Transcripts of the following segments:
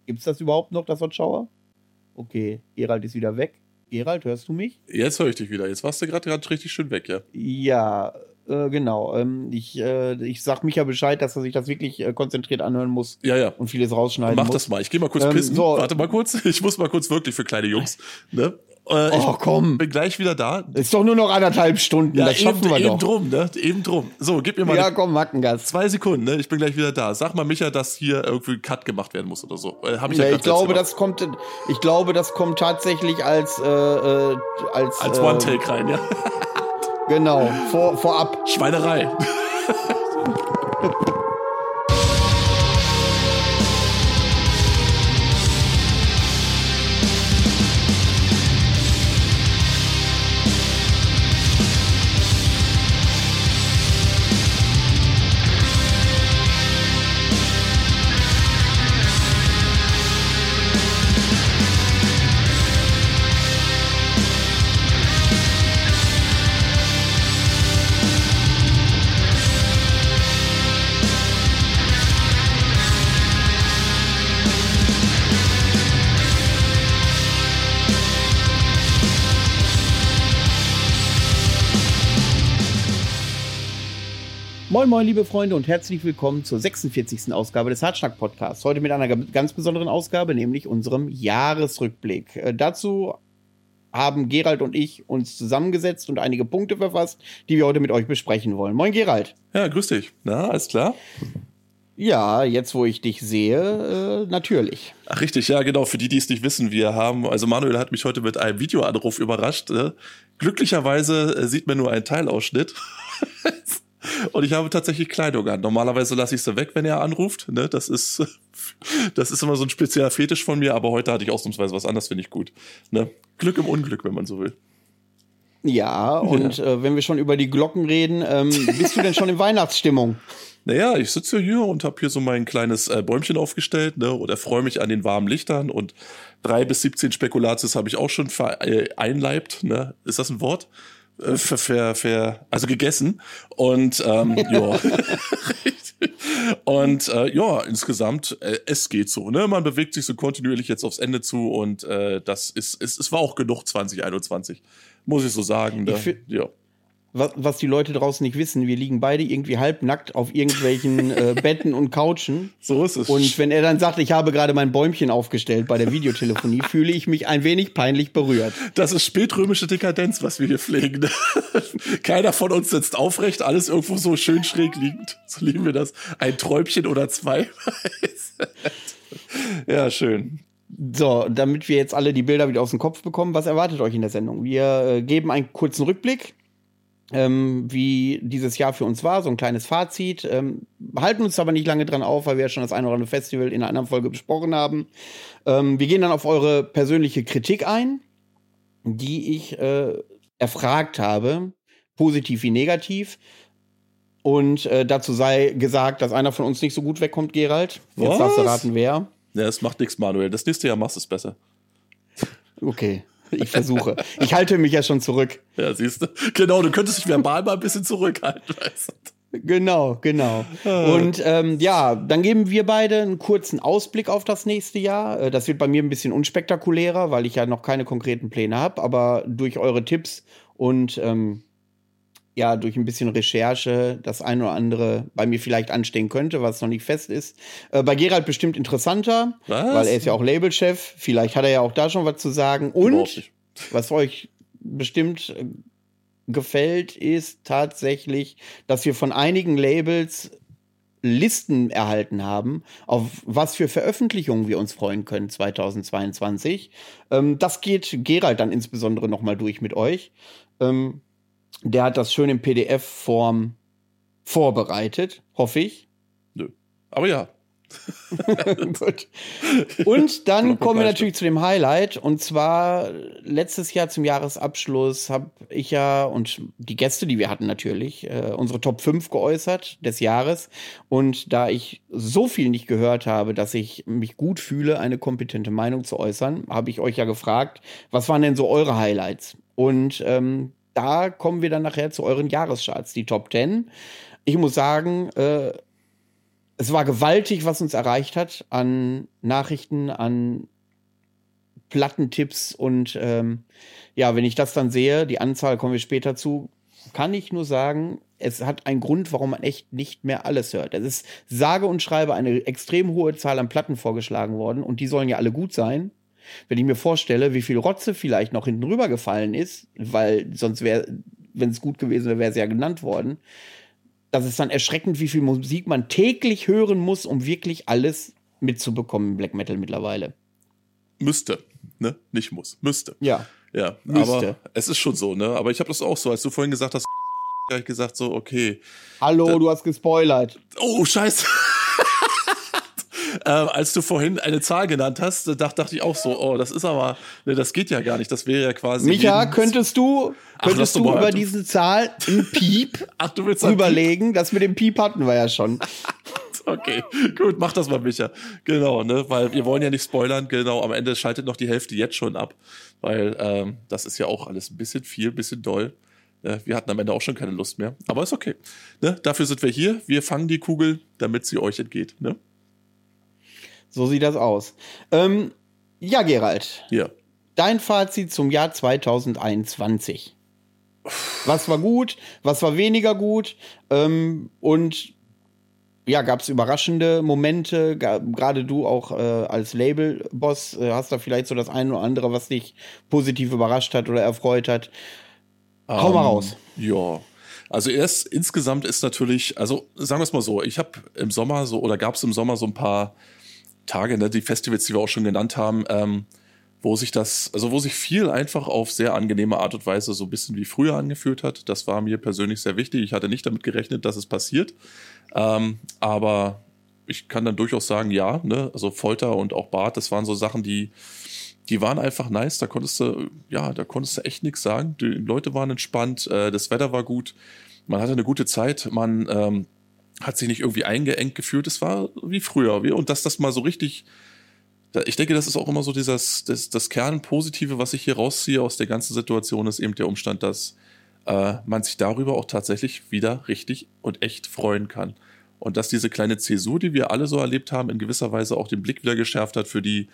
Gibt's das überhaupt noch, das Hot Shower? Okay, Gerald ist wieder weg. Gerald, hörst du mich? Jetzt höre ich dich wieder. Jetzt warst du gerade richtig schön weg, ja. Ja, genau. Ich sag Micha Bescheid, dass er sich das wirklich konzentriert anhören muss. Ja. Und vieles rausschneiden Mach muss. das mal. Ich gehe mal kurz pissen. so. Warte mal kurz. Ich muss mal kurz wirklich für kleine Jungs. Ne? Komm. Bin gleich wieder da. Ist doch nur noch 1,5 Stunden. Ja, das schaffen wir eben doch. drum, ne? Eben drum. So, gib mir mal. Ja, komm, Mackengast. 2 Sekunden, ne? Ich bin gleich wieder da. Sag mal, Micha, dass hier irgendwie ein Cut gemacht werden muss oder so. Hab ich Ich glaube, das kommt tatsächlich als One-Take rein, ja. Genau, vorab. Schweinerei. Moin moin liebe Freunde und herzlich willkommen zur 46. Ausgabe des Hartschnack-Podcasts. Heute mit einer ganz besonderen Ausgabe, nämlich unserem Jahresrückblick. Dazu haben Gerald und ich uns zusammengesetzt und einige Punkte verfasst, die wir heute mit euch besprechen wollen. Moin Gerald. Ja, grüß dich. Na, alles klar? Ja, jetzt wo ich dich sehe, natürlich. Ach richtig, ja genau, für die es nicht wissen, also Manuel hat mich heute mit einem Videoanruf überrascht. Glücklicherweise sieht man nur einen Teilausschnitt. Und ich habe tatsächlich Kleidung an. Normalerweise lasse ich sie weg, wenn er anruft. Ne? Das ist immer so ein spezieller Fetisch von mir, aber heute hatte ich ausnahmsweise was anderes, finde ich gut. Ne? Glück im Unglück, wenn man so will. Ja, und wenn wir schon über die Glocken reden, bist du denn schon in Weihnachtsstimmung? Naja, ich sitze hier und habe hier so mein kleines Bäumchen aufgestellt, ne, und erfreue mich an den warmen Lichtern und 3 bis 17 Spekulatius habe ich auch schon einleibt, ne? Ist das ein Wort? Also gegessen und ja. Und ja, insgesamt, es geht so, ne? Man bewegt sich so kontinuierlich jetzt aufs Ende zu und es war auch genug 2021, muss ich so sagen. Ne? Ja. Was die Leute draußen nicht wissen, wir liegen beide irgendwie halbnackt auf irgendwelchen Betten und Couchen. So ist es. Und wenn er dann sagt, ich habe gerade mein Bäumchen aufgestellt bei der Videotelefonie, fühle ich mich ein wenig peinlich berührt. Das ist spätrömische Dekadenz, was wir hier pflegen. Keiner von uns sitzt aufrecht, alles irgendwo so schön schräg liegend. So lieben wir das. Ein Träumchen oder 2. Ja, schön. So, damit wir jetzt alle die Bilder wieder aus dem Kopf bekommen, was erwartet euch in der Sendung? Wir geben einen kurzen Rückblick, wie dieses Jahr für uns war, so ein kleines Fazit. Halten uns aber nicht lange dran auf, weil wir ja schon das ein oder andere Festival in einer anderen Folge besprochen haben. Wir gehen dann auf eure persönliche Kritik ein, die ich erfragt habe, positiv wie negativ. Und dazu sei gesagt, dass einer von uns nicht so gut wegkommt, Gerald. Jetzt darfst du raten, wer. Ja, das macht nichts, Manuel. Das nächste Jahr machst du es besser. Okay. Ich versuche. Ich halte mich ja schon zurück. Ja, siehst du. Genau, du könntest dich verbal mal ein bisschen zurückhalten. Weißt du? Genau. Und ja, dann geben wir beide einen kurzen Ausblick auf das nächste Jahr. Das wird bei mir ein bisschen unspektakulärer, weil ich ja noch keine konkreten Pläne habe. Aber durch eure Tipps und ja, durch ein bisschen Recherche das ein oder andere bei mir vielleicht anstehen könnte, was noch nicht fest ist. Bei Gerald bestimmt interessanter, weil er ist ja auch Labelchef. Vielleicht hat er ja auch da schon was zu sagen. Und was euch bestimmt gefällt, ist tatsächlich, dass wir von einigen Labels Listen erhalten haben, auf was für Veröffentlichungen wir uns freuen können 2022. Das geht Gerald dann insbesondere noch mal durch mit euch. Der hat das schön in PDF-Form vorbereitet, hoffe ich. Nö. Aber ja. Gut. Und dann kommen wir natürlich zu dem Highlight. Und zwar letztes Jahr zum Jahresabschluss habe ich ja und die Gäste, die wir hatten natürlich, unsere Top 5 geäußert des Jahres. Und da ich so viel nicht gehört habe, dass ich mich gut fühle, eine kompetente Meinung zu äußern, habe ich euch ja gefragt, was waren denn so eure Highlights? Und da kommen wir dann nachher zu euren Jahrescharts, die Top 10. Ich muss sagen, Es war gewaltig, was uns erreicht hat an Nachrichten, an Plattentipps und ja, wenn ich das dann sehe, die Anzahl kommen wir später zu, kann ich nur sagen, es hat einen Grund, warum man echt nicht mehr alles hört. Es ist sage und schreibe eine extrem hohe Zahl an Platten vorgeschlagen worden und die sollen ja alle gut sein. Wenn ich mir vorstelle, wie viel Rotze vielleicht noch hinten rübergefallen ist, weil sonst wäre, wenn es gut gewesen wäre, wäre es ja genannt worden. Das ist dann erschreckend, wie viel Musik man täglich hören muss, um wirklich alles mitzubekommen im Black Metal mittlerweile. Müsste, ne? Nicht muss. Müsste. Ja. Ja, müsste. Aber es ist schon so, ne? Aber ich habe das auch so, als du vorhin gesagt hast, habe ich gesagt so, okay. Hallo, du hast gespoilert. Oh, scheiße. Als du vorhin eine Zahl genannt hast, dachte ich auch so, oh, das ist aber, ne, das geht ja gar nicht. Das wäre ja quasi. Micha, könntest du über diese Zahl ein Piep überlegen? Das mit dem Piep hatten wir ja schon. Okay, gut, mach das mal, Micha. Genau, ne, weil wir wollen ja nicht spoilern. Genau, am Ende schaltet noch die Hälfte jetzt schon ab, weil das ist ja auch alles ein bisschen viel, ein bisschen doll. Wir hatten am Ende auch schon keine Lust mehr, aber ist okay. Ne? Dafür sind wir hier. Wir fangen die Kugel, damit sie euch entgeht. Ne? So sieht das aus. Ja, Gerald. Ja. Dein Fazit zum Jahr 2021. Was war gut, was war weniger gut? Und ja, gab es überraschende Momente? Gerade du auch als Label-Boss hast da vielleicht so das eine oder andere, was dich positiv überrascht hat oder erfreut hat. Hau mal raus. Ja, also insgesamt ist natürlich, also sagen wir es mal so, ich habe im Sommer gab es im Sommer so ein paar Tage, ne, die Festivals, die wir auch schon genannt haben, wo sich viel einfach auf sehr angenehme Art und Weise so ein bisschen wie früher angefühlt hat. Das war mir persönlich sehr wichtig. Ich hatte nicht damit gerechnet, dass es passiert. Aber ich kann dann durchaus sagen, ja, ne, also Folter und auch Bart, das waren so Sachen, die waren einfach nice, da konntest du echt nichts sagen. Die Leute waren entspannt, das Wetter war gut, man hatte eine gute Zeit, man hat sich nicht irgendwie eingeengt gefühlt, es war wie früher. Und dass das mal so richtig, ich denke, das ist auch immer so das Kernpositive, was ich hier rausziehe aus der ganzen Situation, ist eben der Umstand, dass man sich darüber auch tatsächlich wieder richtig und echt freuen kann. Und dass diese kleine Zäsur, die wir alle so erlebt haben, in gewisser Weise auch den Blick wieder geschärft hat für die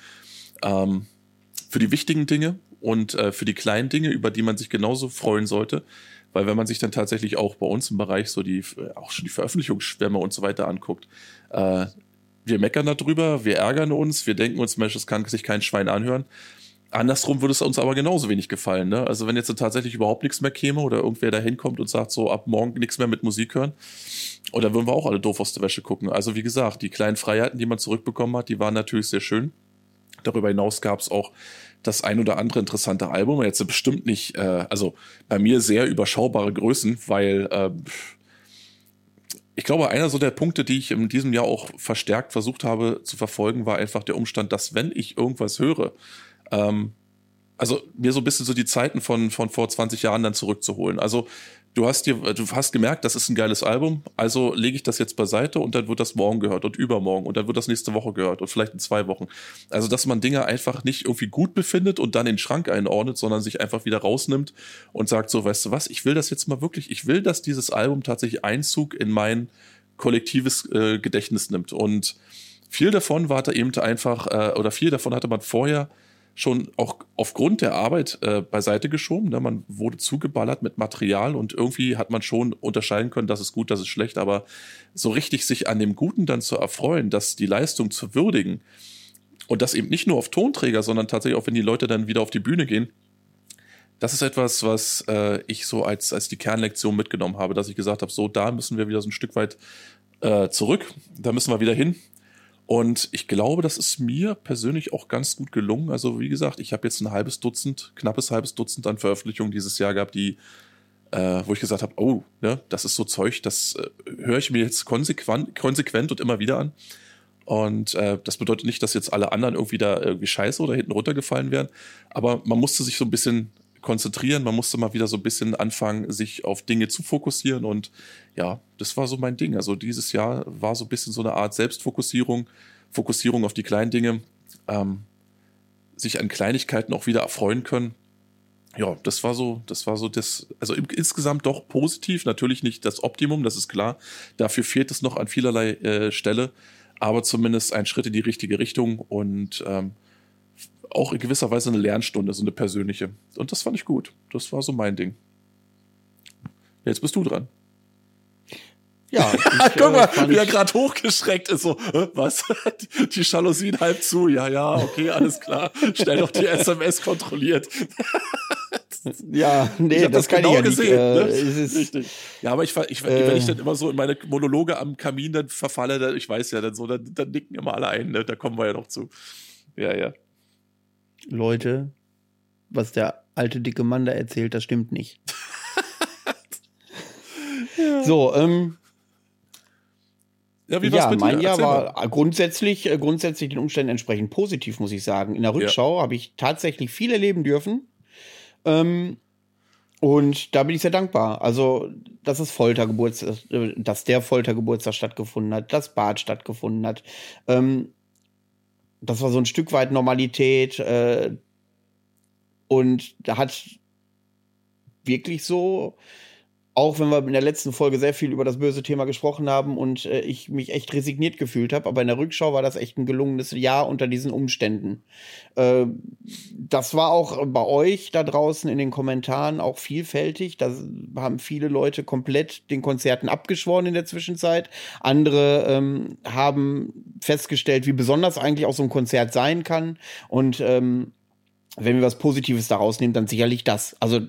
wichtigen Dinge und für die kleinen Dinge, über die man sich genauso freuen sollte. Weil wenn man sich dann tatsächlich auch bei uns im Bereich so auch schon die Veröffentlichungsschwämme und so weiter anguckt, wir meckern darüber, wir ärgern uns, wir denken uns, Mensch, das kann sich kein Schwein anhören. Andersrum würde es uns aber genauso wenig gefallen. Ne? Also wenn jetzt tatsächlich überhaupt nichts mehr käme oder irgendwer da hinkommt und sagt so, ab morgen nichts mehr mit Musik hören, oder würden wir auch alle doof aus der Wäsche gucken. Also wie gesagt, die kleinen Freiheiten, die man zurückbekommen hat, die waren natürlich sehr schön. Darüber hinaus gab es auch das ein oder andere interessante Album. Jetzt bestimmt nicht, also bei mir sehr überschaubare Größen, weil ich glaube, einer so der Punkte, die ich in diesem Jahr auch verstärkt versucht habe zu verfolgen, war einfach der Umstand, dass wenn ich irgendwas höre, also mir so ein bisschen so die Zeiten von vor 20 Jahren dann zurückzuholen. Also du hast gemerkt, das ist ein geiles Album, also lege ich das jetzt beiseite und dann wird das morgen gehört und übermorgen und dann wird das nächste Woche gehört und vielleicht in 2 Wochen. Also dass man Dinge einfach nicht irgendwie gut befindet und dann in den Schrank einordnet, sondern sich einfach wieder rausnimmt und sagt so, weißt du was, ich will das jetzt mal wirklich, ich will, dass dieses Album tatsächlich Einzug in mein kollektives Gedächtnis nimmt. Und viel davon war da eben einfach, oder viel davon hatte man vorher schon auch aufgrund der Arbeit beiseite geschoben. Ne? Man wurde zugeballert mit Material und irgendwie hat man schon unterscheiden können, das ist gut, das ist schlecht, aber so richtig sich an dem Guten dann zu erfreuen, dass die Leistung zu würdigen und das eben nicht nur auf Tonträger, sondern tatsächlich auch, wenn die Leute dann wieder auf die Bühne gehen, das ist etwas, was ich so als die Kernlektion mitgenommen habe, dass ich gesagt habe, so, da müssen wir wieder so ein Stück weit zurück, da müssen wir wieder hin. Und ich glaube, das ist mir persönlich auch ganz gut gelungen. Also wie gesagt, ich habe jetzt knappes halbes Dutzend an Veröffentlichungen dieses Jahr gehabt, die, wo ich gesagt habe, oh, ne, das ist so Zeug, das höre ich mir jetzt konsequent und immer wieder an. Und das bedeutet nicht, dass jetzt alle anderen irgendwie da irgendwie scheiße oder hinten runtergefallen wären. Aber man musste sich so ein bisschen konzentrieren, man musste mal wieder so ein bisschen anfangen, sich auf Dinge zu fokussieren und ja, das war so mein Ding. Also dieses Jahr war so ein bisschen so eine Art Selbstfokussierung, Fokussierung auf die kleinen Dinge, sich an Kleinigkeiten auch wieder erfreuen können Ja, das war so das, also insgesamt doch positiv, natürlich nicht das Optimum, das ist klar. Dafür fehlt es noch an vielerlei Stelle, aber zumindest ein Schritt in die richtige Richtung und auch in gewisser Weise eine Lernstunde, so eine persönliche. Und das fand ich gut. Das war so mein Ding. Jetzt bist du dran. Ja, guck mal, wie er gerade hochgeschreckt ist, so, was? Die Jalousien halb zu, ja, okay, alles klar. Schnell noch die SMS kontrolliert. Ja, nee, das kann genau ich ja gesehen, nicht. Ne? Richtig. Ja, aber wenn ich dann immer so in meine Monologe am Kamin dann verfalle, dann, ich weiß ja dann so, dann nicken immer alle ein, ne? Da kommen wir ja noch zu. Ja. Leute, was der alte dicke Mann da erzählt, das stimmt nicht. Ja. So, ja, wie war's mit dir? Mein Jahr war grundsätzlich den Umständen entsprechend positiv, muss ich sagen. In der Rückschau habe ich tatsächlich viel erleben dürfen. Und da bin ich sehr dankbar. Also, dass der Foltergeburtstag stattgefunden hat, dass Bad stattgefunden hat. Das war so ein Stück weit Normalität. Und da hat wirklich so, auch wenn wir in der letzten Folge sehr viel über das böse Thema gesprochen haben und ich mich echt resigniert gefühlt habe, aber in der Rückschau war das echt ein gelungenes Jahr unter diesen Umständen. Das war auch bei euch da draußen in den Kommentaren auch vielfältig. Da haben viele Leute komplett den Konzerten abgeschworen in der Zwischenzeit. Andere haben festgestellt, wie besonders eigentlich auch so ein Konzert sein kann. Und wenn wir was Positives daraus nehmen, dann sicherlich das. Also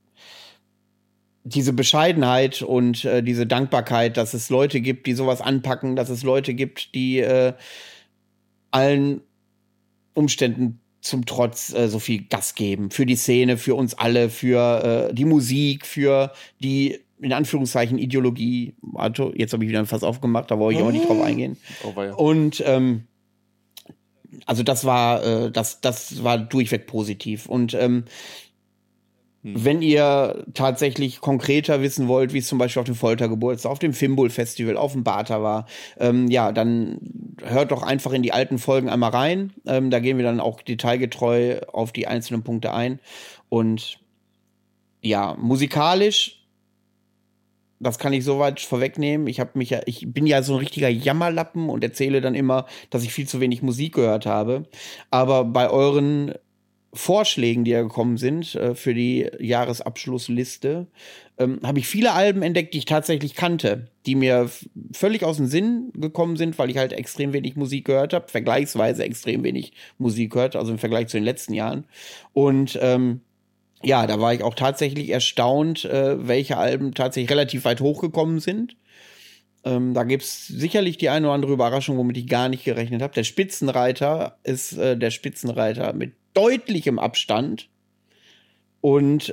diese Bescheidenheit und diese Dankbarkeit, dass es Leute gibt, die sowas anpacken, dass es Leute gibt, die allen Umständen zum Trotz so viel Gas geben. Für die Szene, für uns alle, für die Musik, für die, in Anführungszeichen, Ideologie. Jetzt habe ich wieder ein Fass aufgemacht, da wollte ich aber nicht drauf eingehen. Oh, ja. Und also das war durchweg positiv. Und wenn ihr tatsächlich konkreter wissen wollt, wie es zum Beispiel auf dem Foltergeburtstag, auf dem Fimbul-Festival, auf dem Bata war, dann hört doch einfach in die alten Folgen einmal rein. Da gehen wir dann auch detailgetreu auf die einzelnen Punkte ein. Und ja, musikalisch, das kann ich soweit vorwegnehmen. Ich bin ja so ein richtiger Jammerlappen und erzähle dann immer, dass ich viel zu wenig Musik gehört habe. Aber bei euren Vorschlägen, die ja gekommen sind für die Jahresabschlussliste, habe ich viele Alben entdeckt, die ich tatsächlich kannte, die mir völlig aus dem Sinn gekommen sind, weil ich halt extrem wenig Musik gehört habe, vergleichsweise extrem wenig Musik gehört, also im Vergleich zu den letzten Jahren. Und da war ich auch tatsächlich erstaunt, welche Alben tatsächlich relativ weit hochgekommen sind. Da gibt's sicherlich die eine oder andere Überraschung, womit ich gar nicht gerechnet habe. Der Spitzenreiter ist der Spitzenreiter mit deutlichem Abstand. Und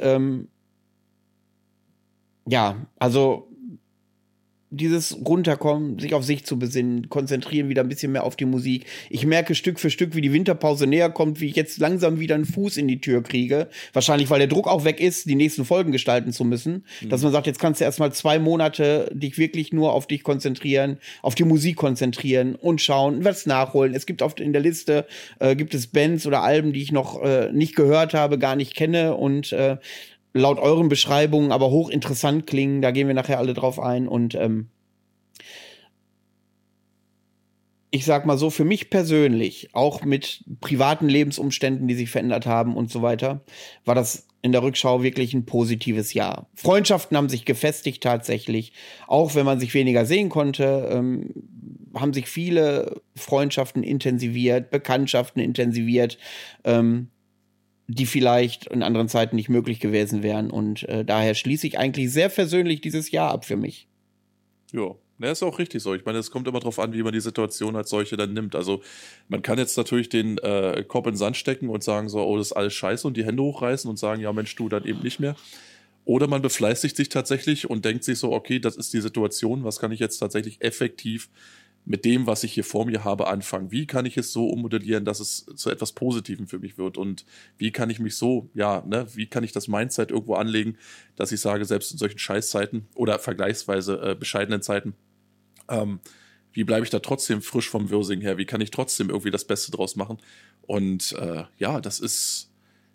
also dieses Runterkommen, sich auf sich zu besinnen, konzentrieren wieder ein bisschen mehr auf die Musik. Ich merke Stück für Stück, wie die Winterpause näher kommt, wie ich jetzt langsam wieder einen Fuß in die Tür kriege. Wahrscheinlich, weil der Druck auch weg ist, die nächsten Folgen gestalten zu müssen. Dass man sagt, jetzt kannst du erstmal 2 Monate dich wirklich nur auf dich konzentrieren, auf die Musik konzentrieren und schauen, was nachholen. Es gibt oft in der Liste, gibt es Bands oder Alben, die ich noch nicht gehört habe, gar nicht kenne und laut euren Beschreibungen aber hochinteressant klingen. Da gehen wir nachher alle drauf ein. Und ich sag mal so, für mich persönlich, auch mit privaten Lebensumständen, die sich verändert haben und so weiter, war das in der Rückschau wirklich ein positives Jahr. Freundschaften haben sich gefestigt tatsächlich. Auch wenn man sich weniger sehen konnte, haben sich viele Freundschaften intensiviert, Bekanntschaften intensiviert, die vielleicht in anderen Zeiten nicht möglich gewesen wären. Und daher schließe ich eigentlich sehr versöhnlich dieses Jahr ab für mich. Ja, ist auch richtig so. Ich meine, es kommt immer darauf an, wie man die Situation als solche dann nimmt. Also man kann jetzt natürlich den Kopf in den Sand stecken und sagen so, oh, das ist alles scheiße und die Hände hochreißen und sagen, ja Mensch, du dann eben nicht mehr. Oder man befleißigt sich tatsächlich und denkt sich so, okay, das ist die Situation, was kann ich jetzt tatsächlich effektiv mit dem, was ich hier vor mir habe, anfangen? Wie kann ich es so ummodellieren, dass es zu etwas Positivem für mich wird? Und wie kann ich mich wie kann ich das Mindset irgendwo anlegen, dass ich sage, selbst in solchen Scheißzeiten oder vergleichsweise bescheidenen Zeiten, wie bleibe ich da trotzdem frisch vom Wirsing her? Wie kann ich trotzdem irgendwie das Beste draus machen? Und das ist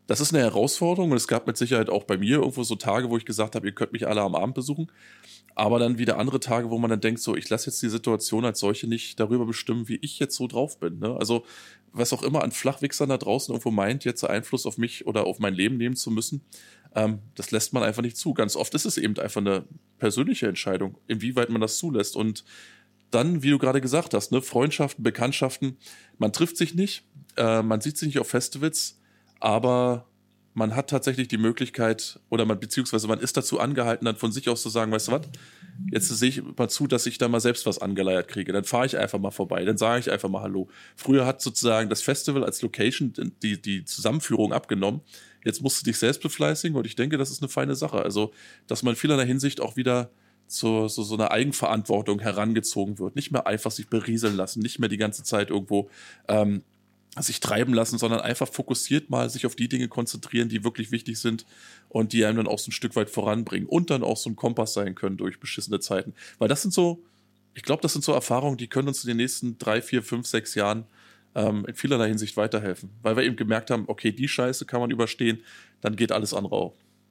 das ist eine Herausforderung und es gab mit Sicherheit auch bei mir irgendwo so Tage, wo ich gesagt habe, ihr könnt mich alle am Abend besuchen. Aber dann wieder andere Tage, wo man dann denkt, so, ich lasse jetzt die Situation als solche nicht darüber bestimmen, wie ich jetzt so drauf bin. Ne? Also, was auch immer an Flachwichsern da draußen irgendwo meint, jetzt Einfluss auf mich oder auf mein Leben nehmen zu müssen, das lässt man einfach nicht zu. Ganz oft ist es eben einfach eine persönliche Entscheidung, inwieweit man das zulässt. Und dann, wie du gerade gesagt hast, ne, Freundschaften, Bekanntschaften, man trifft sich nicht, man sieht sich nicht auf Festivals, aber man hat tatsächlich die Möglichkeit oder beziehungsweise man ist dazu angehalten, dann von sich aus zu sagen, weißt du was, jetzt sehe ich mal zu, dass ich da mal selbst was angeleiert kriege. Dann fahre ich einfach mal vorbei, dann sage ich einfach mal Hallo. Früher hat sozusagen das Festival als Location die Zusammenführung abgenommen. Jetzt musst du dich selbst befleißigen und ich denke, das ist eine feine Sache. Also, dass man in vielerlei Hinsicht auch wieder zu so einer Eigenverantwortung herangezogen wird. Nicht mehr einfach sich berieseln lassen, nicht mehr die ganze Zeit irgendwo sich treiben lassen, sondern einfach fokussiert mal sich auf die Dinge konzentrieren, die wirklich wichtig sind und die einem dann auch so ein Stück weit voranbringen und dann auch so ein Kompass sein können durch beschissene Zeiten. Weil das sind so, ich glaube, das sind so Erfahrungen, die können uns in den nächsten 3, 4, 5, 6 Jahren in vielerlei Hinsicht weiterhelfen. Weil wir eben gemerkt haben, okay, die Scheiße kann man überstehen, dann geht alles andere auch.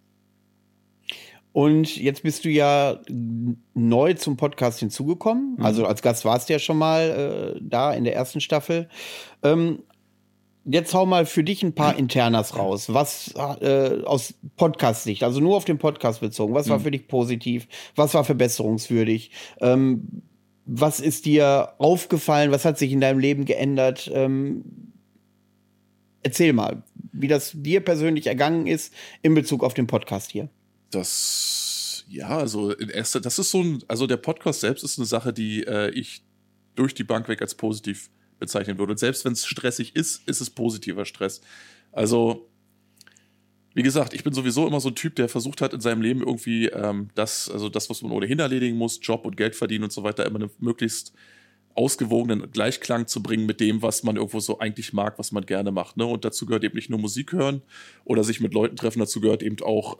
Und jetzt bist du ja neu zum Podcast hinzugekommen. Also als Gast warst du ja schon mal da in der ersten Staffel. Jetzt hau mal für dich ein paar Internas raus. Was aus Podcast-Sicht, also nur auf den Podcast bezogen, was war für dich positiv? Was war verbesserungswürdig? Was ist dir aufgefallen? Was hat sich in deinem Leben geändert? Erzähl mal, wie das dir persönlich ergangen ist in Bezug auf den Podcast hier. Also das ist also der Podcast selbst ist eine Sache, die ich durch die Bank weg als positiv bezeichnen würde. Und selbst wenn es stressig ist, ist es positiver Stress. Also, wie gesagt, ich bin sowieso immer so ein Typ, der versucht hat in seinem Leben irgendwie das, was man ohnehin erledigen muss, Job und Geld verdienen und so weiter, immer einen möglichst ausgewogenen Gleichklang zu bringen mit dem, was man irgendwo so eigentlich mag, was man gerne macht. Ne? Und dazu gehört eben nicht nur Musik hören oder sich mit Leuten treffen, dazu gehört eben auch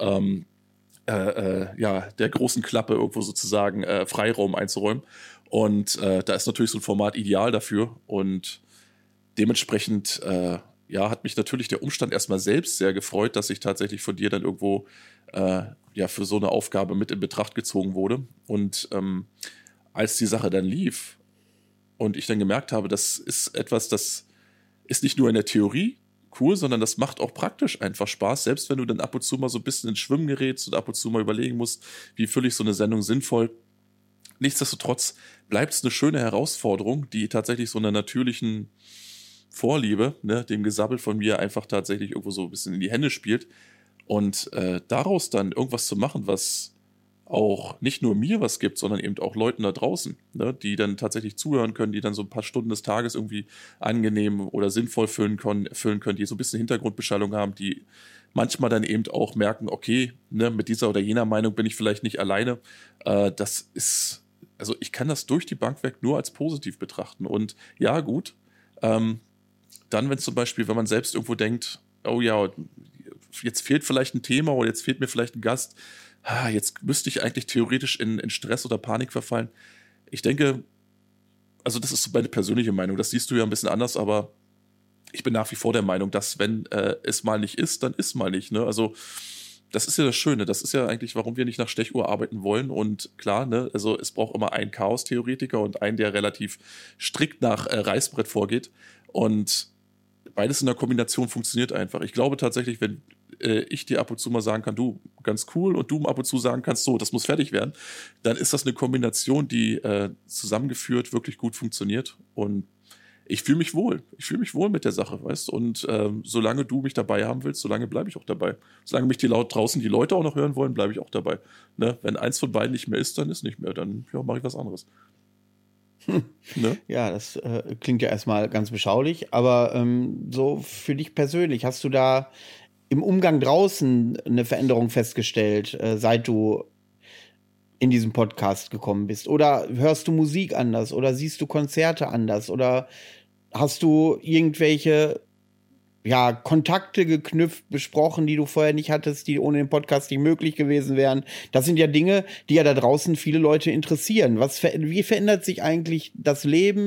der großen Klappe irgendwo sozusagen Freiraum einzuräumen. Und da ist natürlich so ein Format ideal dafür. Und dementsprechend hat mich natürlich der Umstand erstmal selbst sehr gefreut, dass ich tatsächlich von dir dann irgendwo für so eine Aufgabe mit in Betracht gezogen wurde. Und als die Sache dann lief und ich dann gemerkt habe, das ist etwas, das ist nicht nur in der Theorie cool, sondern das macht auch praktisch einfach Spaß, selbst wenn du dann ab und zu mal so ein bisschen ins Schwimmen gerätst und ab und zu mal überlegen musst, wie fülle ich so eine Sendung sinnvoll. Nichtsdestotrotz bleibt es eine schöne Herausforderung, die tatsächlich so einer natürlichen Vorliebe, ne, dem Gesabbel von mir einfach tatsächlich irgendwo so ein bisschen in die Hände spielt und daraus dann irgendwas zu machen, was auch nicht nur mir was gibt, sondern eben auch Leuten da draußen, ne, die dann tatsächlich zuhören können, die dann so ein paar Stunden des Tages irgendwie angenehm oder sinnvoll füllen können, die so ein bisschen Hintergrundbeschallung haben, die manchmal dann eben auch merken, okay, ne, mit dieser oder jener Meinung bin ich vielleicht nicht alleine. Das ist, also ich kann das durch die Bank weg nur als positiv betrachten. Und ja, gut, dann, wenn zum Beispiel, wenn man selbst irgendwo denkt, oh ja, jetzt fehlt vielleicht ein Thema oder jetzt fehlt mir vielleicht ein Gast, jetzt müsste ich eigentlich theoretisch in Stress oder Panik verfallen. Ich denke, also das ist so meine persönliche Meinung, das siehst du ja ein bisschen anders, aber ich bin nach wie vor der Meinung, dass wenn es mal nicht ist, dann ist mal nicht. Ne? Also das ist ja das Schöne, das ist ja eigentlich, warum wir nicht nach Stechuhr arbeiten wollen. Und klar, ne, also es braucht immer einen Chaos-Theoretiker und einen, der relativ strikt nach Reißbrett vorgeht. Und beides in der Kombination funktioniert einfach. Ich glaube tatsächlich, wenn ich dir ab und zu mal sagen kann, du, ganz cool, und du ab und zu sagen kannst, so, das muss fertig werden, dann ist das eine Kombination, die zusammengeführt wirklich gut funktioniert. Und ich fühle mich wohl. Ich fühle mich wohl mit der Sache, weißt du? Und solange du mich dabei haben willst, solange bleibe ich auch dabei. Solange mich draußen die Leute auch noch hören wollen, bleibe ich auch dabei. Ne? Wenn eins von beiden nicht mehr ist, dann ist nicht mehr. Dann mache ich was anderes. Ne? Ja, das klingt ja erstmal ganz beschaulich, aber so für dich persönlich, hast du da im Umgang draußen eine Veränderung festgestellt, seit du in diesem Podcast gekommen bist? Oder hörst du Musik anders? Oder siehst du Konzerte anders? Oder hast du irgendwelche Kontakte geknüpft, besprochen, die du vorher nicht hattest, die ohne den Podcast nicht möglich gewesen wären? Das sind ja Dinge, die ja da draußen viele Leute interessieren. Wie verändert sich eigentlich das Leben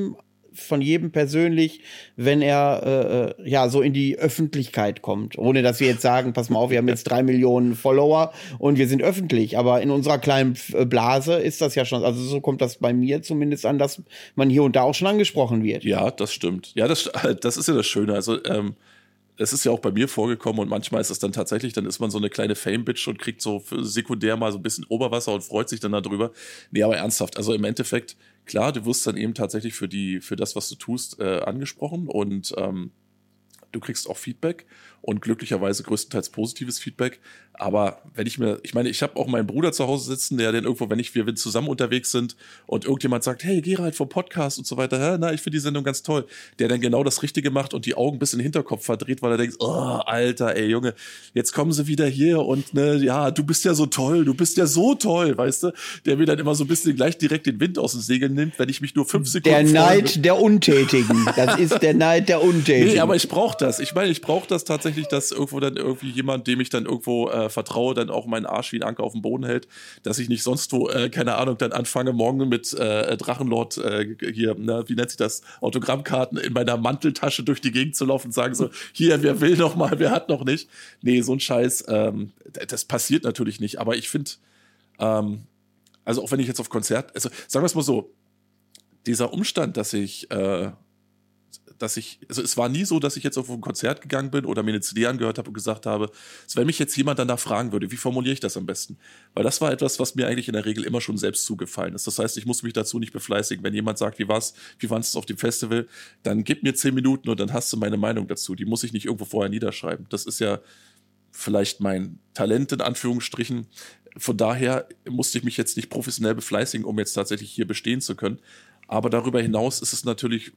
von jedem persönlich, wenn er so in die Öffentlichkeit kommt. Ohne dass wir jetzt sagen, pass mal auf, wir haben jetzt 3 Millionen Follower und wir sind öffentlich. Aber in unserer kleinen Blase ist das ja schon, also so kommt das bei mir zumindest an, dass man hier und da auch schon angesprochen wird. Ja, das stimmt. Ja, das ist ja das Schöne. Also, es ist ja auch bei mir vorgekommen und manchmal ist es dann tatsächlich, dann ist man so eine kleine Fame-Bitch und kriegt so sekundär mal so ein bisschen Oberwasser und freut sich dann darüber. Nee, aber ernsthaft, also im Endeffekt, klar, du wirst dann eben tatsächlich für das, was du tust, angesprochen und du kriegst auch Feedback und glücklicherweise größtenteils positives Feedback. Aber wenn ich meine, ich habe auch meinen Bruder zu Hause sitzen, der dann irgendwo, wenn wir zusammen unterwegs sind und irgendjemand sagt, hey, Gerald vom Podcast und so weiter, na, ich finde die Sendung ganz toll, der dann genau das Richtige macht und die Augen bis in den Hinterkopf verdreht, weil er denkt, oh, Alter, ey, Junge, jetzt kommen sie wieder hier und ne, ja, du bist ja so toll, weißt du, der mir dann immer so ein bisschen gleich direkt den Wind aus den Segeln nimmt, wenn ich mich nur 5 Sekunden Der Neid der Untätigen, das ist der Neid der Untätigen. Nee, aber ich brauche das. Ich meine, ich brauche das tatsächlich, dass irgendwo dann irgendwie jemand, dem ich dann irgendwo vertraue, dann auch meinen Arsch wie ein Anker auf dem Boden hält, dass ich nicht sonst wo, keine Ahnung, dann anfange morgen mit Drachenlord hier, wie nennt sich das, Autogrammkarten in meiner Manteltasche durch die Gegend zu laufen und sagen so, hier, wer will noch mal, wer hat noch nicht. Nee, so ein Scheiß, das passiert natürlich nicht, aber ich finde, also auch wenn ich jetzt auf Konzert, also sagen wir es mal so, dieser Umstand, dass also es war nie so, dass ich jetzt auf ein Konzert gegangen bin oder mir eine CD angehört habe und gesagt habe, wenn mich jetzt jemand danach fragen würde, wie formuliere ich das am besten? Weil das war etwas, was mir eigentlich in der Regel immer schon selbst zugefallen ist. Das heißt, ich muss mich dazu nicht befleißigen. Wenn jemand sagt, wie fandest du es auf dem Festival, dann gib mir 10 Minuten und dann hast du meine Meinung dazu. Die muss ich nicht irgendwo vorher niederschreiben. Das ist ja vielleicht mein Talent in Anführungsstrichen. Von daher musste ich mich jetzt nicht professionell befleißigen, um jetzt tatsächlich hier bestehen zu können. Aber darüber hinaus ist es natürlich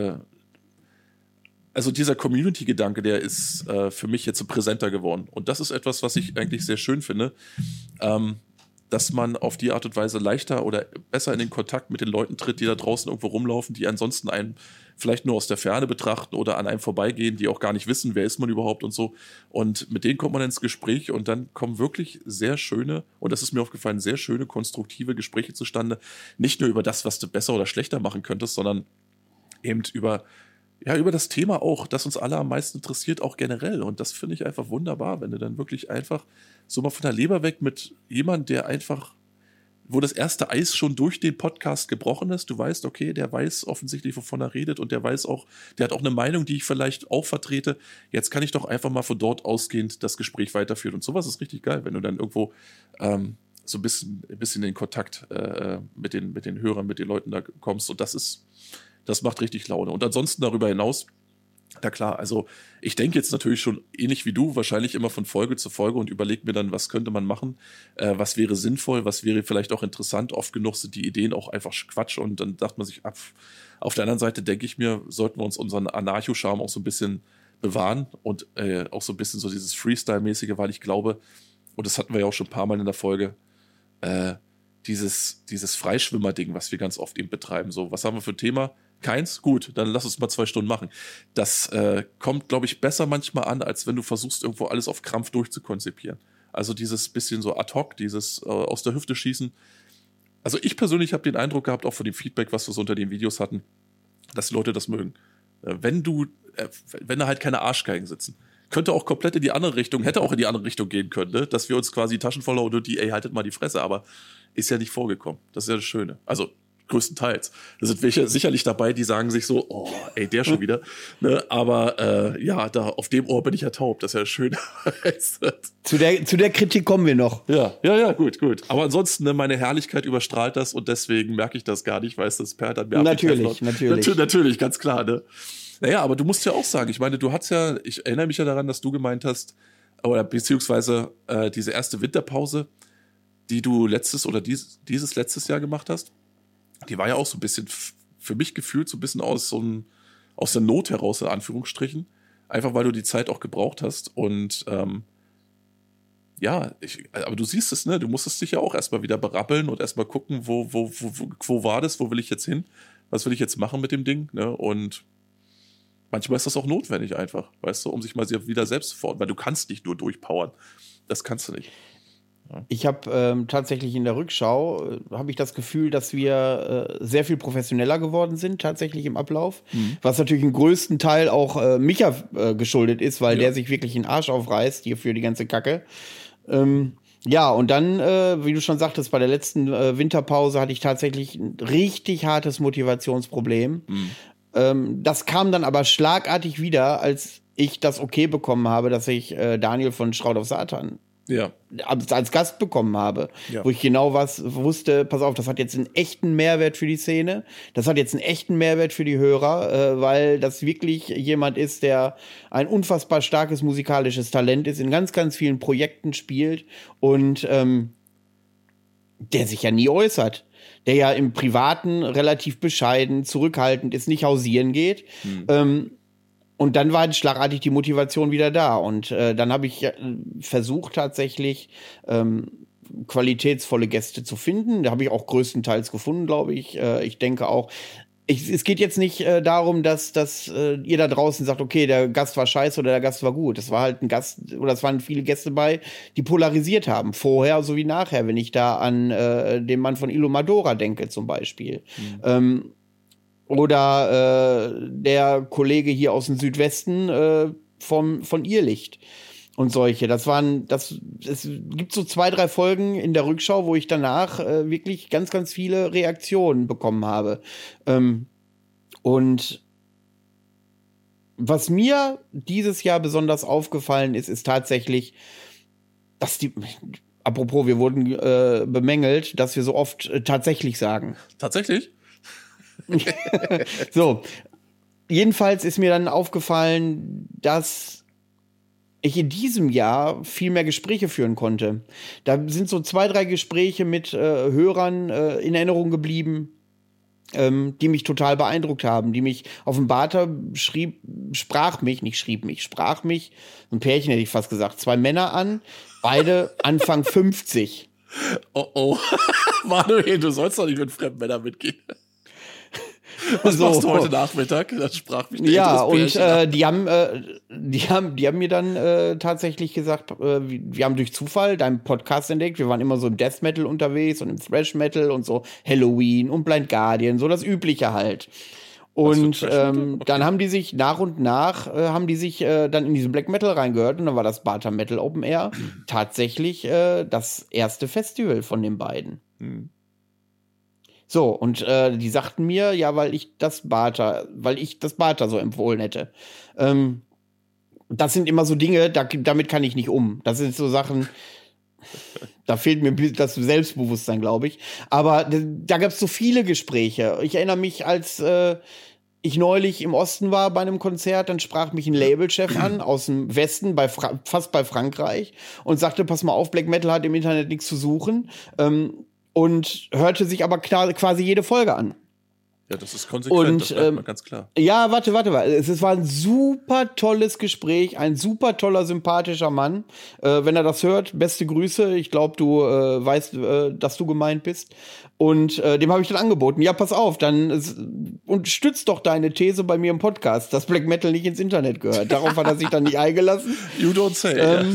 also dieser Community-Gedanke, der ist für mich jetzt präsenter geworden. Und das ist etwas, was ich eigentlich sehr schön finde, dass man auf die Art und Weise leichter oder besser in den Kontakt mit den Leuten tritt, die da draußen irgendwo rumlaufen, die ansonsten einen vielleicht nur aus der Ferne betrachten oder an einem vorbeigehen, die auch gar nicht wissen, wer ist man überhaupt und so. Und mit denen kommt man ins Gespräch und dann kommen wirklich sehr schöne, und das ist mir aufgefallen, sehr schöne, konstruktive Gespräche zustande. Nicht nur über das, was du besser oder schlechter machen könntest, sondern eben über das Thema auch, das uns alle am meisten interessiert, auch generell. Und das finde ich einfach wunderbar, wenn du dann wirklich einfach so mal von der Leber weg mit jemandem, der einfach, wo das erste Eis schon durch den Podcast gebrochen ist, du weißt, okay, der weiß offensichtlich, wovon er redet und der weiß auch, der hat auch eine Meinung, die ich vielleicht auch vertrete. Jetzt kann ich doch einfach mal von dort ausgehend das Gespräch weiterführen. Und sowas ist richtig geil, wenn du dann irgendwo so ein bisschen in Kontakt mit den Hörern, mit den Leuten da kommst. Und das macht richtig Laune. Und ansonsten darüber hinaus, na klar, also ich denke jetzt natürlich schon ähnlich wie du, wahrscheinlich immer von Folge zu Folge und überlege mir dann, was könnte man machen, was wäre sinnvoll, was wäre vielleicht auch interessant. Oft genug sind die Ideen auch einfach Quatsch und dann sagt man sich, auf der anderen Seite denke ich mir, sollten wir uns unseren Anarcho-Charme auch so ein bisschen bewahren und auch so ein bisschen so dieses Freestyle-mäßige, weil ich glaube, und das hatten wir ja auch schon ein paar Mal in der Folge, dieses Freischwimmer-Ding, was wir ganz oft eben betreiben. So, was haben wir für ein Thema? Keins? Gut, dann lass uns mal 2 Stunden machen. Das kommt, glaube ich, besser manchmal an, als wenn du versuchst, irgendwo alles auf Krampf durchzukonzipieren. Also dieses bisschen so ad hoc, dieses aus der Hüfte schießen. Also ich persönlich habe den Eindruck gehabt, auch von dem Feedback, was wir so unter den Videos hatten, dass die Leute das mögen. Wenn da halt keine Arschgeigen sitzen. Könnte auch komplett in die andere Richtung, hätte auch in die andere Richtung gehen können, ne? Dass wir uns quasi Taschen voll hauen und haltet mal die Fresse, aber ist ja nicht vorgekommen. Das ist ja das Schöne. Also größtenteils. Da sind welche sicherlich dabei, die sagen sich so, oh, ey, der schon wieder. Ne? Aber da auf dem Ohr bin ich ja taub. Das ist ja schön. Zu der Kritik kommen wir noch. Ja, gut. Aber ansonsten, ne, meine Herrlichkeit überstrahlt das und deswegen merke ich das gar nicht, weil es das perlt an mir ab. Natürlich, ganz klar, ne? Naja, aber du musst ja auch sagen, ich meine, ich erinnere mich ja daran, dass du gemeint hast, oder beziehungsweise diese erste Winterpause, die du dieses letztes Jahr gemacht hast, die war ja auch so ein bisschen für mich gefühlt so ein bisschen aus der Not heraus, in Anführungsstrichen. Einfach weil du die Zeit auch gebraucht hast. Und aber du siehst es, ne? Du musstest dich ja auch erstmal wieder berappeln und erstmal gucken, wo war das, wo will ich jetzt hin? Was will ich jetzt machen mit dem Ding? Ne? Und manchmal ist das auch notwendig einfach, weißt du, um sich mal wieder selbst zu fordern, weil du kannst nicht nur durchpowern. Das kannst du nicht. Ich habe tatsächlich in der Rückschau, habe ich das Gefühl, dass wir sehr viel professioneller geworden sind, tatsächlich im Ablauf. Was natürlich im größten Teil auch Micha geschuldet ist, weil der sich wirklich den Arsch aufreißt hier für die ganze Kacke. Ja, und dann, wie du schon sagtest, bei der letzten Winterpause hatte ich tatsächlich ein richtig hartes Motivationsproblem. Das kam dann aber schlagartig wieder, als ich das okay bekommen habe, dass ich Daniel von Shroud of Satan als Gast bekommen habe, wo ich genau wusste, pass auf, das hat jetzt einen echten Mehrwert für die Szene, das hat jetzt einen echten Mehrwert für die Hörer, weil das wirklich jemand ist, der ein unfassbar starkes musikalisches Talent ist, in ganz, ganz vielen Projekten spielt und der sich ja nie äußert. Der ja im Privaten relativ bescheiden, zurückhaltend ist, nicht hausieren geht. Und dann war schlagartig die Motivation wieder da. Und dann habe ich versucht, tatsächlich qualitätsvolle Gäste zu finden. Da habe ich auch größtenteils gefunden, glaube ich. Ich denke auch, es geht jetzt nicht darum, dass ihr da draußen sagt, okay, der Gast war scheiße oder der Gast war gut. Es war halt ein Gast, oder es waren viele Gäste bei, die polarisiert haben. Vorher sowie nachher, wenn ich da an den Mann von Ilumadora denke zum Beispiel. Oder der Kollege hier aus dem Südwesten von Irrlicht und solche. Es gibt so 2, 3 Folgen in der Rückschau, wo ich danach wirklich ganz, ganz viele Reaktionen bekommen habe. Und was mir dieses Jahr besonders aufgefallen ist tatsächlich, dass apropos, wir wurden bemängelt, dass wir so oft tatsächlich sagen. Tatsächlich? So, jedenfalls ist mir dann aufgefallen, dass ich in diesem Jahr viel mehr Gespräche führen konnte. Da sind so 2, 3 Gespräche mit Hörern in Erinnerung geblieben, die mich total beeindruckt haben, die mich auf dem Barter sprach mich, ein Pärchen hätte ich fast gesagt, 2 Männer an, beide Anfang 50. Oh. Manuel, du sollst doch nicht mit fremden Männern mitgehen. Was machst du heute Nachmittag? Das sprach mich und die haben mir dann tatsächlich gesagt, wir haben durch Zufall deinen Podcast entdeckt. Wir waren immer so im Death Metal unterwegs und im Thrash Metal und so Halloween und Blind Guardian, so das Übliche halt. Und dann haben die sich nach und nach dann in diesen Black Metal reingehört und dann war das Barter Metal Open Air tatsächlich das erste Festival von den beiden. So, und die sagten mir, ja, weil ich das Barter so empfohlen hätte. Das sind immer so Dinge, damit kann ich nicht um. Das sind so Sachen, da fehlt mir das Selbstbewusstsein, glaube ich. Aber da gab es so viele Gespräche. Ich erinnere mich, als ich neulich im Osten war bei einem Konzert, dann sprach mich ein Labelchef an aus dem Westen, fast bei Frankreich, und sagte, pass mal auf, Black Metal hat im Internet nichts zu suchen. Und hörte sich aber quasi jede Folge an. Ja, das ist konsequent, das merkt man ganz klar. Ja, warte. Es war ein super tolles Gespräch, ein super toller, sympathischer Mann. Wenn er das hört, beste Grüße. Ich glaube, du weißt, dass du gemeint bist. Und dem habe ich dann angeboten, ja, pass auf, dann unterstützt doch deine These bei mir im Podcast, dass Black Metal nicht ins Internet gehört. Darauf hat er sich dann nicht eingelassen. You don't say.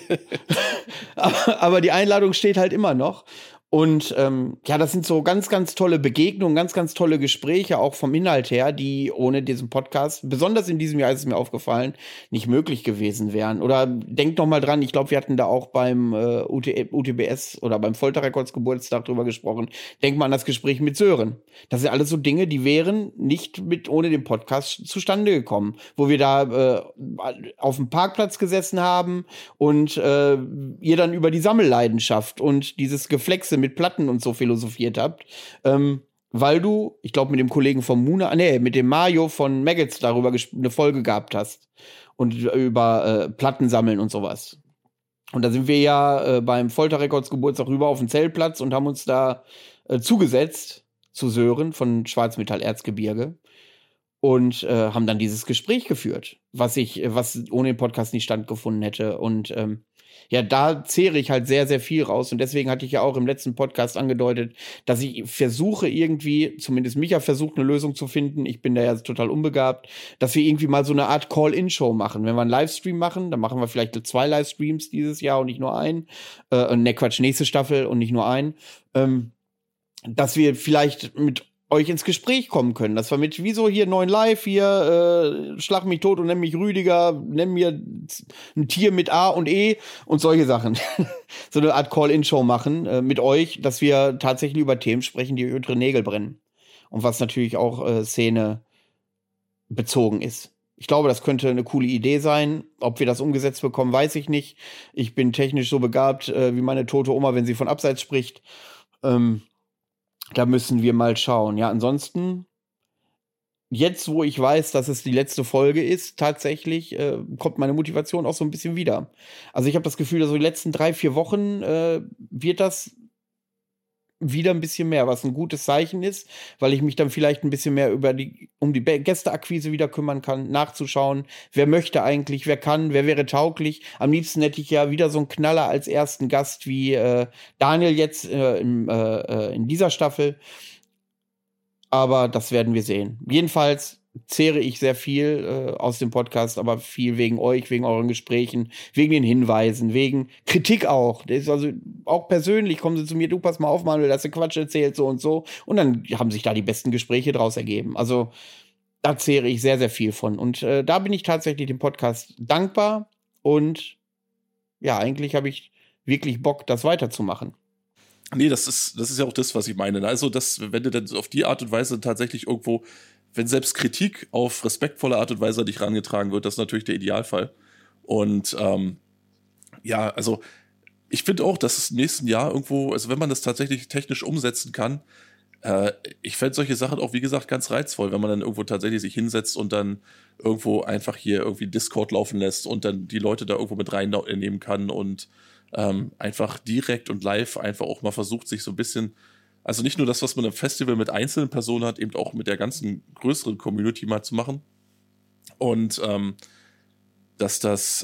Aber die Einladung steht halt immer noch. Und das sind so ganz, ganz tolle Begegnungen, ganz, ganz tolle Gespräche, auch vom Inhalt her, die ohne diesen Podcast, besonders in diesem Jahr ist es mir aufgefallen, nicht möglich gewesen wären. Oder denkt noch mal dran, ich glaube, wir hatten da auch beim UTBS oder beim Folterrekords Geburtstag drüber gesprochen. Denk mal an das Gespräch mit Sören. Das sind alles so Dinge, die wären nicht ohne den Podcast zustande gekommen. Wo wir da auf dem Parkplatz gesessen haben und ihr dann über die Sammelleidenschaft und dieses Geflexe mit Platten und so philosophiert habt, weil du, ich glaube, mit dem Kollegen von mit dem Mario von Maggots darüber eine Folge gehabt hast und über Platten sammeln und sowas. Und da sind wir ja beim Folterrekords Geburtstag rüber auf den Zeltplatz und haben uns da zugesetzt zu Sören von Schwarzmetall-Erzgebirge und haben dann dieses Gespräch geführt, was ohne den Podcast nicht stattgefunden hätte. Und Ja, da zehre ich halt sehr, sehr viel raus. Und deswegen hatte ich ja auch im letzten Podcast angedeutet, dass ich versuche irgendwie, zumindest Micha versucht, eine Lösung zu finden. Ich bin da ja total unbegabt, dass wir irgendwie mal so eine Art Call-In-Show machen. Wenn wir einen Livestream machen, dann machen wir vielleicht 2 Livestreams dieses Jahr und nicht nur einen. Nächste Staffel und nicht nur einen. Dass wir vielleicht mit euch ins Gespräch kommen können. Das war mit, wieso hier 9 Live, hier schlag mich tot und nenn mich Rüdiger, nenn mir ein Tier mit A und E und solche Sachen. So eine Art Call-In-Show machen mit euch, dass wir tatsächlich über Themen sprechen, die euch unter den Nägel brennen. Und was natürlich auch Szene bezogen ist. Ich glaube, das könnte eine coole Idee sein. Ob wir das umgesetzt bekommen, weiß ich nicht. Ich bin technisch so begabt wie meine tote Oma, wenn sie von Abseits spricht. Da müssen wir mal schauen. Ja, ansonsten, jetzt, wo ich weiß, dass es die letzte Folge ist, tatsächlich kommt meine Motivation auch so ein bisschen wieder. Also ich habe das Gefühl, dass so die letzten 3-4 Wochen wird das wieder ein bisschen mehr, was ein gutes Zeichen ist, weil ich mich dann vielleicht ein bisschen mehr um die Gästeakquise wieder kümmern kann, nachzuschauen, wer möchte eigentlich, wer kann, wer wäre tauglich. Am liebsten hätte ich ja wieder so einen Knaller als ersten Gast wie Daniel jetzt in dieser Staffel. Aber das werden wir sehen. Jedenfalls zehre ich sehr viel aus dem Podcast, aber viel wegen euch, wegen euren Gesprächen, wegen den Hinweisen, wegen Kritik auch. Das ist also auch persönlich kommen sie zu mir, du pass mal auf, Manuel, dass du Quatsch erzählt, so und so. Und dann haben sich da die besten Gespräche draus ergeben. Also da zehre ich sehr, sehr viel von. Und da bin ich tatsächlich dem Podcast dankbar. Und ja, eigentlich habe ich wirklich Bock, das weiterzumachen. Nee, das ist ja auch das, was ich meine. Also, wenn du dann auf die Art und Weise tatsächlich irgendwo, wenn selbst Kritik auf respektvolle Art und Weise an dich herangetragen wird, das ist natürlich der Idealfall. Und ja, also ich finde auch, dass es im nächsten Jahr irgendwo, also wenn man das tatsächlich technisch umsetzen kann, ich fände solche Sachen auch, wie gesagt, ganz reizvoll, wenn man dann irgendwo tatsächlich sich hinsetzt und dann irgendwo einfach hier irgendwie Discord laufen lässt und dann die Leute da irgendwo mit reinnehmen kann und einfach direkt und live einfach auch mal versucht, sich so ein bisschen, also nicht nur das, was man im Festival mit einzelnen Personen hat, eben auch mit der ganzen größeren Community mal zu machen. Und dass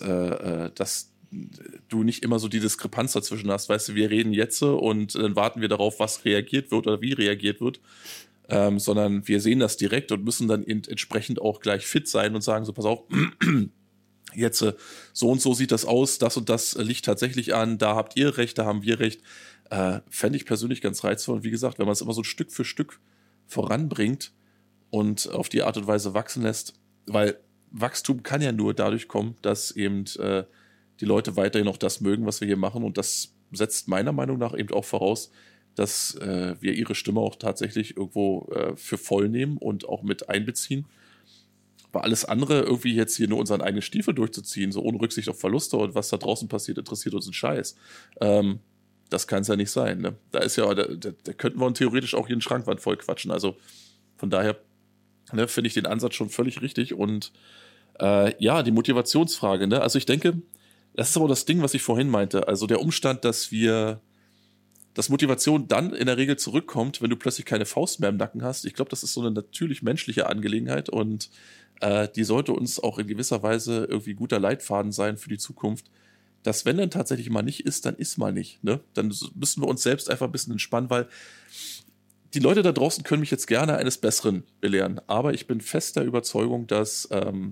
du nicht immer so die Diskrepanz dazwischen hast, weißt du, wir reden jetzt und dann warten wir darauf, was reagiert wird oder wie reagiert wird, sondern wir sehen das direkt und müssen dann entsprechend auch gleich fit sein und sagen, so pass auf, jetzt so und so sieht das aus, das und das liegt tatsächlich an, da habt ihr recht, da haben wir recht. Fände ich persönlich ganz reizvoll. Und wie gesagt, wenn man es immer so Stück für Stück voranbringt und auf die Art und Weise wachsen lässt, weil Wachstum kann ja nur dadurch kommen, dass eben die Leute weiterhin noch das mögen, was wir hier machen. Und das setzt meiner Meinung nach eben auch voraus, dass wir ihre Stimme auch tatsächlich irgendwo für voll nehmen und auch mit einbeziehen. Weil alles andere, irgendwie jetzt hier nur unseren eigenen Stiefel durchzuziehen, so ohne Rücksicht auf Verluste und was da draußen passiert, interessiert uns einen Scheiß. Das kann es ja nicht sein. Ne? Da ist ja, da könnten wir uns theoretisch auch hier einen Schrankwand voll quatschen. Also von daher finde ich den Ansatz schon völlig richtig. Und ja, die Motivationsfrage. Ne? Also ich denke, das ist aber das Ding, was ich vorhin meinte. Also der Umstand, dass Motivation dann in der Regel zurückkommt, wenn du plötzlich keine Faust mehr im Nacken hast. Ich glaube, das ist so eine natürlich menschliche Angelegenheit und die sollte uns auch in gewisser Weise irgendwie guter Leitfaden sein für die Zukunft. Dass wenn dann tatsächlich mal nicht ist, dann ist mal nicht. Ne? Dann müssen wir uns selbst einfach ein bisschen entspannen, weil die Leute da draußen können mich jetzt gerne eines Besseren belehren. Aber ich bin fester Überzeugung, dass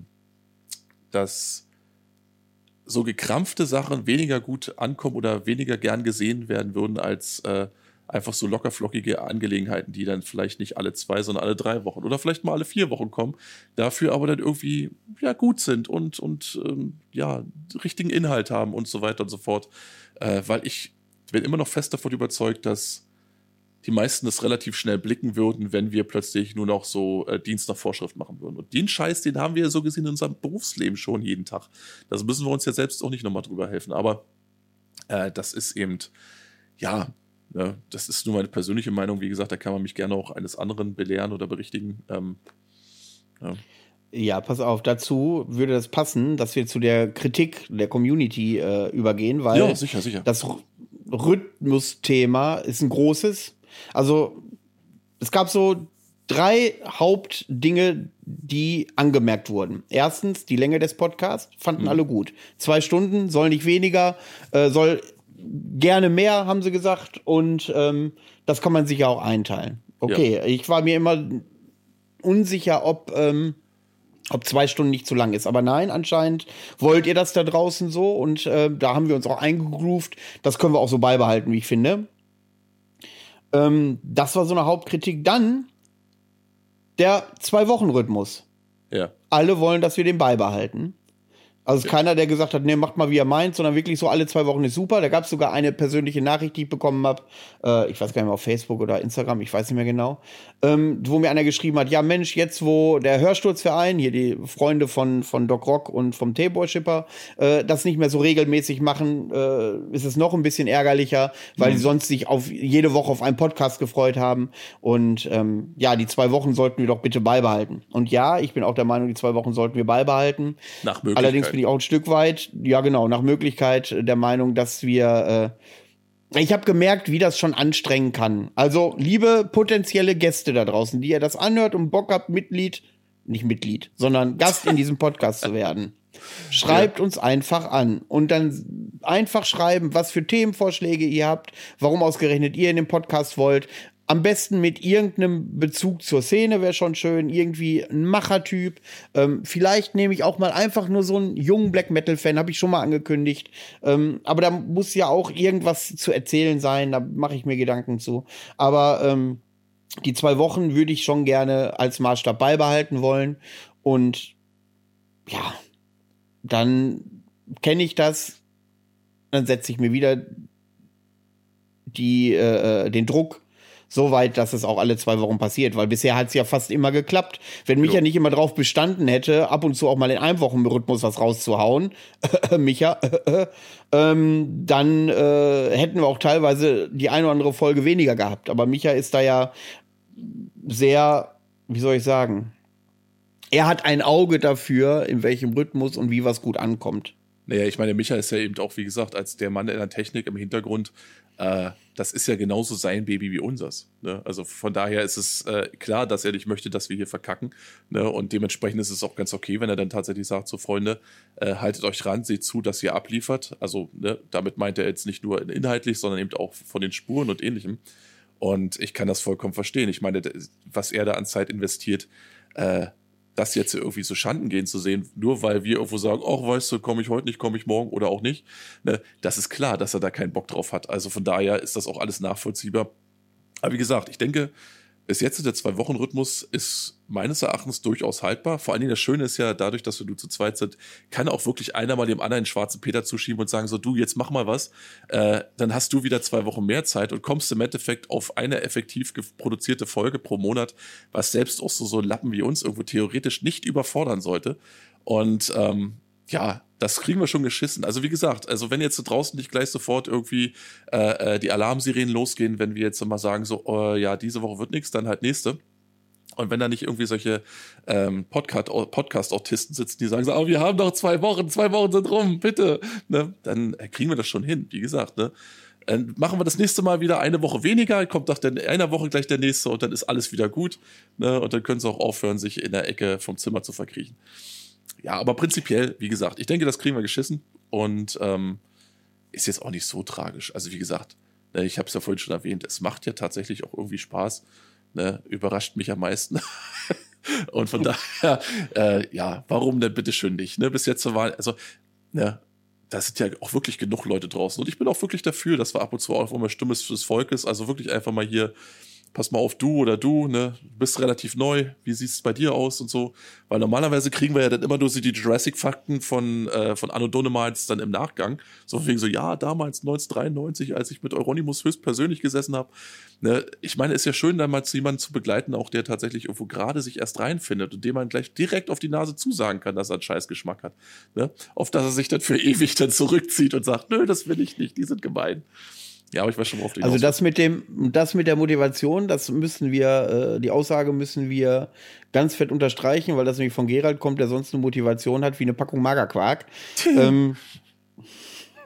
so gekrampfte Sachen weniger gut ankommen oder weniger gern gesehen werden würden als einfach so lockerflockige Angelegenheiten, die dann vielleicht nicht alle 2, sondern alle 3 Wochen oder vielleicht mal alle 4 Wochen kommen, dafür aber dann irgendwie ja gut sind und ja richtigen Inhalt haben und so weiter und so fort. Weil ich bin immer noch fest davon überzeugt, dass die meisten das relativ schnell blicken würden, wenn wir plötzlich nur noch so Dienst nach Vorschrift machen würden. Und den Scheiß, den haben wir so gesehen in unserem Berufsleben schon jeden Tag. Das müssen wir uns ja selbst auch nicht nochmal drüber helfen. Aber das ist eben, ja, das ist nur meine persönliche Meinung. Wie gesagt, da kann man mich gerne auch eines anderen belehren oder berichtigen. Ja. Ja, pass auf, dazu würde das passen, dass wir zu der Kritik der Community übergehen, weil ja, sicher. Das Rhythmusthema ist ein großes. Also es gab so 3 Hauptdinge, die angemerkt wurden. Erstens, die Länge des Podcasts fanden alle gut. 2 Stunden, soll nicht weniger, soll gerne mehr, haben sie gesagt. Und das kann man sich ja auch einteilen. Okay, ich war mir immer unsicher, ob 2 Stunden nicht zu lang ist. Aber nein, anscheinend wollt ihr das da draußen so. Und da haben wir uns auch eingegroovt. Das können wir auch so beibehalten, wie ich finde. Das war so eine Hauptkritik. Dann der 2-Wochen-Rhythmus. Ja. Alle wollen, dass wir den beibehalten. Also es ist keiner, der gesagt hat, nee, macht mal, wie ihr meint, sondern wirklich so alle 2 Wochen ist super. Da gab es sogar eine persönliche Nachricht, die ich bekommen habe, ich weiß gar nicht mehr, auf Facebook oder Instagram, ich weiß nicht mehr genau, wo mir einer geschrieben hat, ja Mensch, jetzt wo der Hörsturzverein, hier die Freunde von Doc Rock und vom Tailboy-Schipper, das nicht mehr so regelmäßig machen, ist es noch ein bisschen ärgerlicher, weil die sonst sich auf jede Woche auf einen Podcast gefreut haben. Und ja, die 2 Wochen sollten wir doch bitte beibehalten. Und ja, ich bin auch der Meinung, die 2 Wochen sollten wir beibehalten. Nach Möglichkeit. Allerdings bin ich auch ein Stück weit, ja genau, nach Möglichkeit der Meinung, dass wir ich habe gemerkt, wie das schon anstrengen kann. Also, liebe potenzielle Gäste da draußen, die ihr das anhört und Bock habt, nicht Mitglied, sondern Gast in diesem Podcast zu werden. Schreibt uns einfach an und dann einfach schreiben, was für Themenvorschläge ihr habt, warum ausgerechnet ihr in den Podcast wollt. Am besten mit irgendeinem Bezug zur Szene wäre schon schön, irgendwie ein Machertyp. Vielleicht nehme ich auch mal einfach nur so einen jungen Black Metal-Fan, habe ich schon mal angekündigt. Aber da muss ja auch irgendwas zu erzählen sein, da mache ich mir Gedanken zu. Aber die 2 Wochen würde ich schon gerne als Maßstab beibehalten wollen. Und ja, dann kenne ich das, dann setze ich mir wieder den Druck so weit, dass es auch alle 2 Wochen passiert, weil bisher hat es ja fast immer geklappt. Wenn Micha nicht immer drauf bestanden hätte, ab und zu auch mal in einem Wochenrhythmus was rauszuhauen, Micha, dann hätten wir auch teilweise die eine oder andere Folge weniger gehabt. Aber Micha ist da ja sehr, wie soll ich sagen, er hat ein Auge dafür, in welchem Rhythmus und wie was gut ankommt. Naja, ich meine, Micha ist ja eben auch, wie gesagt, als der Mann in der Technik im Hintergrund, das ist ja genauso sein Baby wie unseres. Ne? Also von daher ist es klar, dass er nicht möchte, dass wir hier verkacken. Ne? Und dementsprechend ist es auch ganz okay, wenn er dann tatsächlich sagt, so Freunde, haltet euch ran, seht zu, dass ihr abliefert. Also ne, damit meint er jetzt nicht nur inhaltlich, sondern eben auch von den Spuren und Ähnlichem. Und ich kann das vollkommen verstehen. Ich meine, was er da an Zeit investiert, das jetzt irgendwie so Schanden gehen zu sehen, nur weil wir irgendwo sagen, ach, weißt du, komme ich heute nicht, komme ich morgen oder auch nicht. Ne, das ist klar, dass er da keinen Bock drauf hat. Also von daher ist das auch alles nachvollziehbar. Aber wie gesagt, ich denke, bis jetzt der 2-Wochen-Rhythmus ist meines Erachtens durchaus haltbar. Vor allen Dingen das Schöne ist ja, dadurch, dass wir zu zweit sind, kann auch wirklich einer mal dem anderen den schwarzen Peter zuschieben und sagen so, du, jetzt mach mal was. Dann hast du wieder 2 Wochen mehr Zeit und kommst im Endeffekt auf eine effektiv produzierte Folge pro Monat, was selbst auch so Lappen wie uns irgendwo theoretisch nicht überfordern sollte. Und ja, das kriegen wir schon geschissen. Also wie gesagt, also wenn jetzt draußen nicht gleich sofort irgendwie die Alarmsirenen losgehen, wenn wir jetzt mal sagen so, ja, diese Woche wird nichts, dann halt nächste. Und wenn da nicht irgendwie solche Podcast-Autisten sitzen, die sagen so, oh, wir haben doch 2 Wochen sind rum, bitte, ne? Dann kriegen wir das schon hin, wie gesagt, ne? Machen wir das nächste Mal wieder eine Woche weniger, kommt nach einer Woche gleich der nächste und dann ist alles wieder gut, ne? Und dann können sie auch aufhören, sich in der Ecke vom Zimmer zu verkriechen. Ja, aber prinzipiell, wie gesagt, ich denke, das kriegen wir geschissen und ist jetzt auch nicht so tragisch. Also wie gesagt, ne, ich habe es ja vorhin schon erwähnt, es macht ja tatsächlich auch irgendwie Spaß, ne, überrascht mich am meisten. Und von daher, ja, warum denn bitteschön nicht? Ne? Bis jetzt war, also, ne, da sind ja auch wirklich genug Leute draußen und ich bin auch wirklich dafür, dass wir ab und zu auch immer Stimme des Volkes, also wirklich einfach mal hier, pass mal auf, du, ne, du bist relativ neu, wie sieht es bei dir aus und so, weil normalerweise kriegen wir ja dann immer nur so die Jurassic-Fakten von Anno Donemals dann im Nachgang, so wegen so, ja, damals 1993, als ich mit Euronymous höchstpersönlich gesessen habe, ne, ich meine, ist ja schön, dann mal jemanden zu begleiten, auch der tatsächlich irgendwo gerade sich erst reinfindet und dem man gleich direkt auf die Nase zusagen kann, dass er einen Scheißgeschmack hat, ne, auf dass er sich dann für ewig dann zurückzieht und sagt, nö, das will ich nicht, die sind gemein. Ja, aber ich weiß schon, worauf du Also das mit der Motivation, das müssen wir, die Aussage müssen wir ganz fett unterstreichen, weil das nämlich von Gerald kommt, der sonst eine Motivation hat wie eine Packung Magerquark.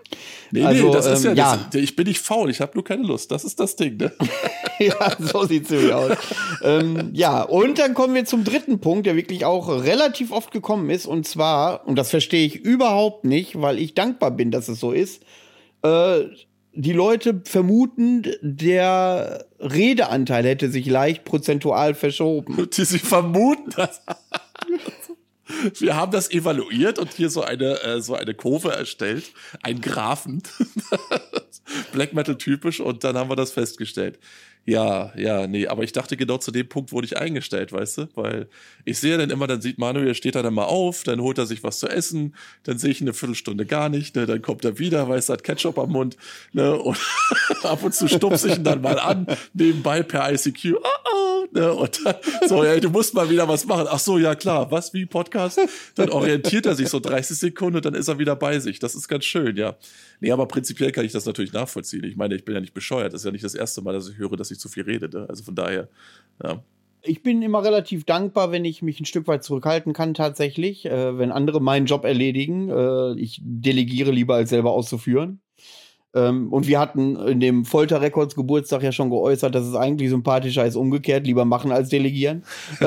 Also, das ist ja. ich bin nicht faul, ich habe nur keine Lust. Das ist das Ding, ne? Ja, so sieht's nämlich aus. Ja, und dann kommen wir zum dritten Punkt, der wirklich auch relativ oft gekommen ist. Und zwar, und das verstehe ich überhaupt nicht, weil ich dankbar bin, dass es so ist, die Leute vermuten, der Redeanteil hätte sich leicht prozentual verschoben. Sie vermuten das. Wir haben das evaluiert und hier so eine Kurve erstellt, einen Graphen, Black Metal typisch, und dann haben wir das festgestellt. Ja, nee, aber ich dachte, genau zu dem Punkt wurde ich eingestellt, weißt du, weil ich sehe dann immer, dann sieht Manuel, steht er dann mal auf, dann holt er sich was zu essen, dann sehe ich ihn eine Viertelstunde gar nicht, ne, dann kommt er wieder, weißt du, hat Ketchup am Mund, ne, und ab und zu stupse ich ihn dann mal an, nebenbei per ICQ, ne, und dann so, ey, du musst mal wieder was machen. Ach so, ja klar, was, wie Podcast? Dann orientiert er sich so 30 Sekunden und dann ist er wieder bei sich. Das ist ganz schön, ja. Nee, aber prinzipiell kann ich das natürlich nachvollziehen. Ich meine, ich bin ja nicht bescheuert. Das ist ja nicht das erste Mal, dass ich höre, dass ich zu viel rede. Ne? Also von daher, ja. Ich bin immer relativ dankbar, wenn ich mich ein Stück weit zurückhalten kann, tatsächlich, wenn andere meinen Job erledigen. Ich delegiere lieber, als selber auszuführen. Und wir hatten in dem Folter-Records Geburtstag ja schon geäußert, dass es eigentlich sympathischer ist, umgekehrt, lieber machen als delegieren.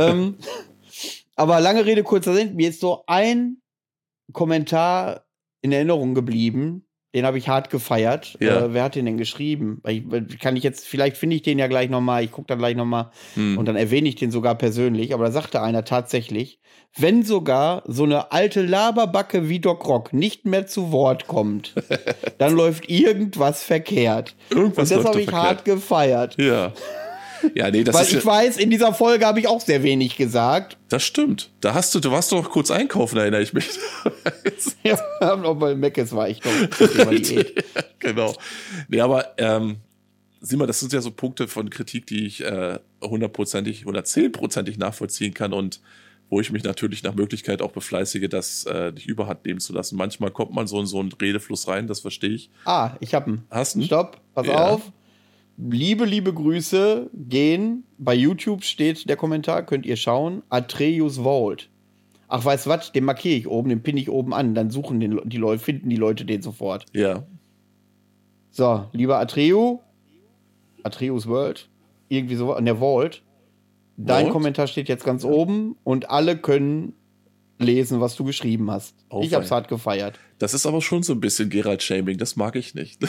Aber lange Rede, kurzer Sinn, mir ist so ein Kommentar in Erinnerung geblieben. Den habe ich hart gefeiert. Ja. Wer hat den denn geschrieben? Vielleicht finde ich den ja gleich nochmal, ich gucke da gleich nochmal und dann erwähne ich den sogar persönlich. Aber da sagte einer tatsächlich, wenn sogar so eine alte Laberbacke wie Doc Rock nicht mehr zu Wort kommt, dann läuft irgendwas verkehrt. Irgendwas und das läuft habe ich verkehrt. hart gefeiert. Ja. Ja, nee, das Weil ist ich weiß, in dieser Folge habe ich auch sehr wenig gesagt. Das stimmt. Du warst doch kurz einkaufen, erinnere ich mich. Ja, auch bei Meckes war ich doch. Genau. Nee, aber sieh mal, das sind ja so Punkte von Kritik, die ich 100%, 110% nachvollziehen kann und wo ich mich natürlich nach Möglichkeit auch befleißige, das nicht überhand nehmen zu lassen. Manchmal kommt man so in so einen Redefluss rein, das verstehe ich. Ich hab ihn. Hast du? Stopp, pass auf. Liebe Grüße gehen. Bei YouTube steht der Kommentar, könnt ihr schauen. Atreus Vault. Ach, weißt du was? Den markiere ich oben, den pinne ich oben an. Dann suchen die Leute, finden die Leute den sofort. Ja. So, lieber Atreus World, irgendwie so, an der Vault. Dein Vault? Kommentar steht jetzt ganz oben und alle können lesen, was du geschrieben hast. Oh, ich hab's hart gefeiert. Das ist aber schon so ein bisschen Geralt-Shaming, das mag ich nicht.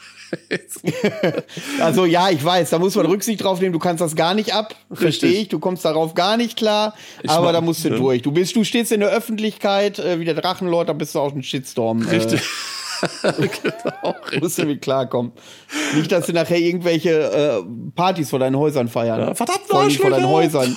Also ja, ich weiß, da muss man Rücksicht drauf nehmen, du kannst das gar nicht ab, verstehe ich, du kommst darauf gar nicht klar, aber da musst du durch. Du stehst in der Öffentlichkeit, wie der Drachenlord, da bist du auch ein Shitstorm. Richtig. Genau, musst du mit klarkommen. Nicht, dass du nachher irgendwelche Partys vor deinen Häusern feiern. Ja, verdammt, vor deinen Häusern.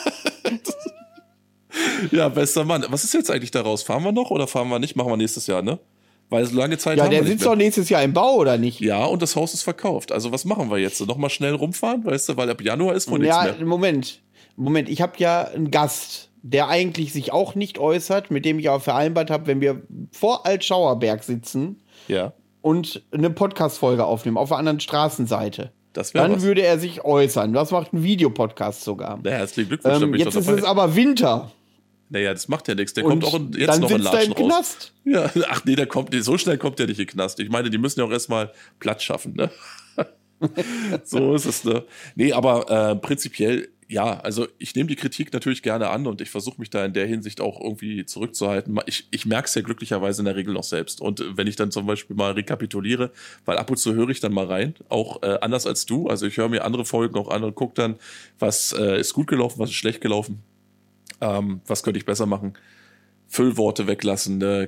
Ja, bester Mann. Was ist jetzt eigentlich daraus? Fahren wir noch oder fahren wir nicht? Machen wir nächstes Jahr, ne? Weil so lange Zeit ja, haben wir der nicht sitzt mehr. doch nächstes Jahr im Bau, oder nicht? Ja, und das Haus ist verkauft. Also was machen wir jetzt? Nochmal schnell rumfahren, weißt du? Weil ab Januar ist wohl nichts mehr. Ja, Moment. Ich habe ja einen Gast, der eigentlich sich auch nicht äußert, mit dem ich auch vereinbart habe, wenn wir vor Altschauerberg sitzen Ja, und eine Podcast-Folge aufnehmen, auf der anderen Straßenseite. das wäre Dann was. würde er sich äußern. Das macht einen Videopodcast sogar. Na, herzlichen Glückwunsch. da bin ich Jetzt doch ist dabei. es aber Winter. Naja, das macht ja nichts. Der Und kommt auch jetzt dann noch in sitzt er im Latschen raus. Knast. Ja, ach nee, so schnell kommt der nicht in den Knast. Ich meine, die müssen ja auch erstmal Platz schaffen, ne? So ist es, ne? Nee, aber prinzipiell, ja, also ich nehme die Kritik natürlich gerne an und ich versuche mich da in der Hinsicht auch irgendwie zurückzuhalten. Ich merke es ja glücklicherweise in der Regel noch selbst. Und wenn ich dann zum Beispiel mal rekapituliere, weil ab und zu höre ich dann mal rein, auch anders als du. Also ich höre mir andere Folgen auch an und gucke dann, was ist gut gelaufen, was ist schlecht gelaufen. Was könnte ich besser machen? Füllworte weglassen, ne?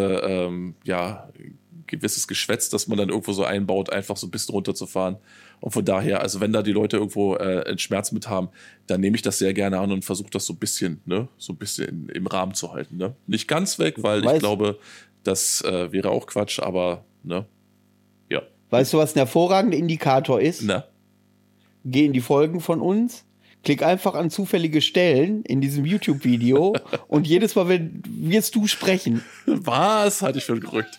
Gewisses Geschwätz, das man dann irgendwo so einbaut, einfach so ein bisschen runterzufahren. Und von daher, also wenn da die Leute irgendwo einen Schmerz mit haben, dann nehme ich das sehr gerne an und versuche das so ein bisschen im Rahmen zu halten. Ne? Nicht ganz weg, weil ich glaube, das wäre auch Quatsch, aber ne? Ja. Weißt du, was ein hervorragender Indikator ist? Na? Geh in die Folgen von uns, klick einfach an zufällige Stellen in diesem YouTube-Video und jedes Mal wirst du sprechen. Was? Halte ich für gerückt.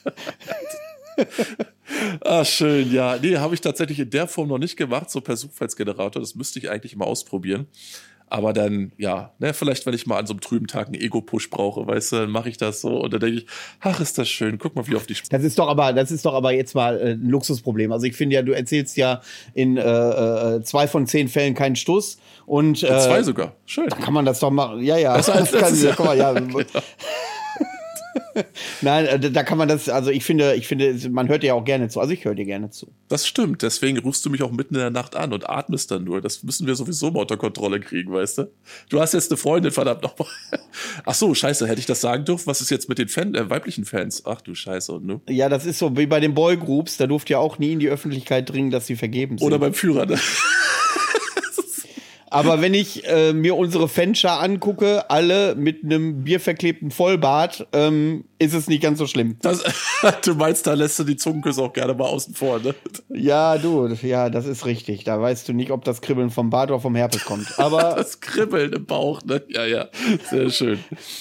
Ah, schön, ja. Nee, habe ich tatsächlich in der Form noch nicht gemacht, so per Zufallsgenerator. Das müsste ich eigentlich mal ausprobieren. Aber dann, ja, ne, vielleicht, wenn ich mal an so einem trüben Tag einen Ego-Push brauche, weißt du, dann mache ich das so und dann denke ich, ach, ist das schön, guck mal, wie oft ich Das ist doch aber jetzt mal ein Luxusproblem. Also ich finde ja, du erzählst ja in 2 von 10 Fällen keinen Stuss. Und 2 sogar, schön. Da kann man das doch machen. Ja, ja. Besser als letztes Jahr. Guck mal, ja. Genau. Nein, da kann man das, also ich finde, man hört dir ja auch gerne zu. Also ich höre dir gerne zu. Das stimmt, deswegen rufst du mich auch mitten in der Nacht an und atmest dann nur. Das müssen wir sowieso mal unter Kontrolle kriegen, weißt du? Du hast jetzt eine Freundin, verdammt nochmal. Ach so, scheiße, hätte ich das sagen dürfen? Was ist jetzt mit den weiblichen Fans? Ach du Scheiße, ne? Ja, das ist so wie bei den Boygroups, da durfte ja auch nie in die Öffentlichkeit dringen, dass sie vergeben sind. Oder beim Führer, ne? Aber wenn ich mir unsere Fanschar angucke, alle mit einem bierverklebten Vollbart, ist es nicht ganz so schlimm. Du meinst, da lässt du die Zungenküsse auch gerne mal außen vor, ne? Ja, das ist richtig. Da weißt du nicht, ob das Kribbeln vom Bart oder vom Herpes kommt. Aber das Kribbeln im Bauch, ne? Ja, sehr schön.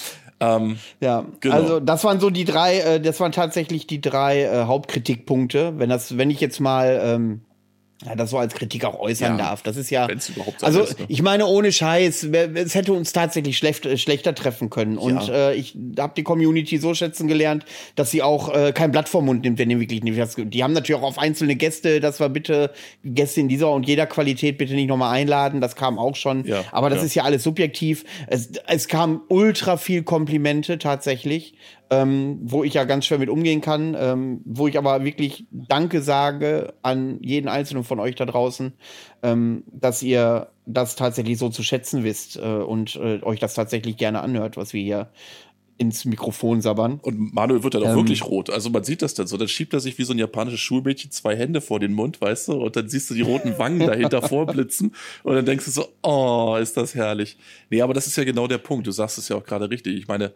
Ja, genau. Also das waren so die 3, das waren tatsächlich die 3 Hauptkritikpunkte. Wenn ich jetzt mal das so als Kritik auch äußern darf. Das ist ja, wenn's überhaupt so also ist, ne? ich meine, ohne Scheiß, es hätte uns tatsächlich schlechter treffen können. Und ich habe die Community so schätzen gelernt, dass sie auch kein Blatt vom Mund nimmt, wenn die wirklich nicht. Die haben natürlich auch auf einzelne Gäste, dass wir bitte Gäste in dieser und jeder Qualität bitte nicht nochmal einladen. Das kam auch schon. Ja, aber das ist ja alles subjektiv. Es kam ultra viel Komplimente tatsächlich. Wo ich ja ganz schwer mit umgehen kann, wo ich aber wirklich Danke sage an jeden einzelnen von euch da draußen, dass ihr das tatsächlich so zu schätzen wisst und euch das tatsächlich gerne anhört, was wir hier ins Mikrofon sabbern. Und Manuel wird dann auch wirklich rot. Also man sieht das dann so. Dann schiebt er sich wie so ein japanisches Schulmädchen 2 Hände vor den Mund, weißt du? Und dann siehst du die roten Wangen dahinter vorblitzen. Und dann denkst du so, oh, ist das herrlich. Nee, aber das ist ja genau der Punkt. Du sagst es ja auch gerade richtig. Ich meine,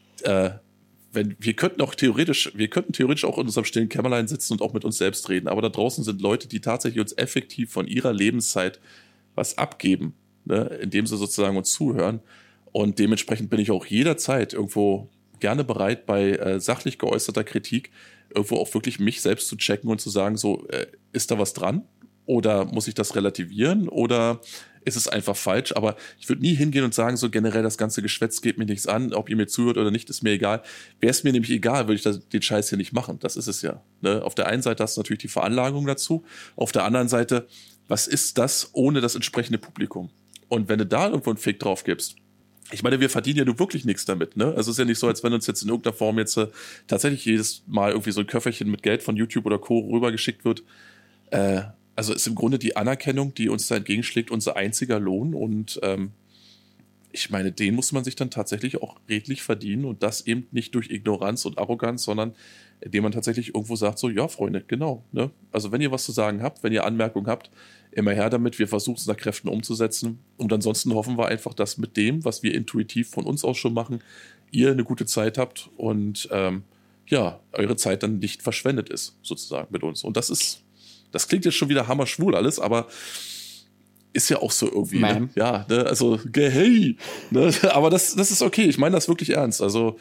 wir könnten theoretisch auch in unserem stillen Kämmerlein sitzen und auch mit uns selbst reden, aber da draußen sind Leute, die tatsächlich uns effektiv von ihrer Lebenszeit was abgeben, ne, indem sie sozusagen uns zuhören. Und dementsprechend bin ich auch jederzeit irgendwo gerne bereit, bei sachlich geäußerter Kritik irgendwo auch wirklich mich selbst zu checken und zu sagen, so, ist da was dran? Oder muss ich das relativieren? Oder ist es einfach falsch? Aber ich würde nie hingehen und sagen, so generell das ganze Geschwätz geht mir nichts an, ob ihr mir zuhört oder nicht, ist mir egal. Wäre es mir nämlich egal, würde ich den Scheiß hier nicht machen. Das ist es ja. Ne? Auf der einen Seite hast du natürlich die Veranlagung dazu. Auf der anderen Seite, was ist das ohne das entsprechende Publikum? Und wenn du da irgendwo einen Fick drauf gibst, ich meine, wir verdienen ja nur wirklich nichts damit, ne? Also es ist ja nicht so, als wenn uns jetzt in irgendeiner Form jetzt tatsächlich jedes Mal irgendwie so ein Köfferchen mit Geld von YouTube oder Co. rübergeschickt wird. Also ist im Grunde die Anerkennung, die uns da entgegenschlägt, unser einziger Lohn. Und ich meine, den muss man sich dann tatsächlich auch redlich verdienen und das eben nicht durch Ignoranz und Arroganz, sondern indem man tatsächlich irgendwo sagt, so, ja, Freunde, genau. Ne? Also wenn ihr was zu sagen habt, wenn ihr Anmerkungen habt, immer her damit, wir versuchen es nach Kräften umzusetzen. Und ansonsten hoffen wir einfach, dass mit dem, was wir intuitiv von uns aus schon machen, ihr eine gute Zeit habt und eure Zeit dann nicht verschwendet ist, sozusagen mit uns. Und das klingt jetzt schon wieder hammerschwul alles, aber ist ja auch so irgendwie, ne? Ja, ne? Also, hey, ne? Aber das ist okay, ich meine das wirklich ernst. Also,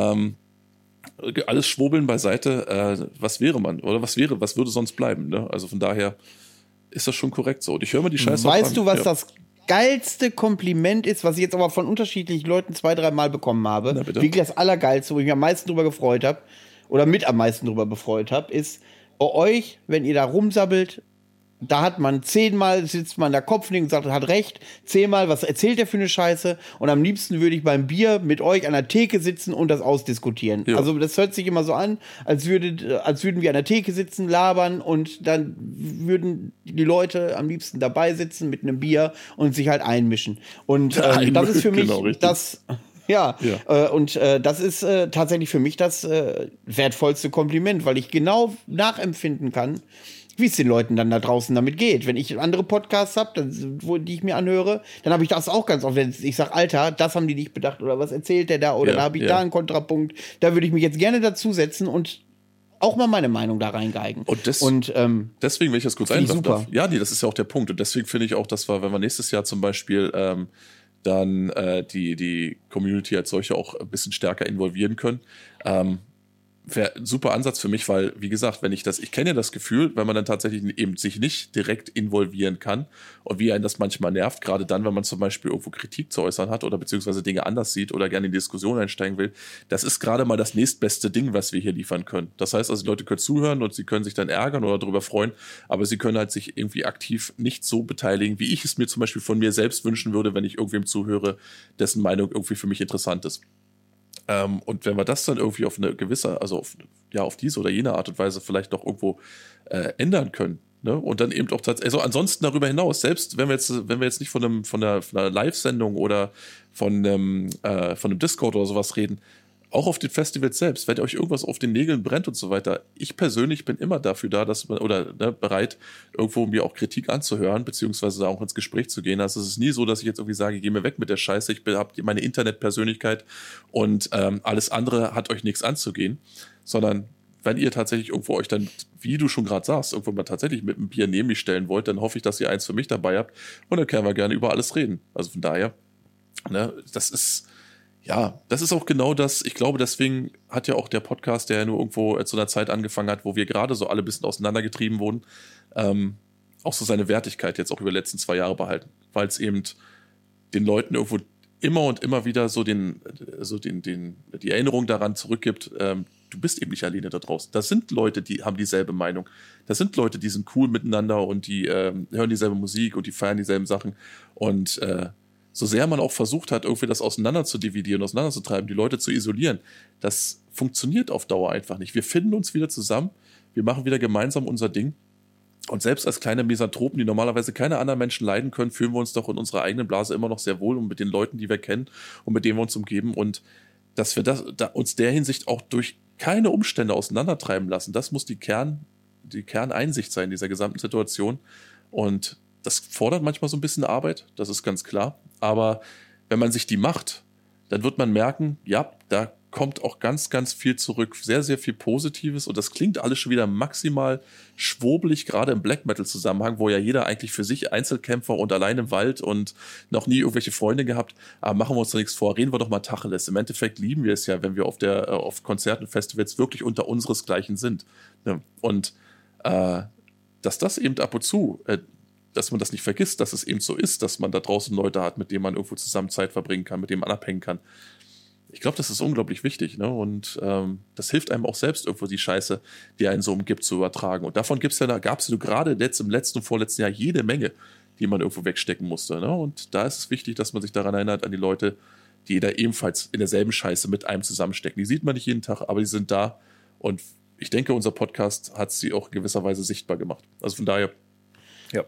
alles Schwurbeln beiseite, was wäre man? Oder was würde sonst bleiben? Ne? Also von daher ist das schon korrekt so. Und ich höre mir die Scheiße an. Weißt du, was das geilste Kompliment ist, was ich jetzt aber von unterschiedlichen Leuten 2-3 Mal bekommen habe? Na, bitte? Wirklich das Allergeilste, wo ich mich am meisten drüber gefreut habe, oder mit am meisten drüber befreut habe, ist bei euch, wenn ihr da rumsabbelt, da hat man 10-mal, sitzt man da Kopfnicken und sagt, hat recht, 10-mal, was erzählt der für eine Scheiße? Und am liebsten würde ich beim Bier mit euch an der Theke sitzen und das ausdiskutieren. Ja. Also das hört sich immer so an, als würden wir an der Theke sitzen, labern und dann würden die Leute am liebsten dabei sitzen mit einem Bier und sich halt einmischen. Und das ist für mich das... Ja. Und das ist tatsächlich für mich das wertvollste Kompliment, weil ich genau nachempfinden kann, wie es den Leuten dann da draußen damit geht. Wenn ich andere Podcasts habe, die ich mir anhöre, dann habe ich das auch ganz oft. Ich sage, Alter, das haben die nicht bedacht oder was erzählt der da oder da habe ich da einen Kontrapunkt. Da würde ich mich jetzt gerne dazusetzen und auch mal meine Meinung da reingeigen. Und deswegen, wenn ich das kurz einwerfen darf. Ja, nee, das ist ja auch der Punkt. Und deswegen finde ich auch, dass wenn wir nächstes Jahr zum Beispiel dann die Community als solche auch ein bisschen stärker involvieren können, wäre ein super Ansatz für mich, weil, wie gesagt, ich kenne ja das Gefühl, wenn man dann tatsächlich eben sich nicht direkt involvieren kann und wie einen das manchmal nervt, gerade dann, wenn man zum Beispiel irgendwo Kritik zu äußern hat oder beziehungsweise Dinge anders sieht oder gerne in die Diskussion einsteigen will. Das ist gerade mal das nächstbeste Ding, was wir hier liefern können. Das heißt also, die Leute können zuhören und sie können sich dann ärgern oder darüber freuen, aber sie können halt sich irgendwie aktiv nicht so beteiligen, wie ich es mir zum Beispiel von mir selbst wünschen würde, wenn ich irgendwem zuhöre, dessen Meinung irgendwie für mich interessant ist. Und wenn wir das dann irgendwie auf eine gewisse, also auf diese oder jene Art und Weise vielleicht noch irgendwo ändern können, ne? Und dann eben auch tatsächlich, also ansonsten darüber hinaus, selbst wenn wir jetzt nicht von einer Live-Sendung oder von einem Discord oder sowas reden, auch auf den Festivals selbst, wenn euch irgendwas auf den Nägeln brennt und so weiter, ich persönlich bin immer dafür da, bereit, irgendwo mir auch Kritik anzuhören, beziehungsweise auch ins Gespräch zu gehen. Also es ist nie so, dass ich jetzt irgendwie sage, geh mir weg mit der Scheiße, ich habe meine Internetpersönlichkeit und alles andere hat euch nichts anzugehen, sondern wenn ihr tatsächlich irgendwo euch dann, wie du schon gerade sagst, irgendwo mal tatsächlich mit einem Bier neben mich stellen wollt, dann hoffe ich, dass ihr eins für mich dabei habt und dann können wir gerne über alles reden. Also von daher, ne, das ist auch genau das. Ich glaube, deswegen hat ja auch der Podcast, der ja nur irgendwo zu einer Zeit angefangen hat, wo wir gerade so alle ein bisschen auseinandergetrieben wurden, auch so seine Wertigkeit jetzt auch über die letzten 2 Jahre behalten. Weil es eben den Leuten irgendwo immer und immer wieder die Erinnerung daran zurückgibt, du bist eben nicht alleine da draußen. Das sind Leute, die haben dieselbe Meinung. Das sind Leute, die sind cool miteinander und die hören dieselbe Musik und die feiern dieselben Sachen. Und so sehr man auch versucht hat, irgendwie das auseinander zu dividieren, auseinanderzutreiben, die Leute zu isolieren, das funktioniert auf Dauer einfach nicht. Wir finden uns wieder zusammen, wir machen wieder gemeinsam unser Ding und selbst als kleine Misanthropen, die normalerweise keine anderen Menschen leiden können, fühlen wir uns doch in unserer eigenen Blase immer noch sehr wohl und mit den Leuten, die wir kennen und mit denen wir uns umgeben und dass wir uns der Hinsicht auch durch keine Umstände auseinandertreiben lassen, das muss die Kerneinsicht sein dieser gesamten Situation und das fordert manchmal so ein bisschen Arbeit, das ist ganz klar. Aber wenn man sich die macht, dann wird man merken, ja, da kommt auch ganz, ganz viel zurück. Sehr, sehr viel Positives. Und das klingt alles schon wieder maximal schwurbelig, gerade im Black Metal-Zusammenhang, wo ja jeder eigentlich für sich Einzelkämpfer und allein im Wald und noch nie irgendwelche Freunde gehabt. Aber machen wir uns doch nichts vor. Reden wir doch mal Tacheles. Im Endeffekt lieben wir es ja, wenn wir auf Konzerten, Festivals wirklich unter unseresgleichen sind. Und dass das eben ab und zu dass man das nicht vergisst, dass es eben so ist, dass man da draußen Leute hat, mit denen man irgendwo zusammen Zeit verbringen kann, mit denen man abhängen kann. Ich glaube, das ist unglaublich wichtig, ne? Und das hilft einem auch selbst irgendwo die Scheiße, die einen so umgibt, zu übertragen. Und davon gab es ja gerade im letzten und vorletzten Jahr jede Menge, die man irgendwo wegstecken musste, ne? Und da ist es wichtig, dass man sich daran erinnert, an die Leute, die da ebenfalls in derselben Scheiße mit einem zusammenstecken. Die sieht man nicht jeden Tag, aber die sind da. Und ich denke, unser Podcast hat sie auch in gewisser Weise sichtbar gemacht. Also von daher, ja.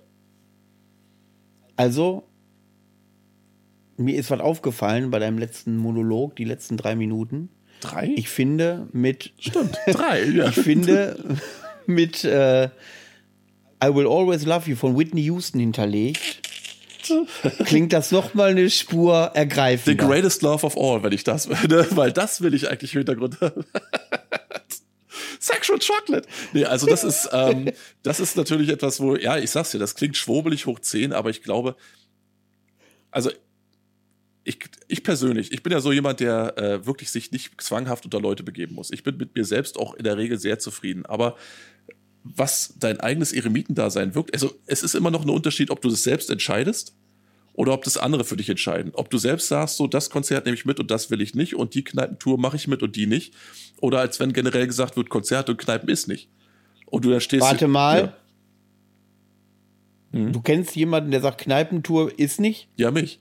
Also, mir ist was aufgefallen bei deinem letzten Monolog, die letzten 3 Minuten. 3? Ich finde Stimmt, 3, ja. Ich finde mit I Will Always Love You von Whitney Houston hinterlegt, klingt das noch mal eine Spur ergreifender. The greatest love of all, wenn ich das würde, weil das will ich eigentlich im Hintergrund haben. Sexual Chocolate. Nee, also das ist natürlich etwas, wo, ja, ich sag's dir, das klingt schwurbelig hoch 10, aber ich glaube, also ich persönlich, ich bin ja so jemand, der wirklich sich nicht zwanghaft unter Leute begeben muss. Ich bin mit mir selbst auch in der Regel sehr zufrieden, aber was dein eigenes Eremitendasein wirkt, also es ist immer noch ein Unterschied, ob du das selbst entscheidest oder ob das andere für dich entscheiden. Ob du selbst sagst, so, das Konzert nehme ich mit und das will ich nicht und die Kneipentour mache ich mit und die nicht. Oder als wenn generell gesagt wird, Konzerte und Kneipen ist nicht. Und du da stehst. Warte mal. Ja. Du kennst jemanden, der sagt, Kneipentour ist nicht? Ja, mich.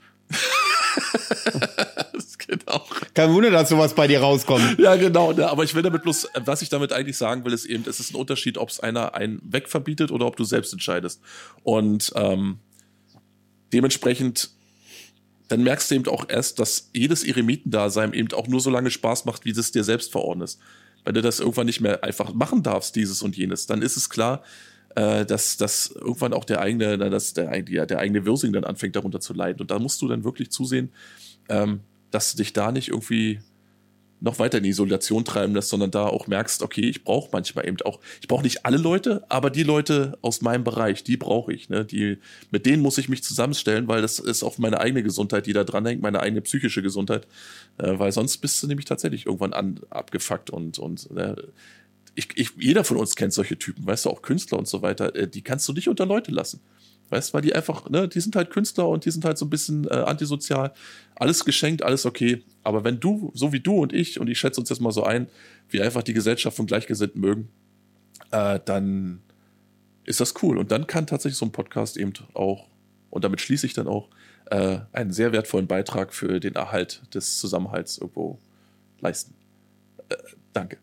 Das geht auch. Kein Wunder, dass sowas bei dir rauskommt. Ja, genau. Ne? Aber ich will damit bloß, was ich damit eigentlich sagen will, ist eben, es ist ein Unterschied, ob es einer einen wegverbietet oder ob du selbst entscheidest. Und dementsprechend, dann merkst du eben auch erst, dass jedes Eremitendasein eben auch nur so lange Spaß macht, wie du es dir selbst verordnest. Wenn du das irgendwann nicht mehr einfach machen darfst, dieses und jenes, dann ist es klar, dass irgendwann auch der eigene Wirsing dann anfängt, darunter zu leiden. Und da musst du dann wirklich zusehen, dass du dich da nicht irgendwie noch weiter in die Isolation treiben lässt, sondern da auch merkst, okay, ich brauche manchmal eben auch, ich brauche nicht alle Leute, aber die Leute aus meinem Bereich, die brauche ich, ne? Mit denen muss ich mich zusammenstellen, weil das ist auf meine eigene Gesundheit, die da dranhängt, meine eigene psychische Gesundheit, weil sonst bist du nämlich tatsächlich irgendwann abgefuckt und jeder von uns kennt solche Typen, weißt du, auch Künstler und so weiter, die kannst du nicht unter Leute lassen. Weißt du, weil die einfach, ne, die sind halt Künstler und die sind halt so ein bisschen antisozial. Alles geschenkt, alles okay. Aber wenn du, so wie du und ich schätze uns jetzt mal so ein, wir einfach die Gesellschaft von Gleichgesinnten mögen, dann ist das cool. Und dann kann tatsächlich so ein Podcast eben auch, und damit schließe ich dann auch, einen sehr wertvollen Beitrag für den Erhalt des Zusammenhalts irgendwo leisten. Danke.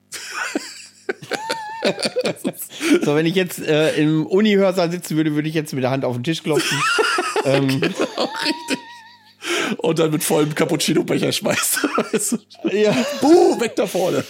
So, wenn ich jetzt im Uni-Hörsaal sitzen würde, würde ich jetzt mit der Hand auf den Tisch klopfen. Genau, richtig. Und dann mit vollem Cappuccino-Becher schmeißen. Ja. Weg da vorne.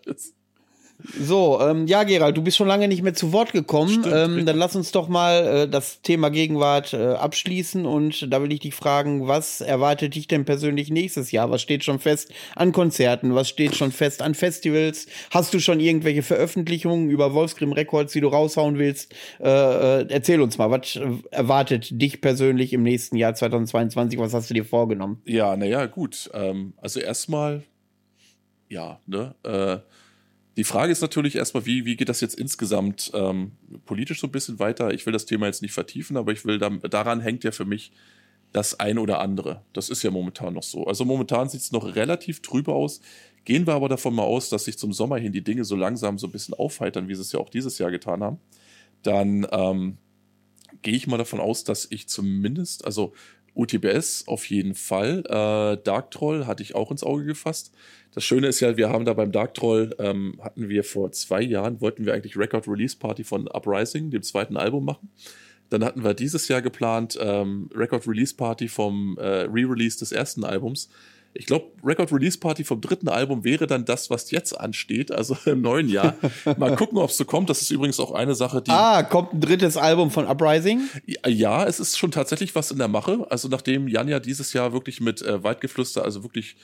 So, ja, Gerald, du bist schon lange nicht mehr zu Wort gekommen. Stimmt, dann lass uns doch mal das Thema Gegenwart abschließen. Und da will ich dich fragen, was erwartet dich denn persönlich nächstes Jahr? Was steht schon fest an Konzerten? Was steht schon fest an Festivals? Hast du schon irgendwelche Veröffentlichungen über Wolfsgrim Records, die du raushauen willst? Erzähl uns mal, was erwartet dich persönlich im nächsten Jahr 2022? Was hast du dir vorgenommen? Ja, naja, gut. Also erstmal, ja, ne, die Frage ist natürlich erstmal, wie geht das jetzt insgesamt politisch so ein bisschen weiter? Ich will das Thema jetzt nicht vertiefen, aber ich will daran hängt ja für mich das ein oder andere. Das ist ja momentan noch so. Also momentan sieht es noch relativ trübe aus. Gehen wir aber davon mal aus, dass sich zum Sommer hin die Dinge so langsam so ein bisschen aufheitern, wie sie es ja auch dieses Jahr getan haben. Dann gehe ich mal davon aus, dass ich zumindest, also UTBS auf jeden Fall. Dark Troll hatte ich auch ins Auge gefasst. Das Schöne ist ja, wir haben da beim Dark Troll, hatten wir vor 2 Jahren, wollten wir eigentlich Record Release Party von Uprising, dem 2. Album, machen. Dann hatten wir dieses Jahr geplant Record Release Party vom Re-Release des 1. Albums. Ich glaube, Record Release Party vom 3. Album wäre dann das, was jetzt ansteht, also im neuen Jahr. Mal gucken, ob es so kommt. Das ist übrigens auch eine Sache, die... kommt ein 3. Album von Uprising? Ja, es ist schon tatsächlich was in der Mache. Also nachdem Jan ja dieses Jahr wirklich mit Waldgeflüster, also wirklich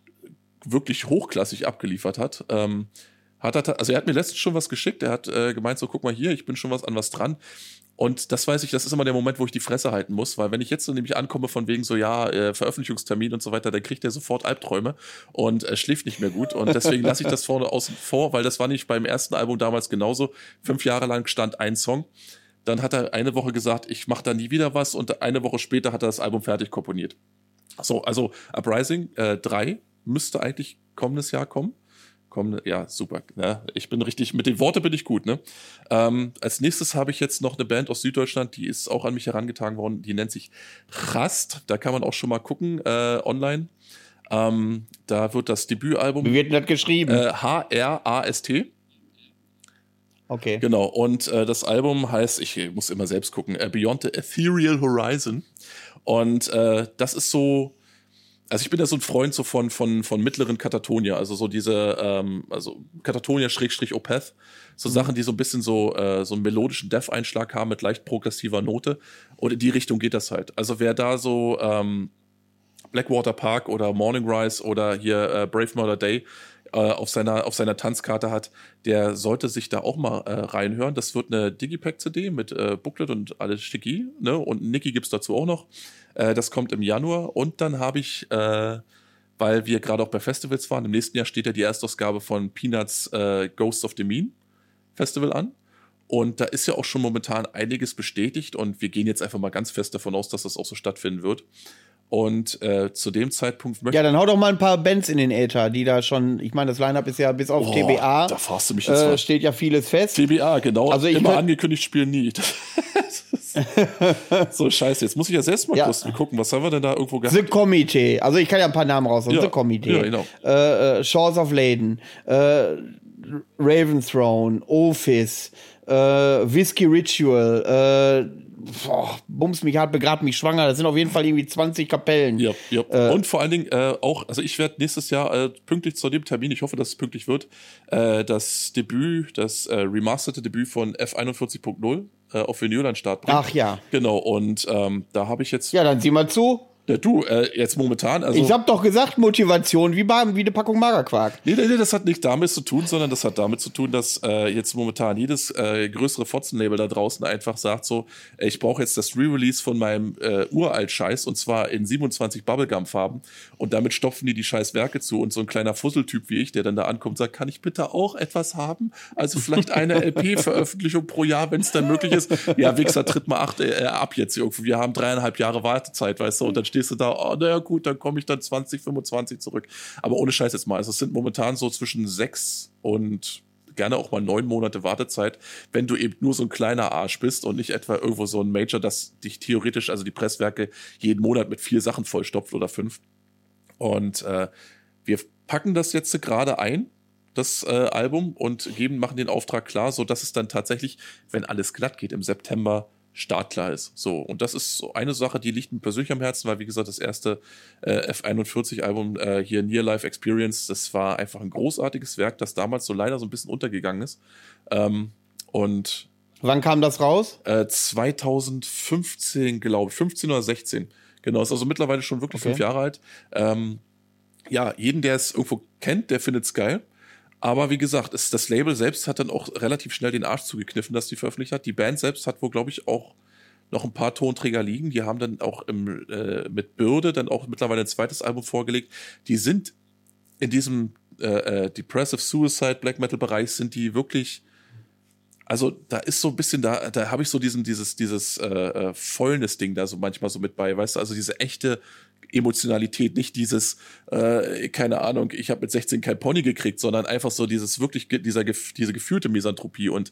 hochklassig abgeliefert hat, also er hat mir letztens schon was geschickt. Er hat gemeint, so guck mal hier, ich bin schon an was dran. Und das weiß ich, das ist immer der Moment, wo ich die Fresse halten muss, weil wenn ich jetzt so nämlich ankomme von wegen so, ja, Veröffentlichungstermin und so weiter, dann kriegt er sofort Albträume und schläft nicht mehr gut. Und deswegen lasse ich das vorne außen vor, weil das war nicht beim 1. Album damals genauso. 5 Jahre lang stand ein Song. Dann hat er eine Woche gesagt, ich mache da nie wieder was, und eine Woche später hat er das Album fertig komponiert. So, also Uprising 3 müsste eigentlich kommendes Jahr kommen. Ja, super. Ne? Ich bin richtig, mit den Worten bin ich gut. Ne? Als nächstes habe ich jetzt noch eine Band aus Süddeutschland, die ist auch an mich herangetragen worden, die nennt sich Rast. Da kann man auch schon mal gucken, online. Da wird das Debütalbum... Wie wird denn das geschrieben? H-R-A-S-T. Okay. Genau, und das Album heißt, ich muss immer selbst gucken, Beyond the Ethereal Horizon. Und das ist so... Also ich bin ja so ein Freund so von mittleren Katatonia, also so diese, also Katatonia-Opeth, so Sachen, die so ein bisschen so einen melodischen Death-Einschlag haben mit leicht progressiver Note, und in die Richtung geht das halt. Also wer da so Blackwater Park oder Morning Rise oder hier Brave Murder Day auf seiner Tanzkarte hat, der sollte sich da auch mal reinhören. Das wird eine Digipack-CD mit Booklet und alles Schicki, ne? Und Niki gibt's dazu auch noch. Das kommt im Januar. Und dann habe ich, weil wir gerade auch bei Festivals waren, im nächsten Jahr steht ja die Erstausgabe von Peanuts Ghosts of the Mean Festival an. Und da ist ja auch schon momentan einiges bestätigt, und wir gehen jetzt einfach mal ganz fest davon aus, dass das auch so stattfinden wird. Und zu dem Zeitpunkt Ja, dann hau doch mal ein paar Bands in den Äther, die da schon, ich meine, das Line-Up ist ja bis auf TBA. Da fragst du mich jetzt steht ja vieles fest. TBA, genau. Also immer angekündigt, spielen nie. So, scheiße, jetzt muss ich ja selbst mal kurz gucken, was haben wir denn da irgendwo gehabt? The Committee, also ich kann ja ein paar Namen raus. Ja. The Committee, ja, genau. Shores of Leyden, Raven Throne, Ophis, Whiskey Ritual, bums mich hart, begrab mich schwanger. Das sind auf jeden Fall irgendwie 20 Kapellen. Ja, ja. Und vor allen Dingen auch, also ich werde nächstes Jahr pünktlich zu dem Termin, ich hoffe, dass es pünktlich wird, das remasterte Debüt von F41.0 auf Vinyl an den Start bringen. Ach ja. Genau, und da habe ich jetzt... Ja, dann sieh mal zu. Ja, du, jetzt momentan, also... Ich hab doch gesagt, Motivation, wie eine Packung Magerquark. Nee, das hat nicht damit zu tun, sondern das hat damit zu tun, dass jetzt momentan jedes größere Fotzenlabel da draußen einfach sagt so, ich brauche jetzt das Re-Release von meinem Uralt-Scheiß und zwar in 27 Bubblegum-Farben und damit stopfen die scheiß Werke zu und so ein kleiner Fusseltyp wie ich, der dann da ankommt und sagt, kann ich bitte auch etwas haben? Also vielleicht eine LP-Veröffentlichung pro Jahr, wenn es dann möglich ist. Ja, Wichser, tritt mal ab jetzt irgendwie. Wir haben 3,5 Jahre Wartezeit, weißt du, und dann stehst du da, oh, naja gut, dann komme ich dann 2025 zurück. Aber ohne Scheiß jetzt mal, also es sind momentan so zwischen 6 und gerne auch mal 9 Monate Wartezeit, wenn du eben nur so ein kleiner Arsch bist und nicht etwa irgendwo so ein Major, das dich theoretisch, also die Presswerke, jeden Monat mit 4 Sachen vollstopft oder 5. Und wir packen das jetzt gerade ein, das Album, und machen den Auftrag klar, so dass es dann tatsächlich, wenn alles glatt geht, im September startklar ist. So, und das ist so eine Sache, die liegt mir persönlich am Herzen, weil, wie gesagt, das erste F41-Album hier, Near Life Experience, das war einfach ein großartiges Werk, das damals so leider so ein bisschen untergegangen ist. Und wann kam das raus? 2015, glaube ich, 15 oder 16. Genau, ist also mittlerweile schon wirklich 5 Jahre alt. Ja, jeden, der es irgendwo kennt, der findet es geil. Aber wie gesagt, das Label selbst hat dann auch relativ schnell den Arsch zugekniffen, dass die veröffentlicht hat. Die Band selbst hat wohl, glaube ich, auch noch ein paar Tonträger liegen. Die haben dann auch mit Bürde dann auch mittlerweile ein zweites Album vorgelegt. Die sind in diesem Depressive Suicide Black Metal Bereich sind die wirklich, also da ist so ein bisschen, da habe ich so dieses Fäulnis-Ding da so manchmal so mit bei, weißt du, also diese echte Emotionalität, nicht dieses, keine Ahnung, ich habe mit 16 kein Pony gekriegt, sondern einfach so dieses wirklich, diese gefühlte Misanthropie, und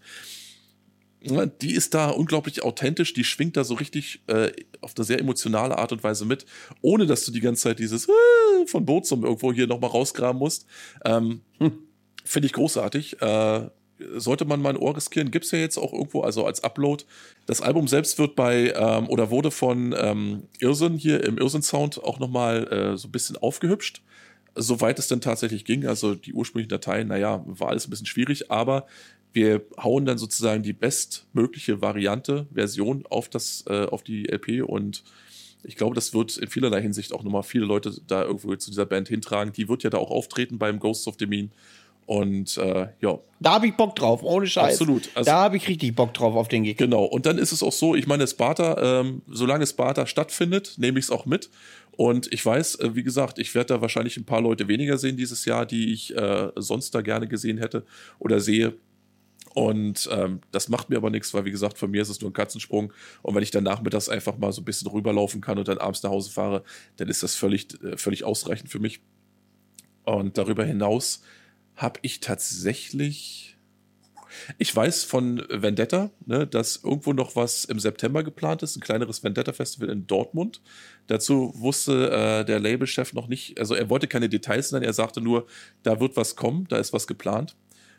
die ist da unglaublich authentisch, die schwingt da so richtig auf eine sehr emotionale Art und Weise mit, ohne dass du die ganze Zeit dieses von Bozum irgendwo hier nochmal rausgraben musst. Finde ich großartig. Sollte man mal ein Ohr riskieren, gibt's ja jetzt auch irgendwo, also als Upload. Das Album selbst wird oder wurde von Irrsinn hier im Irrsinn-Sound auch nochmal so ein bisschen aufgehübscht, soweit es denn tatsächlich ging. Also die ursprünglichen Dateien, naja, war alles ein bisschen schwierig, aber wir hauen dann sozusagen die bestmögliche Version auf die LP, und ich glaube, das wird in vielerlei Hinsicht auch nochmal viele Leute da irgendwo zu dieser Band hintragen. Die wird ja da auch auftreten beim Ghosts of Demine. Und ja. Da habe ich Bock drauf, ohne Scheiß. Absolut. Also, da habe ich richtig Bock drauf auf den Gig. Genau. Und dann ist es auch so, ich meine, solange Sparta stattfindet, nehme ich es auch mit. Und ich weiß, wie gesagt, ich werde da wahrscheinlich ein paar Leute weniger sehen dieses Jahr, die ich sonst da gerne gesehen hätte oder sehe. Und das macht mir aber nichts, weil, wie gesagt, von mir ist es nur ein Katzensprung. Und wenn ich dann nachmittags einfach mal so ein bisschen rüberlaufen kann und dann abends nach Hause fahre, dann ist das völlig ausreichend für mich. Und darüber hinaus habe ich tatsächlich, ich weiß von Vendetta, ne, dass irgendwo noch was im September geplant ist, ein kleineres Vendetta-Festival in Dortmund. Dazu wusste der Labelchef noch nicht, also er wollte keine Details nennen, er sagte nur, da wird was kommen, da ist was geplant.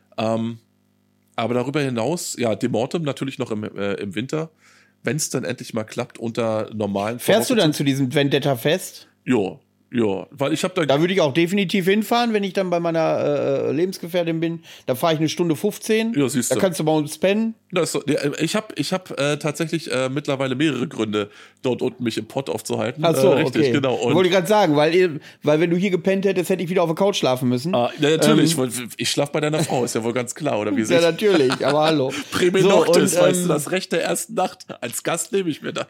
Aber darüber hinaus, ja, Demortem natürlich noch im Winter, wenn es dann endlich mal klappt unter normalen Voraussetzungen. Fährst du dann zu diesem Vendetta-Fest? Ja, weil ich habe da würde ich auch definitiv hinfahren, wenn ich dann bei meiner Lebensgefährtin bin. Da fahre ich 1:15 Stunden. Ja, siehst du. Da kannst du bei uns pennen. Ich hab tatsächlich mittlerweile mehrere Gründe, dort unten mich im Pott aufzuhalten. Ach so, richtig, okay. Genau. Und wollte ich gerade sagen, weil wenn du hier gepennt hättest, hätte ich wieder auf der Couch schlafen müssen. Ja, natürlich. Ich schlafe bei deiner Frau, ist ja wohl ganz klar, oder wie Ja, natürlich, aber hallo. Prämie Noctis, weißt du, das Recht der ersten Nacht. Als Gast nehme ich mir das.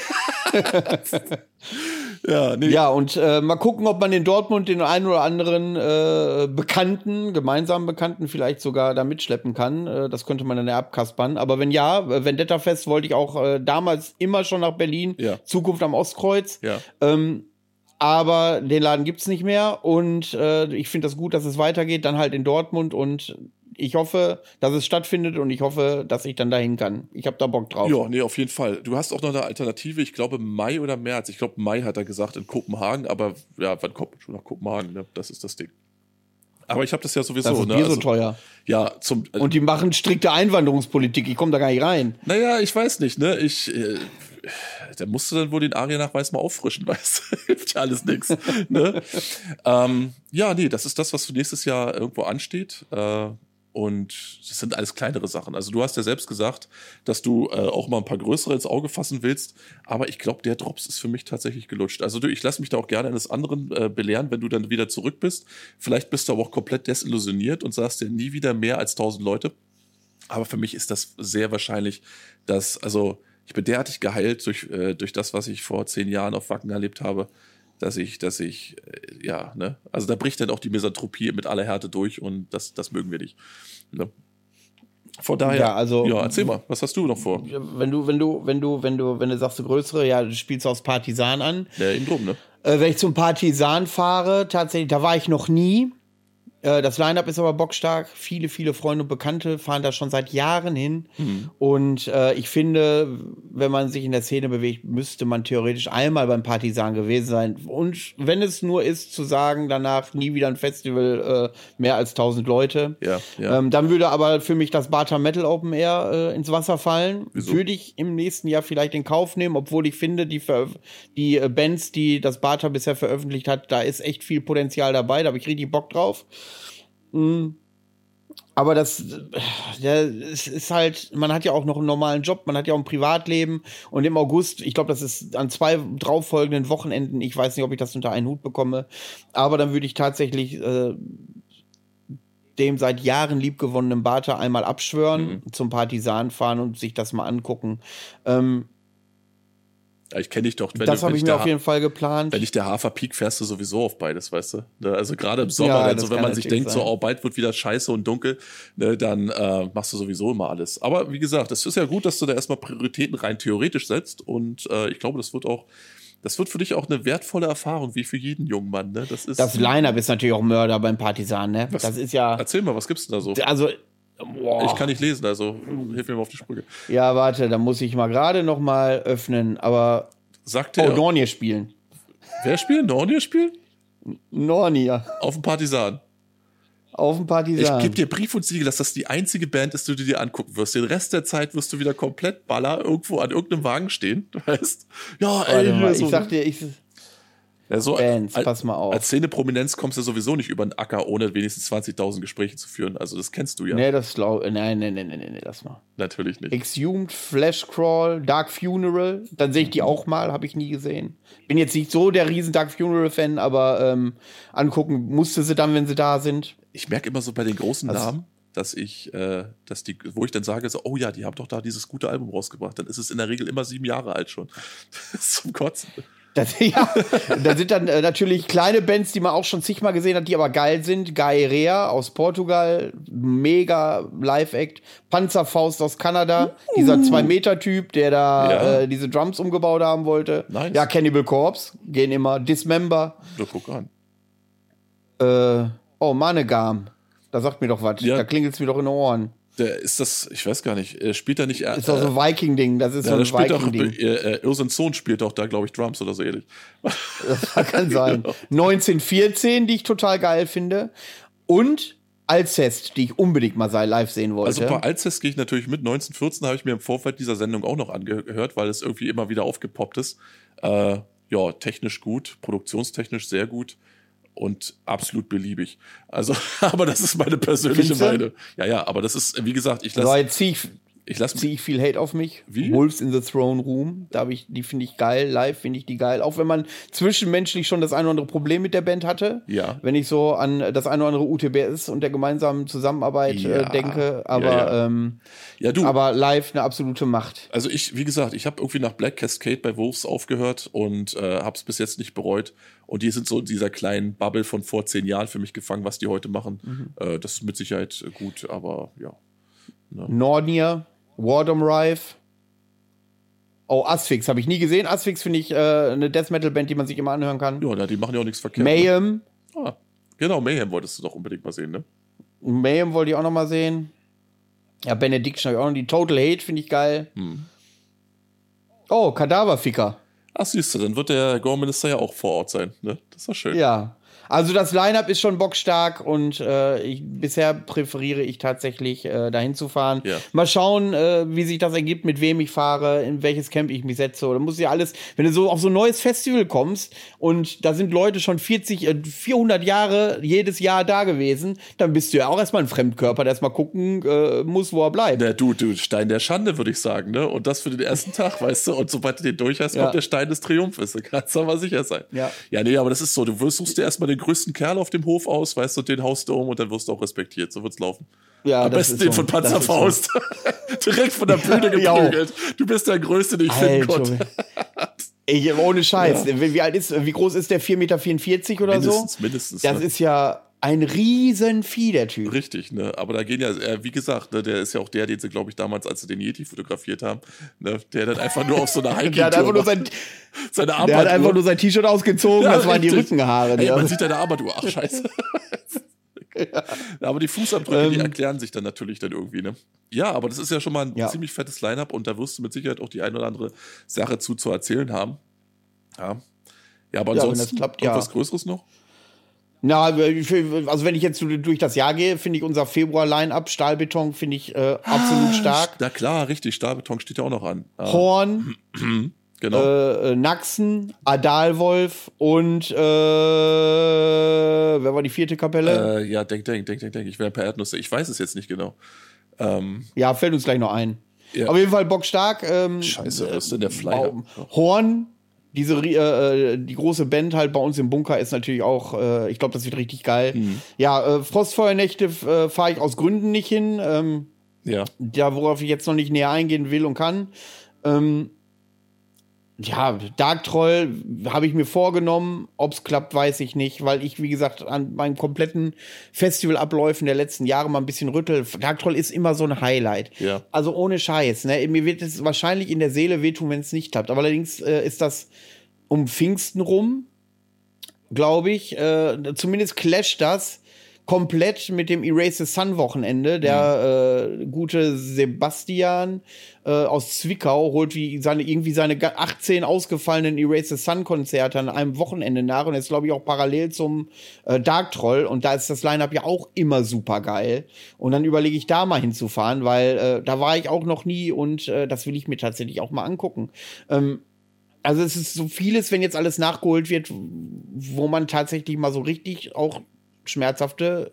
Ja, nee. Ja, und mal gucken, ob man in Dortmund den einen oder anderen gemeinsamen Bekannten vielleicht sogar da mitschleppen kann. Das könnte man dann ja abkaspern. Aber wenn ja, Vendetta-Fest wollte ich auch damals immer schon nach Berlin. Ja. Zukunft am Ostkreuz. Ja. Aber den Laden gibt's nicht mehr. Und ich finde das gut, dass es weitergeht. Dann halt in Dortmund, und ich hoffe, dass es stattfindet, und ich hoffe, dass ich dann dahin kann. Ich habe da Bock drauf. Ja, nee, auf jeden Fall. Du hast auch noch eine Alternative, ich glaube Mai oder März. Ich glaube Mai hat er gesagt, in Kopenhagen, aber ja, wann kommt man schon nach Kopenhagen? Ne? Das ist das Ding. Aber ich habe das ja sowieso. Das ist Bier so teuer. Ja, und die machen strikte Einwanderungspolitik. Ich komme da gar nicht rein. Naja, ich weiß nicht, ne? Da musst du dann wohl den ARIA-Nachweis mal auffrischen, weißt du? Hilft ja alles nichts. Ne? Ja, nee, das ist das, was für nächstes Jahr irgendwo ansteht. Und das sind alles kleinere Sachen. Also du hast ja selbst gesagt, dass du auch mal ein paar größere ins Auge fassen willst. Aber ich glaube, der Drops ist für mich tatsächlich gelutscht. Also ich lasse mich da auch gerne eines anderen belehren, wenn du dann wieder zurück bist. Vielleicht bist du aber auch komplett desillusioniert und sagst dir nie wieder mehr als 1000 Leute. Aber für mich ist das sehr wahrscheinlich, dass, also ich bin derartig geheilt durch das, was ich vor 10 Jahren auf Wacken erlebt habe, dass ich, ja, ne, also da bricht dann auch die Misanthropie mit aller Härte durch und das mögen wir nicht. Ne? Von daher, Ja, also, ja, erzähl mal, was hast du noch vor? Wenn du sagst, du größere, ja, du spielst aus Partisan an. Ja, eben drum, ne? Wenn ich zum Partisan fahre, tatsächlich, da war ich noch nie. Das Line-Up ist aber bockstark. Viele, viele Freunde und Bekannte fahren da schon seit Jahren hin. Und ich finde, wenn man sich in der Szene bewegt, müsste man theoretisch einmal beim Partisan gewesen sein. Und wenn es nur ist, zu sagen, danach nie wieder ein Festival, mehr als 1000 Leute. Ja. Dann würde aber für mich das Bata Metal Open Air ins Wasser fallen. Wieso? Würde ich im nächsten Jahr vielleicht in Kauf nehmen, obwohl ich finde, die Bands, die das Bata bisher veröffentlicht hat, da ist echt viel Potenzial dabei. Da habe ich richtig Bock drauf. Aber es ist halt, man hat ja auch noch einen normalen Job, man hat ja auch ein Privatleben und im August, ich glaube, das ist an 2 darauffolgenden Wochenenden, ich weiß nicht, ob ich das unter einen Hut bekomme, aber dann würde ich tatsächlich dem seit Jahren liebgewonnenen Bata einmal abschwören, zum Partisan fahren und sich das mal angucken. Ja, ich kenne dich doch. Das habe ich mir auf jeden Fall geplant. Wenn nicht der Haferpeak, fährst du sowieso auf beides, weißt du? Ne? Also gerade im Sommer, wenn man sich denkt, so, oh, bald wird wieder scheiße und dunkel, ne, dann machst du sowieso immer alles. Aber wie gesagt, es ist ja gut, dass du da erstmal Prioritäten rein theoretisch setzt und ich glaube, das wird für dich auch eine wertvolle Erfahrung, wie für jeden jungen Mann. Ne? Das Line-Up ist natürlich auch Mörder beim Partisan, ne? Das ist ja. Erzähl mal, was gibt's denn da so? Also, ich kann nicht lesen, also hilf mir mal auf die Sprünge. Ja, warte, da muss ich mal gerade noch mal öffnen, aber sagt der Nornier spielen. Wer spielen? Nornier spielen? Nornier. Auf dem Partisan. Auf dem Partisan. Ich gebe dir Brief und Siegel, dass das die einzige Band ist, die du dir angucken wirst. Den Rest der Zeit wirst du wieder komplett Baller irgendwo an irgendeinem Wagen stehen. Du weißt? Ja, ey, mal, so. Ich sag dir, ja, so Bands, pass mal auf. Als Szene-Prominenz kommst du sowieso nicht über den Acker, ohne wenigstens 20.000 Gespräche zu führen. Also das kennst du ja. Nee, nee, lass mal. Natürlich nicht. Exhumed, Flash Crawl, Dark Funeral, dann sehe ich die auch mal, habe ich nie gesehen. Bin jetzt nicht so der riesen Dark Funeral-Fan, aber angucken musste sie dann, wenn sie da sind. Ich merke immer so bei den großen Namen, dass wo ich dann sage, so, oh ja, die haben doch da dieses gute Album rausgebracht. Dann ist es in der Regel immer 7 Jahre alt schon. Zum Kotzen. Da sind dann natürlich kleine Bands, die man auch schon zigmal gesehen hat, die aber geil sind. Gaerea aus Portugal, mega Live-Act. Panzerfaust aus Kanada, dieser 2-Meter-Typ, der da diese Drums umgebaut haben wollte. Nice. Ja, Cannibal Corpse, gehen immer. Dismember. Ja, guck an. Manegam. Da sagt mir doch was. Ja. Da klingelt's mir doch in den Ohren. Der ist das, ich weiß gar nicht, spielt er nicht. Ist doch so ein Viking-Ding, das ist so ein Viking-Ding. Irsen Sohn spielt doch da, glaube ich, Drums oder so ähnlich. Das kann sein. Genau. 1914, die ich total geil finde. Und Alcest, die ich unbedingt mal live sehen wollte. Also bei Alcest gehe ich natürlich mit. 1914 habe ich mir im Vorfeld dieser Sendung auch noch angehört, weil es irgendwie immer wieder aufgepoppt ist. Ja, technisch gut, produktionstechnisch sehr gut. Und absolut beliebig. Also, aber das ist meine persönliche Meinung. Ja, aber das ist, wie gesagt, ich lasse. Jetzt ziehe ich viel Hate auf mich. Wie? Wolves in the Throne Room. Die finde ich geil. Live finde ich die geil. Auch wenn man zwischenmenschlich schon das ein oder andere Problem mit der Band hatte. Ja. Wenn ich so an das ein oder andere UTBS und der gemeinsamen Zusammenarbeit denke. Aber, aber live eine absolute Macht. Also wie gesagt, ich habe irgendwie nach Black Cascade bei Wolves aufgehört und habe es bis jetzt nicht bereut. Und die sind so in dieser kleinen Bubble von vor 10 Jahren für mich gefangen, was die heute machen. Das ist mit Sicherheit gut, aber ja. Ne. Nornier, Wardom Rife. Oh, Asphyx habe ich nie gesehen. Asphyx finde ich eine Death Metal Band, die man sich immer anhören kann. Ja, die machen ja auch nichts verkehrt. Mayhem. Ne? Genau, Mayhem wolltest du doch unbedingt mal sehen, ne? Mayhem wollte ich auch noch mal sehen. Ja, Benediction habe ich auch noch. Die Total Hate finde ich geil. Oh, Kadaverficker. Ach, siehst du, dann wird der Gore-Minister ja auch vor Ort sein, ne? Das ist doch schön. Ja. Also das Line-Up ist schon bockstark und bisher präferiere ich tatsächlich, dahin zu fahren. Ja. Mal schauen, wie sich das ergibt, mit wem ich fahre, in welches Camp ich mich setze. Oder muss ja alles, wenn du so auf so ein neues Festival kommst und da sind Leute schon 400 Jahre jedes Jahr da gewesen, dann bist du ja auch erstmal ein Fremdkörper, der erstmal gucken muss, wo er bleibt. Na, du, Stein der Schande, würde ich sagen, ne? Und das für den ersten Tag, weißt du? Und sobald du den durch hast, kommt der Stein des Triumphes. Da kannst du aber sicher sein. Ja, nee, aber das ist so. Du suchst dir erstmal den größten Kerl auf dem Hof aus, weißt du, den haust du um und dann wirst du auch respektiert. So wird's laufen. Ja, am besten den von Panzerfaust. Direkt von der Bühne geprügelt. Du bist der Größte, den ich finden konnte. Ohne Scheiß. Ja. Wie groß ist der? 4,44 Meter oder mindestens, so? Mindestens. Das ist ja ein Riesenvieh, der Typ. Richtig, ne? Aber da gehen ja, wie gesagt, ne, der ist ja auch der, den sie, glaube ich, damals, als sie den Yeti fotografiert haben, ne, der dann einfach nur auf so einer Hiking-Tour der hat einfach nur seine Armbanduhr. Der hat einfach nur sein T-Shirt ausgezogen, das waren die Rückenhaare. Ey, man sieht deine Armbanduhr. Ach, scheiße. Ja. Aber die Fußabdrücke, die erklären sich dann natürlich dann irgendwie, ne? Ja, aber das ist ja schon mal ein ziemlich fettes Line-Up und da wirst du mit Sicherheit auch die ein oder andere Sache zu erzählen haben. Ja, aber ansonsten wenn das klappt, irgendwas Größeres noch? Na, also wenn ich jetzt durch das Jahr gehe, finde ich unser Februar-Line-Up, Stahlbeton, finde ich absolut stark. Na klar, richtig, Stahlbeton steht ja auch noch an. Horn, genau. Naxen, Adalwolf und wer war die 4. Kapelle? Ja, denk. Ich wäre per Erdnuss. Ich weiß es jetzt nicht genau. Ja, fällt uns gleich noch ein. Ja. Auf jeden Fall bockstark. Scheiße, was ist denn der Flyer? Horn. Die große Band halt bei uns im Bunker ist natürlich auch, ich glaube, das wird richtig geil. Ja, Frostfeuernächte fahre ich aus Gründen nicht hin. Da, worauf ich jetzt noch nicht näher eingehen will und kann. Ja, Dark Troll habe ich mir vorgenommen. Ob's klappt, weiß ich nicht, weil ich, wie gesagt, an meinen kompletten Festivalabläufen der letzten Jahre mal ein bisschen rüttel. Dark Troll ist immer so ein Highlight. Ja. Also ohne Scheiß. Ne? Mir wird es wahrscheinlich in der Seele wehtun, wenn es nicht klappt. Aber allerdings ist das um Pfingsten rum, glaube ich. Zumindest clasht das komplett mit dem Erase the Sun Wochenende. Der gute Sebastian aus Zwickau holt irgendwie seine 18 ausgefallenen Erase the Sun Konzerte an einem Wochenende nach und ist, glaube ich, auch parallel zum Dark Troll. Und da ist das Line-Up ja auch immer super geil. Und dann überlege ich da mal hinzufahren, weil da war ich auch noch nie und das will ich mir tatsächlich auch mal angucken. Also es ist so vieles, wenn jetzt alles nachgeholt wird, wo man tatsächlich mal so richtig auch schmerzhafte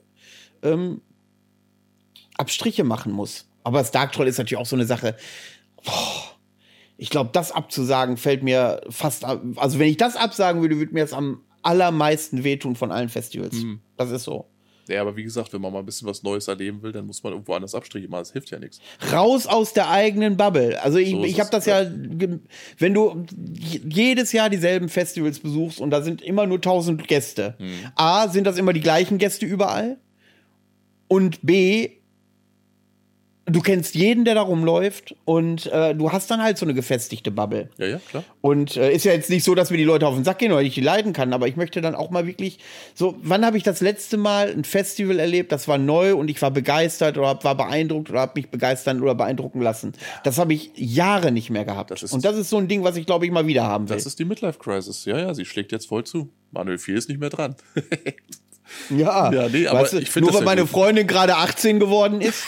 Abstriche machen muss. Aber das Dark Troll ist natürlich auch so eine Sache. Ich glaube, das abzusagen fällt mir fast ab. Also wenn ich das absagen würde mir das am allermeisten wehtun von allen Festivals. Das ist so. Ja, aber wie gesagt, wenn man mal ein bisschen was Neues erleben will, dann muss man irgendwo anders Abstriche machen. Das hilft ja nichts. Raus aus der eigenen Bubble. Also ich habe das ja, wenn du jedes Jahr dieselben Festivals besuchst und da sind immer nur 1000 Gäste. A, sind das immer die gleichen Gäste überall? Und B, du kennst jeden, der da rumläuft und du hast dann halt so eine gefestigte Bubble. Ja, klar. Und ist ja jetzt nicht so, dass mir die Leute auf den Sack gehen oder ich die leiden kann, aber ich möchte dann auch mal wirklich so, wann habe ich das letzte Mal ein Festival erlebt, das war neu und ich war begeistert oder war beeindruckt oder habe mich begeistern oder beeindrucken lassen. Das habe ich Jahre nicht mehr gehabt. Und das ist so ein Ding, was ich, glaube ich, mal wieder haben will. Das ist die Midlife-Crisis. Ja, sie schlägt jetzt voll zu. Manuel 4 ist nicht mehr dran. Ja, nee, aber weißt du, ich finde, nur weil meine Freundin gerade 18 geworden ist.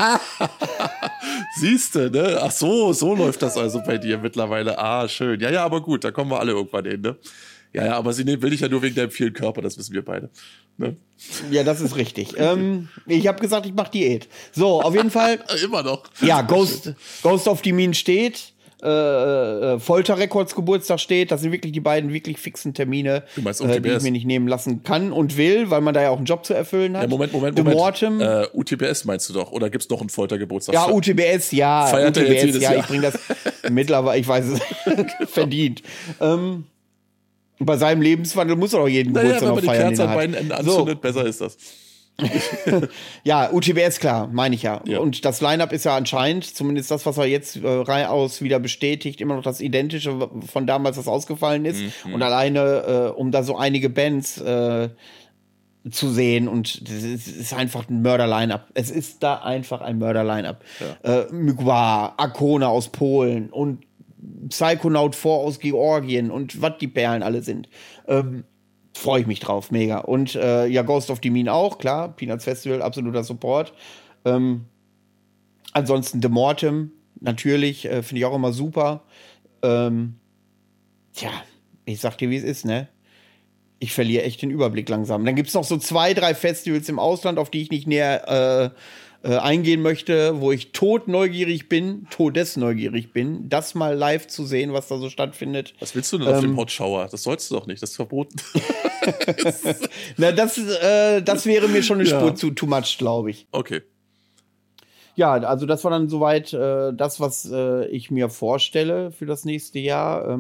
Siehste, ne? Ach so läuft das also bei dir mittlerweile. Ah, schön. Ja, aber gut, da kommen wir alle irgendwann hin, ne? Ja, aber sie will dich ja nur wegen deinem vielen Körper, das wissen wir beide. Ne? Ja, das ist richtig. Ich habe gesagt, ich mache Diät. So, auf jeden Fall. Immer noch. Ja, Ghost of the Mine steht. Folter-Records Geburtstag steht. Das sind wirklich die beiden wirklich fixen Termine, du meinst die ich mir nicht nehmen lassen kann und will, weil man da ja auch einen Job zu erfüllen hat. Ja, Moment. UTBS meinst du doch? Oder gibt's noch einen Folter-Geburtstag? Ja, UTBS, ja. Feiert UTBS, er jetzt jedes Jahr? Ich bringe das mittlerweile, ich weiß es, verdient. Bei seinem Lebenswandel muss er auch jeden Geburtstag noch feiern. Wenn man die Kerze an beiden Enden anzündet, besser ist das. Ja, UTBS, klar, meine ich ja. Und das Line-Up ist ja anscheinend, zumindest das, was er jetzt aus wieder bestätigt, immer noch das Identische von damals, was ausgefallen ist. Und alleine, um da so einige Bands zu sehen und das ist einfach ein Mörder-Line-Up. Es ist da einfach ein Mörder-Line-Up. Mgła, Arkona aus Polen und Psychonaut 4 aus Georgien und was die Perlen alle sind. freue ich mich drauf, mega. Und ja, Ghost of the Mine auch, klar. Peanuts Festival, absoluter Support. Ansonsten The Mortem, natürlich, finde ich auch immer super. Tja, ich sag dir, wie es ist, ne? Ich verliere echt den Überblick langsam. Dann gibt es noch so 2, 3 Festivals im Ausland, auf die ich nicht näher eingehen möchte, wo ich todesneugierig bin, das mal live zu sehen, was da so stattfindet. Was willst du denn auf dem Hot Shower? Das sollst du doch nicht, das ist verboten. Na, das wäre mir schon eine Spur zu too much, glaube ich. Okay. Ja, also das war dann soweit das, was ich mir vorstelle für das nächste Jahr.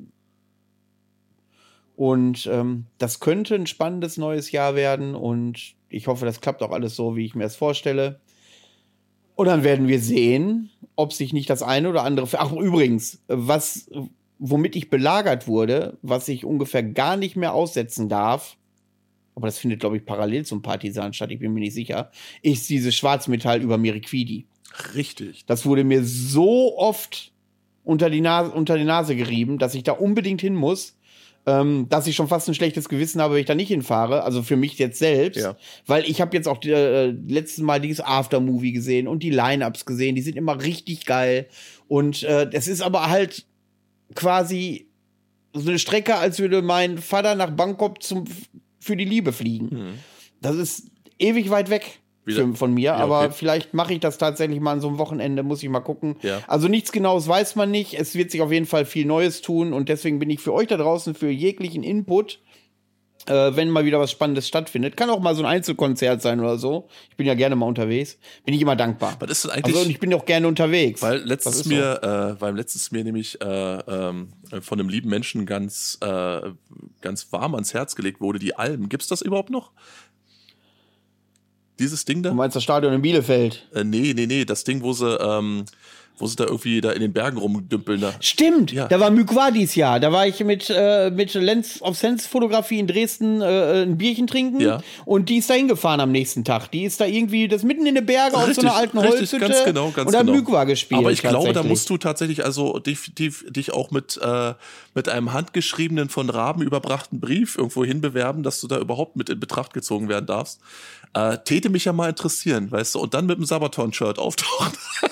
Und das könnte ein spannendes neues Jahr werden. Und ich hoffe, das klappt auch alles so, wie ich mir das vorstelle. Und dann werden wir sehen, ob sich nicht das eine oder andere... Ach, übrigens, womit ich belagert wurde, was ich ungefähr gar nicht mehr aussetzen darf, aber das findet, glaube ich, parallel zum Partisan statt, ich bin mir nicht sicher, ist dieses Schwarzmetall über Miriquidi. Richtig. Das wurde mir so oft unter die Nase gerieben, dass ich da unbedingt hin muss, dass ich schon fast ein schlechtes Gewissen habe, wenn ich da nicht hinfahre. Also für mich jetzt selbst. Ja. Weil ich habe jetzt auch letztes Mal dieses Aftermovie gesehen und die Line-Ups gesehen. Die sind immer richtig geil. Und das ist aber halt quasi so eine Strecke, als würde mein Vater nach Bangkok für die Liebe fliegen. Das ist ewig weit weg von mir, ja, aber vielleicht mache ich das tatsächlich mal an so einem Wochenende, muss ich mal gucken. Ja. Also nichts Genaues weiß man nicht. Es wird sich auf jeden Fall viel Neues tun und deswegen bin ich für euch da draußen für jeglichen Input, wenn mal wieder was Spannendes stattfindet. Kann auch mal so ein Einzelkonzert sein oder so. Ich bin ja gerne mal unterwegs. Bin ich immer dankbar. Was ist denn eigentlich? Also und ich bin auch gerne unterwegs. Weil letztens mir nämlich von einem lieben Menschen ganz warm ans Herz gelegt wurde, die Alben. Gibt's das überhaupt noch? Dieses Ding da? Du meinst das Stadion in Bielefeld? Nee, das Ding, wo sie da irgendwie da in den Bergen rumdümpeln. Da. Stimmt, ja. Da war Mykwa dieses Jahr. Da war ich mit Lens of Sense Fotografie in Dresden ein Bierchen trinken. Ja. Und die ist da hingefahren am nächsten Tag. Die ist da irgendwie, das mitten in den Bergen auf so einer alten Holzhütte. Ganz genau. Und hat Mykwa gespielt. Aber ich glaube, da musst du tatsächlich also definitiv dich auch mit einem handgeschriebenen, von Raben überbrachten Brief irgendwo hinbewerben, dass du da überhaupt mit in Betracht gezogen werden darfst. Täte mich ja mal interessieren, weißt du, und dann mit dem Sabaton-Shirt auftauchen.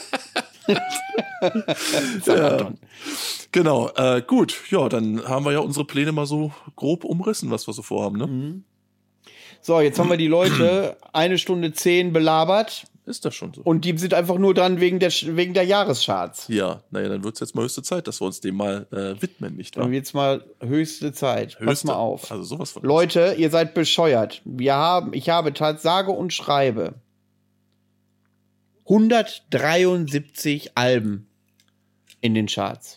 Sabaton. Ja. Genau, gut. Ja, dann haben wir ja unsere Pläne mal so grob umrissen, was wir so vorhaben, ne? Mhm. So, jetzt haben wir die Leute 1 Stunde 10 belabert. Ist das schon so? Und die sind einfach nur dran wegen der Jahrescharts. Ja, naja, dann wird es jetzt mal höchste Zeit, dass wir uns dem mal widmen, nicht wahr? Dann wird es mal höchste Zeit. Pass mal auf. Also sowas von Leute, ihr seid bescheuert. Ich habe sage und schreibe 173 Alben in den Charts.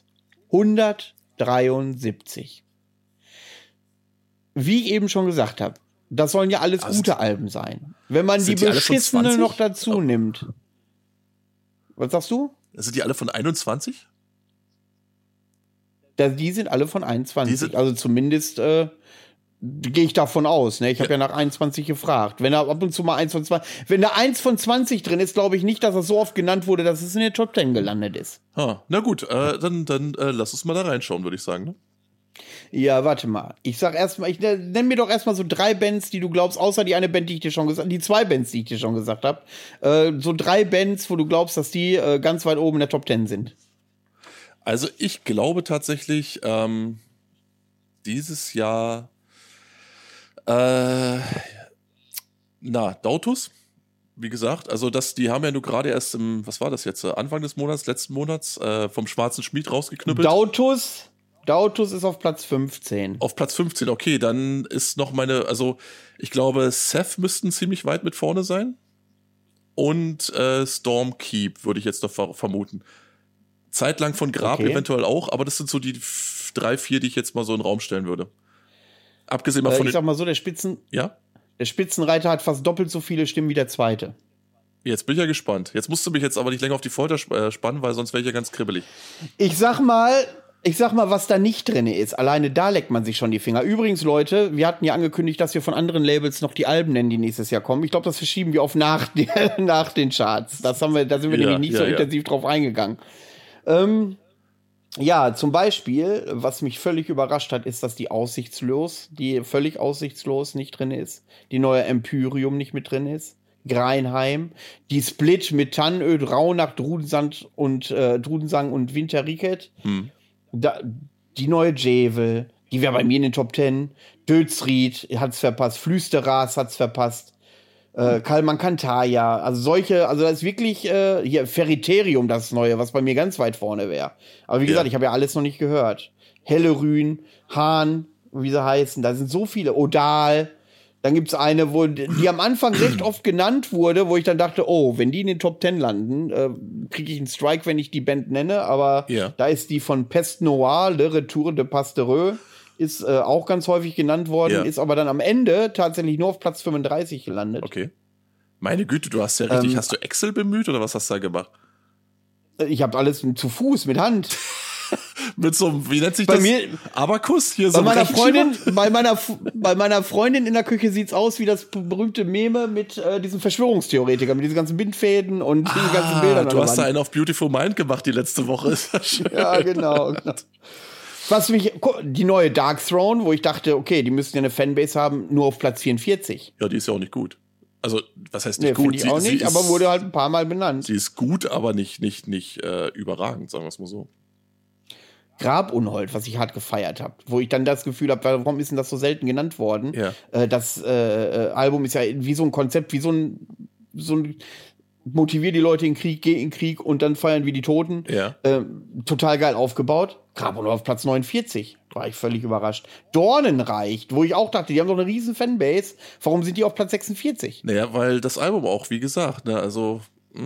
173. Wie ich eben schon gesagt habe, das sollen ja alles gute Alben sein. Wenn man die beschissene noch dazu nimmt. Was sagst du? Sind die alle von 21? Die sind alle von 21. Also zumindest gehe ich davon aus. Ne? Ich habe ja nach 21 gefragt. Wenn da ab und zu mal 1 von 20, wenn da 1 von 20 drin ist, glaube ich nicht, dass das so oft genannt wurde, dass es in der Top 10 gelandet ist. Na gut, dann lass uns mal da reinschauen, würde ich sagen. Ne? Ja, warte mal. Ich nenn mir doch erstmal so 3 Bands, die du glaubst, außer die eine Band, die ich dir schon gesagt habe, die 2 Bands, die ich dir schon gesagt habe. So 3 Bands, wo du glaubst, dass die ganz weit oben in der Top 10 sind. Also ich glaube tatsächlich, dieses Jahr Dautus, wie gesagt, also die haben ja nur gerade erst was war das jetzt, Anfang des Monats, letzten Monats, vom Schwarzen Schmied rausgeknüppelt. Dautus ist auf Platz 15. Auf Platz 15, okay, dann ist noch also ich glaube, Seth müssten ziemlich weit mit vorne sein. Und Stormkeep würde ich jetzt noch vermuten. Zeitlang von Grab eventuell auch, aber das sind so die 3, 4, die ich jetzt mal so in den Raum stellen würde. Abgesehen mal von ich sag mal so, der Spitzenreiter hat fast doppelt so viele Stimmen wie der Zweite. Jetzt bin ich ja gespannt. Jetzt musst du mich jetzt aber nicht länger auf die Folter spannen, weil sonst wäre ich ja ganz kribbelig. Ich sag mal, was da nicht drin ist. Alleine da leckt man sich schon die Finger. Übrigens, Leute, wir hatten ja angekündigt, dass wir von anderen Labels noch die Alben nennen, die nächstes Jahr kommen. Ich glaube, das verschieben wir auf nach den Charts. Da sind wir nämlich nicht so intensiv drauf eingegangen. Ja, zum Beispiel, was mich völlig überrascht hat, ist, dass die völlig aussichtslos nicht drin ist, die neue Empyrium nicht mit drin ist, Greinheim, die Split mit Tannöd, Rauhnacht, Drudensang und Winterriket, da, die neue Jevel, die wäre bei mir in den Top 10, Dödsried hat's verpasst, Flüsteras hat's verpasst, Kalman Kantaya, also da ist wirklich hier Ferriterium das Neue, was bei mir ganz weit vorne wäre. Aber wie gesagt, ich habe ja alles noch nicht gehört. Hellerün, Hahn, wie sie heißen, da sind so viele. Odal, dann gibt's eine, die am Anfang recht oft genannt wurde, wo ich dann dachte, oh, wenn die in den Top 10 landen, kriege ich einen Strike, wenn ich die Band nenne, aber da ist die von Peste Noire, Le Retour de Pasteureux, ist auch ganz häufig genannt worden, ist aber dann am Ende tatsächlich nur auf Platz 35 gelandet. Okay. Meine Güte, du hast ja richtig, hast du Excel bemüht oder was hast du da gemacht? Ich habe alles zu Fuß, mit Hand. Mit so einem, wie nennt sich das? Abakus? Hier so bei meiner Freundin in der Küche sieht's aus wie das berühmte Meme mit diesem Verschwörungstheoretiker, mit diesen ganzen Bindfäden und diesen ganzen Bildern. Du hast da einen auf Beautiful Mind gemacht die letzte Woche. Ist das schön. Ja, genau. Die neue Dark Throne, wo ich dachte, okay, die müssten ja eine Fanbase haben, nur auf Platz 44. Ja, die ist ja auch nicht gut. Also, was heißt nicht gut? Ich auch nicht, aber wurde halt ein paar Mal benannt. Sie ist gut, aber nicht überragend, sagen wir es mal so. Grabunhold, was ich hart gefeiert habe, wo ich dann das Gefühl habe, warum ist denn das so selten genannt worden? Ja. Das Album ist ja wie so ein Konzept, wie so ein motivier die Leute in Krieg, geh in Krieg und dann feiern wir die Toten. Ja. Total geil aufgebaut. Grabunhold auf Platz 49. War ich völlig überrascht. Dornenreich, wo ich auch dachte, die haben doch eine riesen Fanbase. Warum sind die auf Platz 46? Naja, weil das Album auch, wie gesagt, ne, also,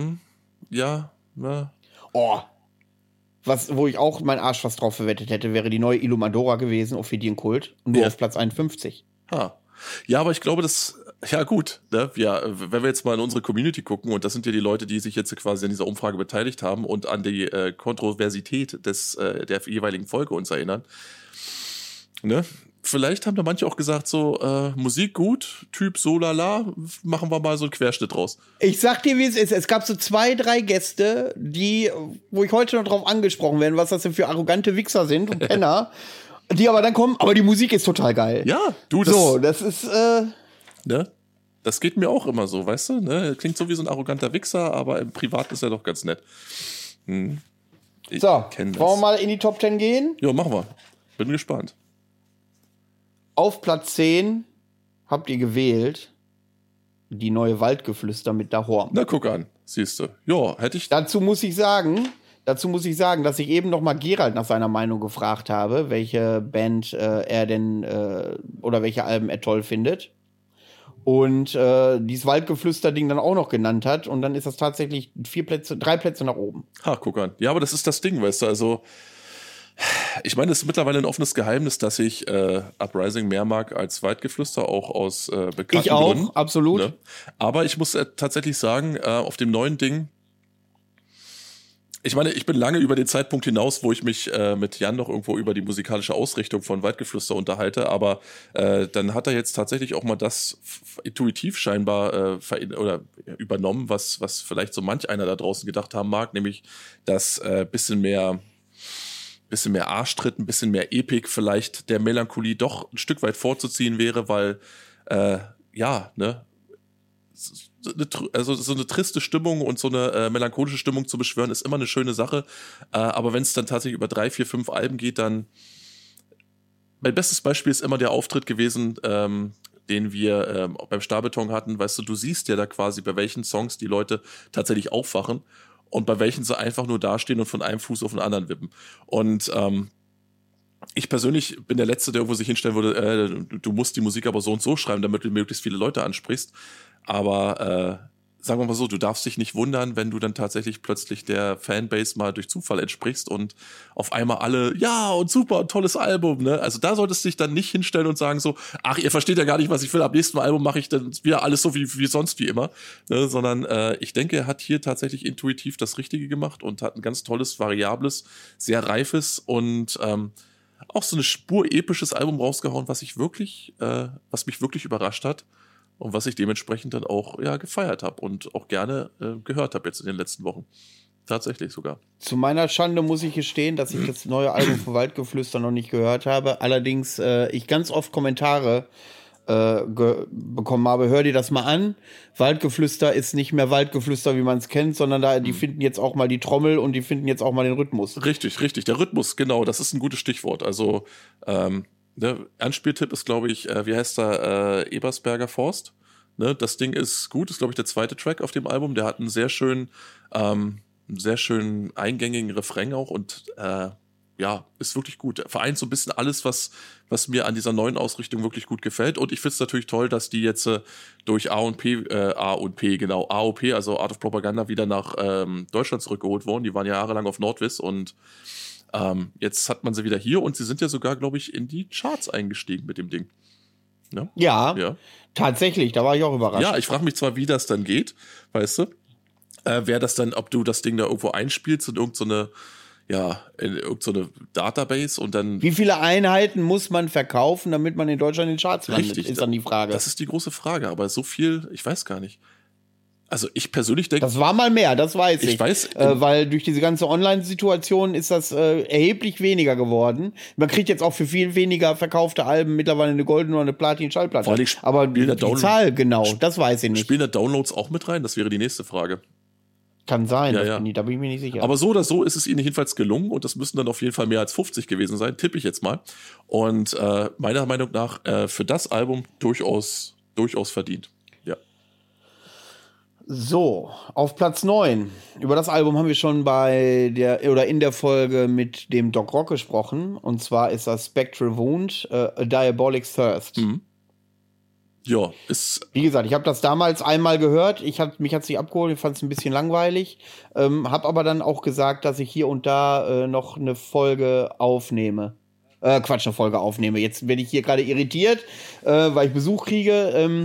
Oh, wo ich auch meinen Arsch fast drauf verwettet hätte, wäre die neue Illumadora gewesen, Ophidian Kult, und nur auf Platz 51. Ja, aber ich glaube, ja gut, ne? Wenn wir jetzt mal in unsere Community gucken, und das sind ja die Leute, die sich jetzt quasi an dieser Umfrage beteiligt haben und an die Kontroversität der jeweiligen Folge uns erinnern, ne? Vielleicht haben da manche auch gesagt, so, Musik gut, Typ so lala, machen wir mal so einen Querschnitt draus. Ich sag dir, wie es ist. Es gab so 2, 3 Gäste, wo ich heute noch drauf angesprochen werde, was das denn für arrogante Wichser sind und Penner, die aber dann kommen, aber die Musik ist total geil. Ja, das ist, ne? Das geht mir auch immer so, weißt du, ne? Klingt so wie so ein arroganter Wichser, aber im Privat ist er doch ganz nett. Wollen wir mal in die Top 10 gehen? Ja, machen wir. Bin gespannt. Auf Platz 10 habt ihr gewählt die neue Waldgeflüster mit Dahorm. Na, guck an, siehst du. Ja, hätte ich. Dazu muss ich sagen, dass ich eben noch mal Gerald nach seiner Meinung gefragt habe, welche Band er denn oder welche Alben er toll findet. Und dieses Waldgeflüster-Ding dann auch noch genannt hat. Und dann ist das tatsächlich 3 Plätze nach oben. Guck an. Ja, aber das ist das Ding, weißt du, also ich meine, es ist mittlerweile ein offenes Geheimnis, dass ich Uprising mehr mag als Waldgeflüster, auch aus bekannten Gründen. Ich auch, Gründen, absolut. Ne? Aber ich muss tatsächlich sagen, auf dem neuen Ding, ich meine, ich bin lange über den Zeitpunkt hinaus, wo ich mich mit Jan noch irgendwo über die musikalische Ausrichtung von Waldgeflüster unterhalte, aber dann hat er jetzt tatsächlich auch mal das intuitiv scheinbar übernommen, was vielleicht so manch einer da draußen gedacht haben mag, nämlich das bisschen mehr Arschtritt, ein bisschen mehr Epik vielleicht der Melancholie doch ein Stück weit vorzuziehen wäre, weil also so eine triste Stimmung und so eine melancholische Stimmung zu beschwören, ist immer eine schöne Sache. Aber wenn es dann tatsächlich über 3, 4, 5 Alben geht, dann mein bestes Beispiel ist immer der Auftritt gewesen, den wir beim Stahlbeton hatten. Weißt du siehst ja da quasi, bei welchen Songs die Leute tatsächlich aufwachen und bei welchen sie einfach nur dastehen und von einem Fuß auf den anderen wippen. Und ich persönlich bin der Letzte, der irgendwo sich hinstellen würde, du musst die Musik aber so und so schreiben, damit du möglichst viele Leute ansprichst. Aber sagen wir mal so, du darfst dich nicht wundern, wenn du dann tatsächlich plötzlich der Fanbase mal durch Zufall entsprichst und auf einmal alle, ja und super, tolles Album, ne? Also da solltest du dich dann nicht hinstellen und sagen so, ach, ihr versteht ja gar nicht, was ich will, ab nächsten Album mache ich dann wieder alles so wie sonst wie immer, ne? Sondern ich denke, er hat hier tatsächlich intuitiv das Richtige gemacht und hat ein ganz tolles, variables, sehr reifes und auch so eine Spur episches Album rausgehauen, was mich wirklich überrascht hat. Und was ich dementsprechend dann auch gefeiert habe und auch gerne gehört habe jetzt in den letzten Wochen. Tatsächlich sogar. Zu meiner Schande muss ich gestehen, dass ich das neue Album von Waldgeflüster noch nicht gehört habe. Allerdings ich ganz oft Kommentare bekommen habe. Hör dir das mal an. Waldgeflüster ist nicht mehr Waldgeflüster, wie man es kennt, sondern die finden jetzt auch mal die Trommel und die finden jetzt auch mal den Rhythmus. Richtig, richtig. Der Rhythmus, genau, das ist ein gutes Stichwort. Also der Anspieltipp ist, glaube ich, wie heißt der, Ebersberger Forst. Ne, das Ding ist gut, ist, glaube ich, der zweite Track auf dem Album. Der hat einen sehr schönen eingängigen Refrain auch und ja, ist wirklich gut. Vereint so ein bisschen alles, was mir an dieser neuen Ausrichtung wirklich gut gefällt. Und ich finde es natürlich toll, dass die jetzt durch AOP, also Art of Propaganda, wieder nach Deutschland zurückgeholt wurden. Die waren ja jahrelang auf Nordwiss und jetzt hat man sie wieder hier und sie sind ja sogar, glaube ich, in die Charts eingestiegen mit dem Ding. Ne? Ja, tatsächlich, da war ich auch überrascht. Ja, ich frage mich zwar, wie das dann geht, weißt du? Wer das dann, ob du das Ding da irgendwo einspielst in irgendeine Database und dann. Wie viele Einheiten muss man verkaufen, damit man in Deutschland in den Charts landet, ist dann die Frage. Das ist die große Frage, aber so viel, ich weiß gar nicht. Also ich persönlich denke. Das war mal mehr, das weiß ich. Ich weiß. Weil durch diese ganze Online-Situation ist das erheblich weniger geworden. Man kriegt jetzt auch für viel weniger verkaufte Alben mittlerweile eine goldene oder eine Platin-Schallplatte. Aber die Zahl, genau, das weiß ich nicht. Spielen da Downloads auch mit rein? Das wäre die nächste Frage. Kann sein, da bin ich mir nicht sicher. Aber so oder so ist es ihnen jedenfalls gelungen und das müssen dann auf jeden Fall mehr als 50 gewesen sein, tippe ich jetzt mal. Und meiner Meinung nach für das Album durchaus verdient. Ja. So, auf Platz 9. Über das Album haben wir schon in der Folge mit dem Doc Rock gesprochen. Und zwar ist das Spectral Wound, A Diabolic Thirst. Mhm. Ja, ist. Wie gesagt, ich habe das damals einmal gehört. Mich hat's nicht abgeholt, ich fand es ein bisschen langweilig. Hab aber dann auch gesagt, dass ich hier und da noch eine Folge aufnehme. Eine Folge aufnehme. Jetzt bin ich hier gerade irritiert, weil ich Besuch kriege,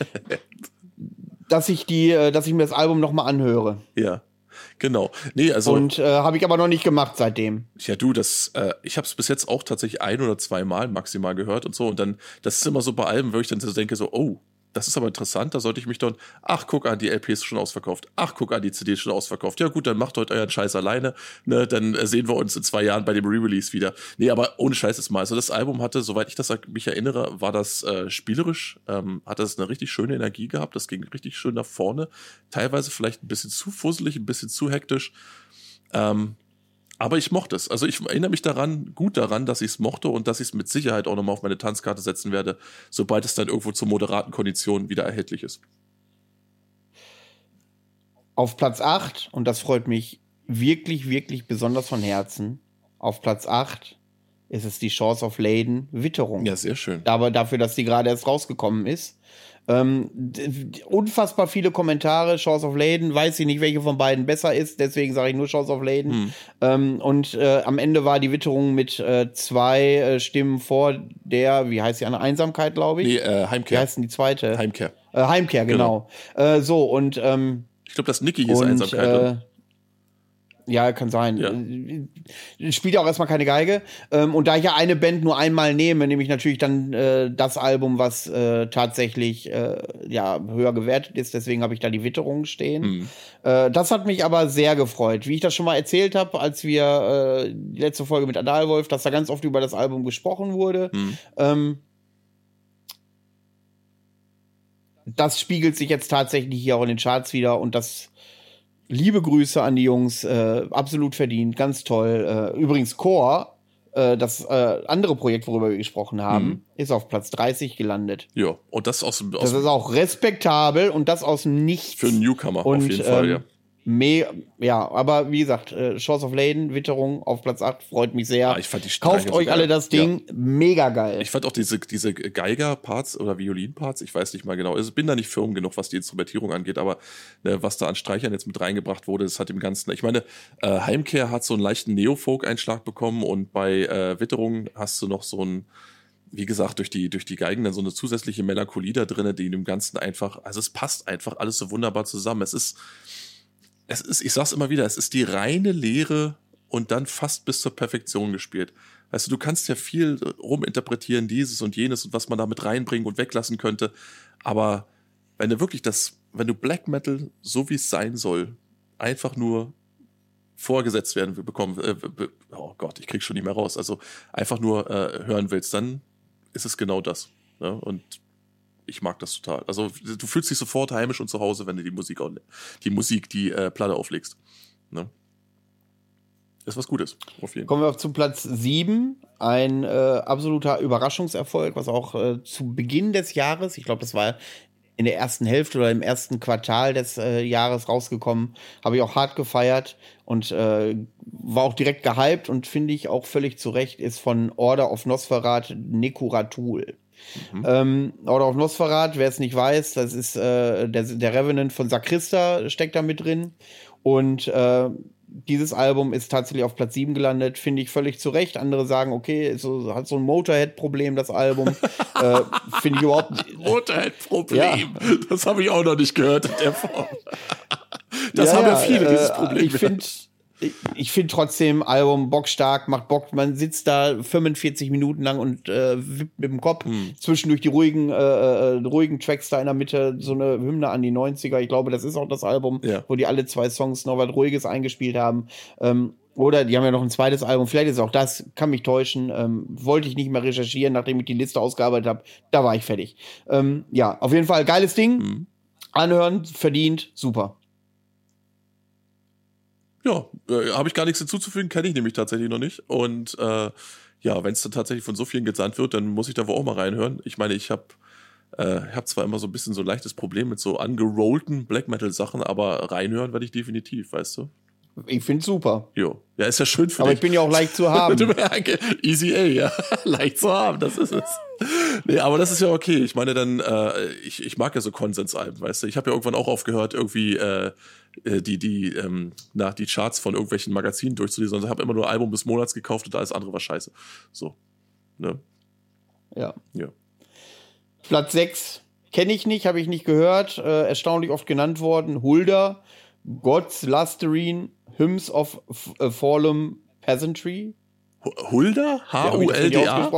dass ich mir das Album noch mal anhöre. Ja. Genau. Nee, also. Und habe ich aber noch nicht gemacht seitdem. Ja, du, ich habe es bis jetzt auch tatsächlich 1 oder 2 Mal maximal gehört und so. Und dann, das ist immer so bei Alben, wo ich dann so denke, so, oh, das ist aber interessant, da sollte ich mich dann, ach, guck an, die LP ist schon ausverkauft. Ach, guck an, die CD ist schon ausverkauft. Ja gut, dann macht heute euren Scheiß alleine. Ne, dann sehen wir uns in 2 Jahren bei dem Re-Release wieder. Nee, aber ohne Scheiß jetzt mal. Also das Album hatte, soweit ich mich erinnere, war das spielerisch, hat das eine richtig schöne Energie gehabt. Das ging richtig schön nach vorne. Teilweise vielleicht ein bisschen zu fusselig, ein bisschen zu hektisch. Aber ich mochte es. Also ich erinnere mich gut daran, dass ich es mochte und dass ich es mit Sicherheit auch nochmal auf meine Tanzkarte setzen werde, sobald es dann irgendwo zu moderaten Konditionen wieder erhältlich ist. Auf Platz 8, und das freut mich wirklich, wirklich besonders von Herzen, auf Platz 8 ist es die Shores of Leyden Witterung. Ja, sehr schön. Aber dafür, dass die gerade erst rausgekommen ist. Unfassbar viele Kommentare. Shores of Leyden, weiß ich nicht, welche von beiden besser ist, deswegen sage ich nur Shores of Leyden. Und am Ende war die Witterung mit 2 Stimmen vor der, wie heißt die, eine Einsamkeit, glaube ich? Nee, Heimkehr. Wie heißt denn die zweite? Heimkehr. Heimkehr, genau. Ich glaube, das Niki hieß Einsamkeit. Ja, kann sein. Ja. Spielt ja auch erstmal keine Geige. Und da ich ja eine Band nur einmal nehme, nehme ich natürlich dann das Album, was tatsächlich höher gewertet ist. Deswegen habe ich da die Witterung stehen. Das hat mich aber sehr gefreut. Wie ich das schon mal erzählt habe, als wir die letzte Folge mit Adalwolf, dass da ganz oft über das Album gesprochen wurde. Das spiegelt sich jetzt tatsächlich hier auch in den Charts wieder und das liebe Grüße an die Jungs, absolut verdient, ganz toll. Übrigens Core, das andere Projekt, worüber wir gesprochen haben, ist auf Platz 30 gelandet. Ja, und das das ist auch respektabel und das aus dem Nichts. Für einen Newcomer auf jeden Fall, ja. Aber wie gesagt, Shores of Leyden, Witterung auf Platz 8, freut mich sehr. Ja, ich fand die Kauft euch alle das Ding, mega geil. Ich fand auch diese Geiger-Parts oder Violin-Parts, ich weiß nicht mal genau, ich bin da nicht firm genug, was die Instrumentierung angeht, aber was da an Streichern jetzt mit reingebracht wurde, das hat dem Ganzen, ich meine, Heimkehr hat so einen leichten Neofolk-Einschlag bekommen und bei Witterung hast du noch so ein, wie gesagt, durch die Geigen dann so eine zusätzliche Melancholie da drin, die in dem Ganzen einfach, also es passt einfach alles so wunderbar zusammen. Es ist, ich sag's immer wieder, es ist die reine Lehre und dann fast bis zur Perfektion gespielt. Weißt du kannst ja viel ruminterpretieren, dieses und jenes und was man da mit reinbringen und weglassen könnte. Aber wenn du Black Metal, so wie es sein soll, einfach nur vorgesetzt werden bekommen, oh Gott, ich krieg schon nicht mehr raus, also einfach nur hören willst, dann ist es genau das. Ne? Und ich mag das total. Also du fühlst dich sofort heimisch und zu Hause, wenn du die Platte auflegst. Ne? Ist was Gutes. Auf jeden Fall. Kommen wir zu Platz 7. Ein absoluter Überraschungserfolg, was auch zu Beginn des Jahres, ich glaube, das war in der ersten Hälfte oder im ersten Quartal des Jahres rausgekommen, habe ich auch hart gefeiert und war auch direkt gehypt und finde ich auch völlig zu Recht, ist von Order of Nosferat Nekuratul. Order of Nosferat, wer es nicht weiß, das ist der Revenant von Sakrista steckt da mit drin und dieses Album ist tatsächlich auf Platz 7 gelandet, finde ich völlig zu Recht. Andere sagen, okay, hat so ein Motorhead-Problem, das Album. Finde ich überhaupt nicht. Motorhead-Problem? Ja. Das habe ich auch noch nicht gehört in der Form. Das haben ja viele, dieses Problem. Ich finde trotzdem, Album bockstark, macht Bock. Man sitzt da 45 Minuten lang und wippt mit dem Kopf. Zwischendurch die ruhigen Tracks da in der Mitte, so eine Hymne an die 90er. Ich glaube, das ist auch das Album, wo die alle 2 Songs noch was Ruhiges eingespielt haben. Oder die haben ja noch ein zweites Album. Vielleicht ist auch das, kann mich täuschen. Wollte ich nicht mehr recherchieren, nachdem ich die Liste ausgearbeitet habe. Da war ich fertig. Ja, auf jeden Fall geiles Ding. Anhören, verdient, super. Ja, habe ich gar nichts hinzuzufügen, kenne ich nämlich tatsächlich noch nicht. Und ja, wenn es dann tatsächlich von so vielen gesandt wird, dann muss ich da wohl auch mal reinhören. Ich meine, ich habe zwar immer so ein bisschen so ein leichtes Problem mit so angerollten Black Metal Sachen, aber reinhören werde ich definitiv, weißt du? Ich finde super. Jo. Ja, ist ja schön für dich. Aber ich bin ja auch leicht zu haben. Easy A, ja. Leicht zu haben, das ist es. Nee, aber das ist ja okay. Ich meine dann, ich mag ja so Konsensalben, weißt du. Ich habe ja irgendwann auch aufgehört, irgendwie die Charts von irgendwelchen Magazinen durchzulesen, sondern habe immer nur Album des Monats gekauft und alles andere war scheiße. So. Ne? Ja. Platz 6 kenne ich nicht, habe ich nicht gehört. Erstaunlich oft genannt worden. Hulda, God's Lasterine, Hymns of Fallen Peasantry. Hulda? H-U-L-D-A?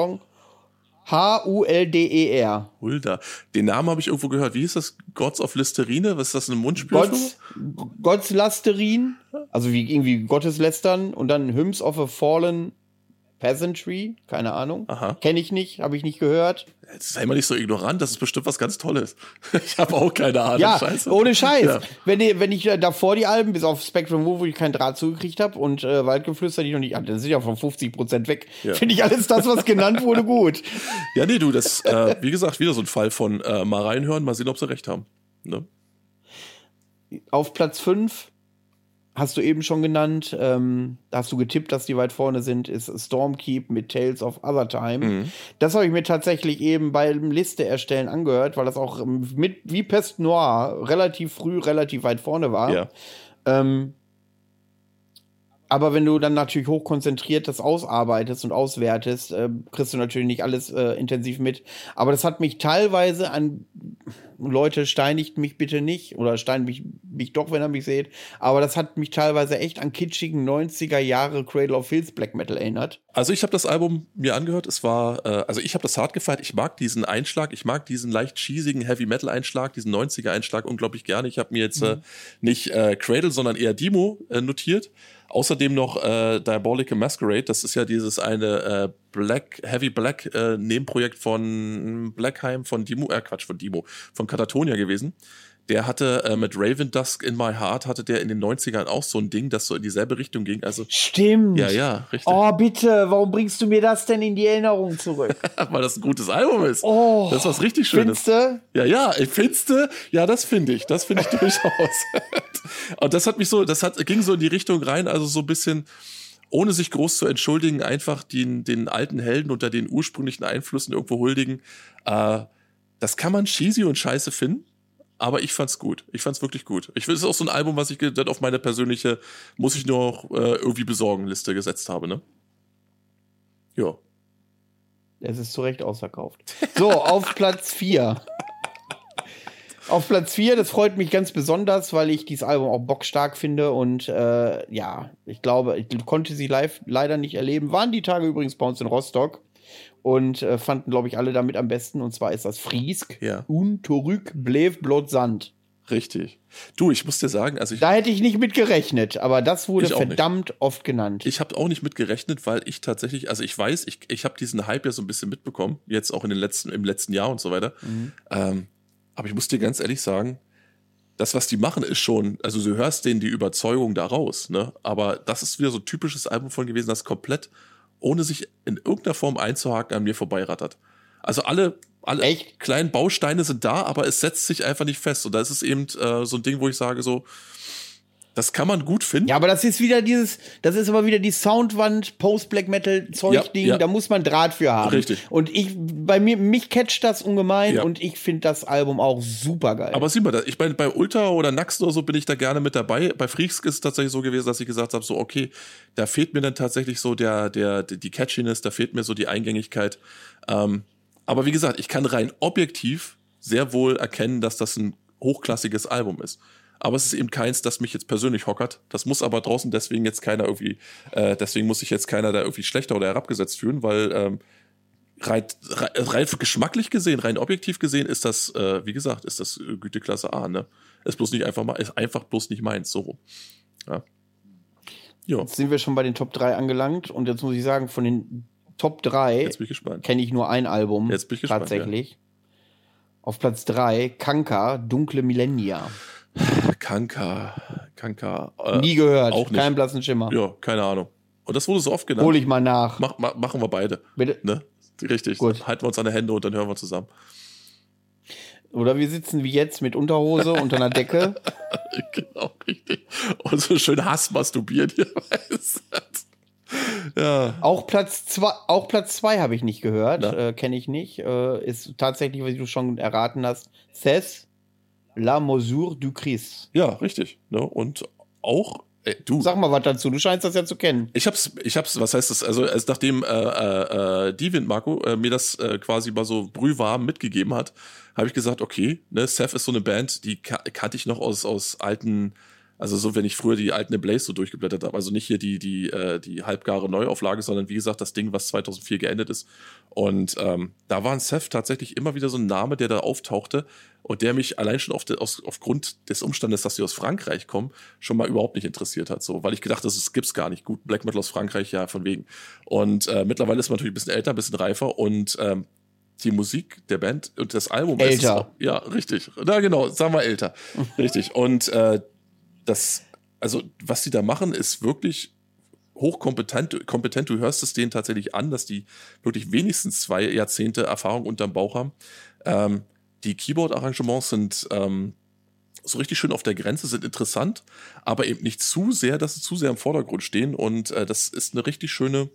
H-U-L-D-E-R. Hulda. Den Namen habe ich irgendwo gehört. Wie hieß das? Gods of Listerine? Was ist das, eine Mundspülung? God's Lasterine, also wie irgendwie Gotteslästern und dann Hymns of a Fallen Peasantry, keine Ahnung. Kenne ich nicht, habe ich nicht gehört. Jetzt sei mal nicht so ignorant, das ist bestimmt was ganz Tolles. Ich habe auch keine Ahnung. Ja, Scheiße. Ohne Scheiß. Ja. Wenn ich davor die Alben, bis auf Spectrum Move, wo ich keinen Draht zugekriegt habe und Waldgeflüster, die noch nicht, dann sind ja von 50% weg. Ja. Finde ich alles das, was genannt wurde, gut. Ja, nee, du, das, wie gesagt, wieder so ein Fall von mal reinhören, mal sehen, ob sie recht haben. Ne? Auf Platz 5 hast du eben schon genannt, da hast du getippt, dass die weit vorne sind, ist Stormkeep mit Tales of Other Time. Das habe ich mir tatsächlich eben beim Liste erstellen angehört, weil das auch mit wie Peste Noire relativ früh, relativ weit vorne war. Ja. Aber wenn du dann natürlich hochkonzentriert das ausarbeitest und auswertest, kriegst du natürlich nicht alles intensiv mit. Aber das hat mich teilweise an Leute, steinigt mich bitte nicht oder steinigt mich doch, wenn ihr mich seht. Aber das hat mich teilweise echt an kitschigen 90er Jahre Cradle of Filth Black Metal erinnert. Also ich habe das Album mir angehört. Es war, also ich habe das hart gefeiert. Ich mag diesen Einschlag. Ich mag diesen leicht cheesigen Heavy Metal Einschlag, diesen 90er Einschlag unglaublich gerne. Ich habe mir jetzt nicht Cradle, sondern eher Demo notiert. Außerdem noch Diabolical Masquerade, das ist ja dieses eine Heavy Black Nebenprojekt von Blackheim, von Katatonia gewesen. Der hatte mit Raven Dusk in My Heart, hatte der in den 90ern auch so ein Ding, das so in dieselbe Richtung ging. Also, stimmt. Ja, richtig. Oh, bitte, warum bringst du mir das denn in die Erinnerung zurück? Weil das ein gutes Album ist. Oh, das ist was richtig Schönes. Findste? Ja, findste? Ja, das finde ich. Das finde ich durchaus. Und das ging so in die Richtung rein, also so ein bisschen, ohne sich groß zu entschuldigen, einfach den alten Helden unter den ursprünglichen Einflüssen irgendwo huldigen. Das kann man cheesy und scheiße finden. Aber ich fand's gut. Ich fand's wirklich gut. Es ist auch so ein Album, was ich dann auf meine persönliche, muss ich nur noch irgendwie besorgen Liste gesetzt habe, ne? Ja. Es ist zu Recht ausverkauft. So, auf Platz 4. Auf Platz 4, das freut mich ganz besonders, weil ich dieses Album auch bockstark finde und ja, ich glaube, ich konnte sie live leider nicht erleben. Waren die Tage übrigens bei uns in Rostock. Und fanden, glaube ich, alle damit am besten. Und zwar ist das Friesk. Ja. Untorück bleef blot Sand. Richtig. Du, ich muss dir sagen, also da hätte ich nicht mit gerechnet, aber das wurde Ich auch verdammt oft genannt. ich habe auch nicht mit gerechnet, weil ich tatsächlich, also ich weiß, ich habe diesen Hype ja so ein bisschen mitbekommen, jetzt auch im letzten Jahr und so weiter. Aber ich muss dir ganz ehrlich sagen, das, was die machen, ist schon, also du hörst denen die Überzeugung da raus, ne? Aber das ist wieder so ein typisches Album von gewesen, das komplett, ohne sich in irgendeiner Form einzuhaken, an mir vorbeirattert. Also alle Echt? kleinen Bausteine sind da, aber es setzt sich einfach nicht fest. Und da ist es eben so ein Ding, wo ich sage so, das kann man gut finden. Ja, aber das ist aber wieder die Soundwand, Post-Black-Metal-Zeug-Ding, Ja. da muss man Draht für haben. Richtig. Und mich catcht das ungemein Ja. und ich finde das Album auch super geil. Aber sieh mal, ich meine, bei Ultra oder Naxen oder so bin ich da gerne mit dabei. Bei Freaks ist es tatsächlich so gewesen, dass ich gesagt habe, so okay, da fehlt mir dann tatsächlich so die Catchiness, da fehlt mir so die Eingängigkeit. Aber wie gesagt, ich kann rein objektiv sehr wohl erkennen, dass das ein hochklassiges Album ist. Aber es ist eben keins, das mich jetzt persönlich hockert. Das muss aber draußen deswegen jetzt keiner irgendwie, deswegen muss sich jetzt keiner da irgendwie schlechter oder herabgesetzt fühlen, weil rein geschmacklich gesehen, rein objektiv gesehen ist das, wie gesagt, ist das Güteklasse A, ne? Ist einfach bloß nicht meins, so rum. Ja. Jo. Jetzt sind wir schon bei den Top 3 angelangt und jetzt muss ich sagen, von den Top 3 Jetzt bin ich gespannt. kenne ich nur ein Album. Jetzt bin ich gespannt, tatsächlich. Ja. Auf Platz 3, Kanka, Dunkle Millennia. Kanka. Nie gehört, auch nicht. keinen blassen Schimmer. Ja, keine Ahnung. Und das wurde so oft genannt. Hol ich mal nach. Machen wir beide. Bitte? Ne? Richtig. Gut. Dann halten wir uns an die Hände und dann hören wir zusammen. Oder wir sitzen wie jetzt mit Unterhose unter einer Decke. Genau, richtig. Und so schön Hass masturbiert hier. Ja. Auch Platz 2 habe ich nicht gehört, kenne ich nicht. Ist tatsächlich, wie du schon erraten hast, C'est la mesure du Christ. Ja, richtig. Ne? Und auch, du. Sag mal was dazu, du scheinst das ja zu kennen. Ich hab's, was heißt das? Also nachdem Divind Marco mir das quasi mal so brühwarm mitgegeben hat, habe ich gesagt, okay, ne, Seth ist so eine Band, die kannte ich noch aus alten, also so, wenn ich früher die alten Ablaze so durchgeblättert habe, also nicht hier die halbgare Neuauflage, sondern wie gesagt das Ding, was 2004 geendet ist. Und da war ein Seth tatsächlich immer wieder so ein Name, der da auftauchte und der mich allein schon aufgrund des Umstandes, dass sie aus Frankreich kommen, schon mal überhaupt nicht interessiert hat, so, weil ich gedacht habe, das gibt's gar nicht. Gut, Black Metal aus Frankreich, ja, von wegen. Und mittlerweile ist man natürlich ein bisschen älter, ein bisschen reifer und die Musik der Band und das Album älter. Ja, richtig. Na genau, sagen wir älter. Richtig. Und also was die da machen, ist wirklich hochkompetent. Du hörst es denen tatsächlich an, dass die wirklich wenigstens 2 Jahrzehnte Erfahrung unterm Bauch haben. Die Keyboard-Arrangements sind so richtig schön auf der Grenze, sind interessant, aber eben nicht zu sehr, dass sie zu sehr im Vordergrund stehen. Und das ist eine richtig schöne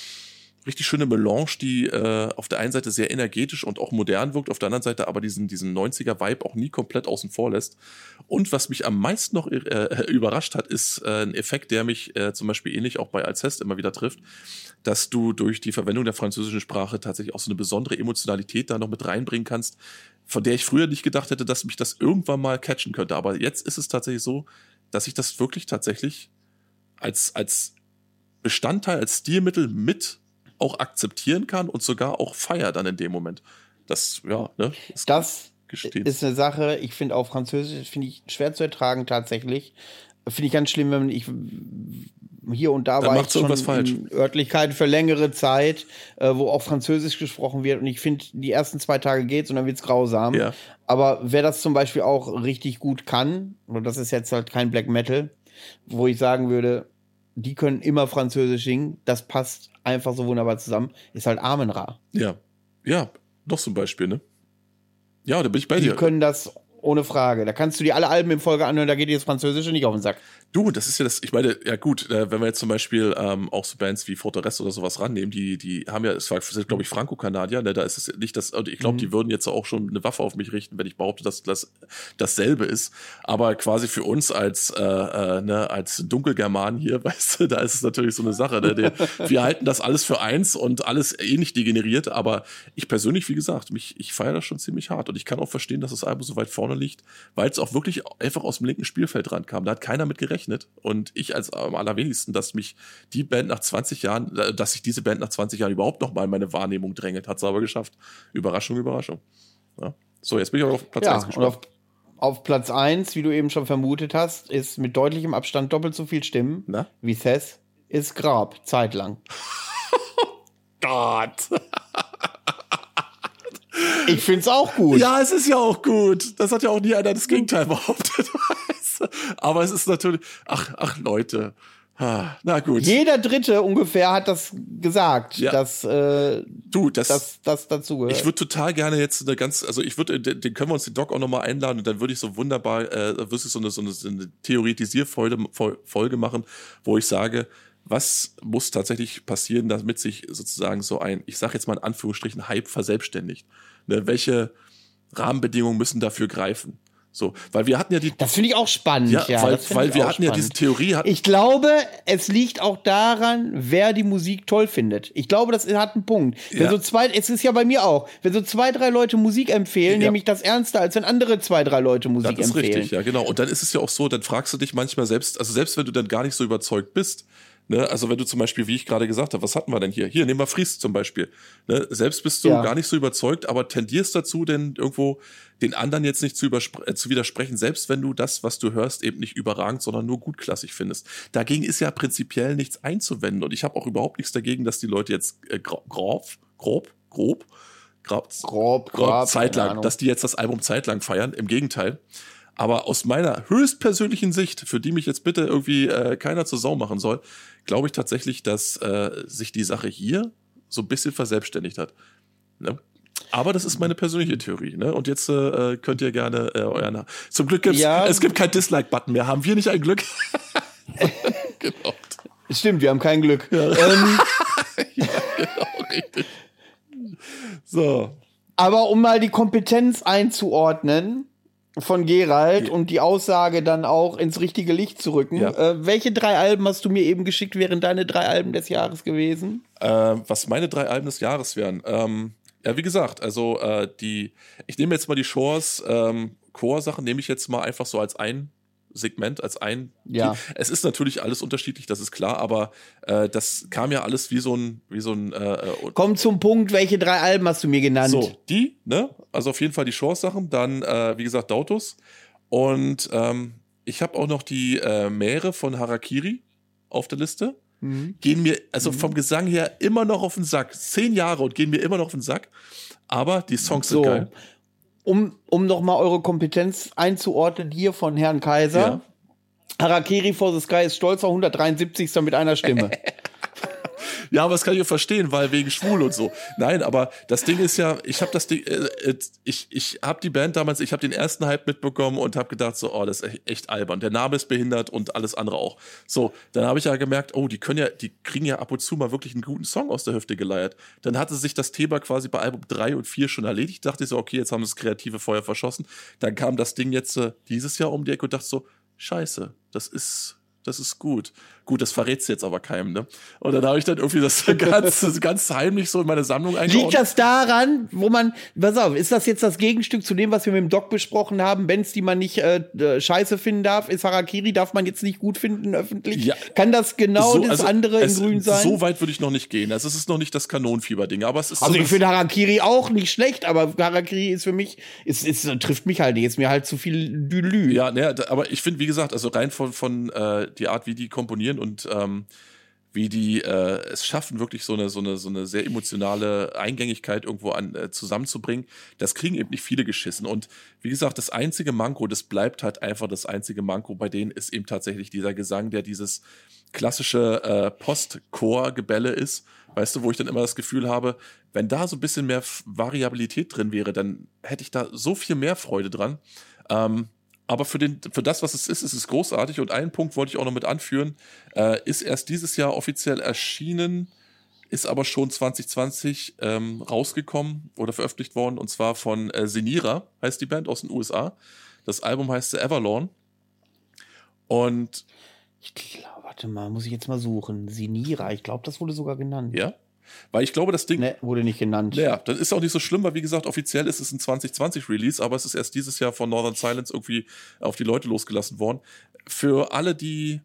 Melange, die auf der einen Seite sehr energetisch und auch modern wirkt, auf der anderen Seite aber diesen 90er-Vibe auch nie komplett außen vor lässt. Und was mich am meisten noch überrascht hat, ist ein Effekt, der mich zum Beispiel ähnlich auch bei Alceste immer wieder trifft, dass du durch die Verwendung der französischen Sprache tatsächlich auch so eine besondere Emotionalität da noch mit reinbringen kannst, von der ich früher nicht gedacht hätte, dass mich das irgendwann mal catchen könnte. Aber jetzt ist es tatsächlich so, dass ich das wirklich tatsächlich als Bestandteil, als Stilmittel mit auch akzeptieren kann und sogar auch feiert dann in dem Moment. Das, ja, ne? Das ist eine Sache, ich finde auch Französisch, finde ich schwer zu ertragen tatsächlich. Finde ich ganz schlimm, wenn ich hier und da war ich schon in Örtlichkeiten für längere Zeit, wo auch Französisch gesprochen wird und ich finde, die ersten 2 Tage geht's und dann wird's grausam. Ja. Aber wer das zum Beispiel auch richtig gut kann, und das ist jetzt halt kein Black Metal, wo ich sagen würde, die können immer Französisch singen, das passt einfach so wunderbar zusammen, ist halt Amen-Ra. Ja, noch zum Beispiel, ne? Ja, da bin ich bei dir. Die können das ohne Frage. Da kannst du dir alle Alben in Folge anhören, da geht dir das Französische nicht auf den Sack. Du, das ist ja das, ich meine, ja gut, wenn wir jetzt zum Beispiel auch so Bands wie Fortress oder sowas rannehmen, die haben ja, es war, glaube ich, Franco-Kanadier, ne, da ist es nicht das, und ich glaube, die würden jetzt auch schon eine Waffe auf mich richten, wenn ich behaupte, dass das dasselbe ist. Aber quasi für uns als Dunkelgermanen hier, weißt du, da ist es natürlich so eine Sache, ne, wir halten das alles für eins und alles ähnlich degeneriert, aber ich persönlich, wie gesagt, ich feiere das schon ziemlich hart und ich kann auch verstehen, dass das Album so weit vorne liegt, weil es auch wirklich einfach aus dem linken Spielfeldrand kam. Da hat keiner mit gerechnet. Und ich als am allerwenigsten, dass ich diese Band nach 20 Jahren überhaupt noch mal in meine Wahrnehmung drängelt, hat es aber geschafft. Überraschung, Überraschung. Ja. So, jetzt bin ich aber auf Platz 1 gespannt. auf Platz 1, wie du eben schon vermutet hast, ist mit deutlichem Abstand doppelt so viel Stimmen wie Seth, ist Grab, zeitlang. Gott. Ich find's auch gut. Ja, es ist ja auch gut. Das hat ja auch nie einer das Gegenteil behauptet. Aber es ist natürlich, ach Leute. Na gut. Jeder Dritte ungefähr hat das gesagt, dass das dazu gehört. Ich würde total gerne jetzt den können wir uns den Doc auch nochmal einladen und dann würde ich so wunderbar, würde ich so eine Theoretisierfolge machen, wo ich sage, was muss tatsächlich passieren, damit sich sozusagen so ein, ich sage jetzt mal in Anführungsstrichen, Hype verselbstständigt. Ne, welche Rahmenbedingungen müssen dafür greifen? So, weil wir hatten ja das finde ich auch spannend, weil wir hatten ja diese Theorie. Ich glaube, es liegt auch daran, wer die Musik toll findet. Ich glaube, das hat einen Punkt. Wenn es ist ja bei mir auch, wenn so 2, 3 Leute Musik empfehlen, nehme ich das ernster, als wenn andere 2, 3 Leute Musik empfehlen. Das ist richtig, ja, genau. Und dann ist es ja auch so, dann fragst du dich manchmal selbst, also selbst wenn du dann gar nicht so überzeugt bist, ne, also wenn du zum Beispiel, wie ich gerade gesagt habe, was hatten wir denn hier? Hier, nehmen wir Fries zum Beispiel. Ne, selbst bist du gar nicht so überzeugt, aber tendierst dazu, denn irgendwo den anderen jetzt nicht zu widersprechen, selbst wenn du das, was du hörst, eben nicht überragend, sondern nur gutklassig findest. Dagegen ist ja prinzipiell nichts einzuwenden und ich habe auch überhaupt nichts dagegen, dass die Leute jetzt grob zeitlang, dass die jetzt das Album zeitlang feiern. Im Gegenteil. Aber aus meiner höchstpersönlichen Sicht, für die mich jetzt bitte irgendwie keiner zur Sau machen soll, glaube ich tatsächlich, dass sich die Sache hier so ein bisschen verselbstständigt hat. Ne? Aber das ist meine persönliche Theorie. Ne? Und jetzt könnt ihr gerne euren... Zum Glück es gibt kein Dislike-Button mehr. Haben wir nicht ein Glück? Genau. Stimmt, wir haben kein Glück. Ja, ja, genau, richtig. So. Aber um mal die Kompetenz einzuordnen von Gerald und die Aussage dann auch ins richtige Licht zu rücken. Welche 3 Alben hast du mir eben geschickt, wären deine 3 Alben des Jahres gewesen? Was meine 3 Alben des Jahres wären? Ja, wie gesagt, also ich nehme jetzt mal die Shores Core-Sachen, nehme ich jetzt mal einfach so als ein Segment, als ein. Es ist natürlich alles unterschiedlich, das ist klar, aber das kam ja alles wie so ein Komm zum Punkt, welche 3 Alben hast du mir genannt? So, die, ne? Also auf jeden Fall die Shores-Sachen, dann, wie gesagt, Dautus. Und ich habe auch noch die Meere von Harakiri auf der Liste. Gehen mir, also vom Gesang her, immer noch auf den Sack. 10 Jahre und gehen mir immer noch auf den Sack. Aber die Songs sind geil. Um noch mal eure Kompetenz einzuordnen hier von Herrn Kaiser. Ja. Harakiri for the Sky ist stolzer 173. mit einer Stimme. Ja, aber das kann ich ja verstehen, weil wegen schwul und so. Nein, aber das Ding ist ja, ich habe die Band damals, ich habe den ersten Hype mitbekommen und habe gedacht so, oh, das ist echt albern. Der Name ist behindert und alles andere auch. So, dann habe ich ja gemerkt, oh, die kriegen ja ab und zu mal wirklich einen guten Song aus der Hüfte geleiert. Dann hatte sich das Thema quasi bei Album 3 und 4 schon erledigt. Dachte ich so, okay, jetzt haben sie das kreative Feuer verschossen. Dann kam das Ding jetzt dieses Jahr um die Ecke und dachte so, scheiße, das ist gut. Gut, das verrätst du jetzt aber keinem, ne? Und dann habe ich dann irgendwie das ganz heimlich so in meine Sammlung eingeordnet. Liegt das daran, pass auf, ist das jetzt das Gegenstück zu dem, was wir mit dem Doc besprochen haben? Bands, die man nicht scheiße finden darf, ist Harakiri, darf man jetzt nicht gut finden öffentlich? Ja. Kann das genau das andere in Grün sein? So weit würde ich noch nicht gehen. Also es ist noch nicht das Kanonenfieber-Ding, aber es ist also ich finde Harakiri auch nicht schlecht, aber Harakiri ist für mich, trifft mich halt nicht, ist mir halt zu viel Dülü. Ja, ne, aber ich finde, wie gesagt, also rein von die Art, wie die komponieren und wie die es schaffen, wirklich so eine sehr emotionale Eingängigkeit irgendwo zusammenzubringen, das kriegen eben nicht viele geschissen. Und wie gesagt, das einzige Manko, das bleibt halt einfach das einzige Manko bei denen, ist eben tatsächlich dieser Gesang, der dieses klassische Post-Chor-Gebälle ist, weißt du, wo ich dann immer das Gefühl habe, wenn da so ein bisschen mehr Variabilität drin wäre, dann hätte ich da so viel mehr Freude dran. Aber für das, was es ist großartig. Und einen Punkt wollte ich auch noch mit anführen. Ist erst dieses Jahr offiziell erschienen, ist aber schon 2020 rausgekommen oder veröffentlicht worden. Und zwar von Senira, heißt die Band aus den USA. Das Album heißt The Everlorn. Und ich glaube, warte mal, muss ich jetzt mal suchen. Senira, ich glaube, das wurde sogar genannt. Ja? Weil ich glaube, das Ding... Ne, wurde nicht genannt. Ja, das ist auch nicht so schlimm, weil wie gesagt, offiziell ist es ein 2020-Release, aber es ist erst dieses Jahr von Northern Silence irgendwie auf die Leute losgelassen worden. Für alle, die...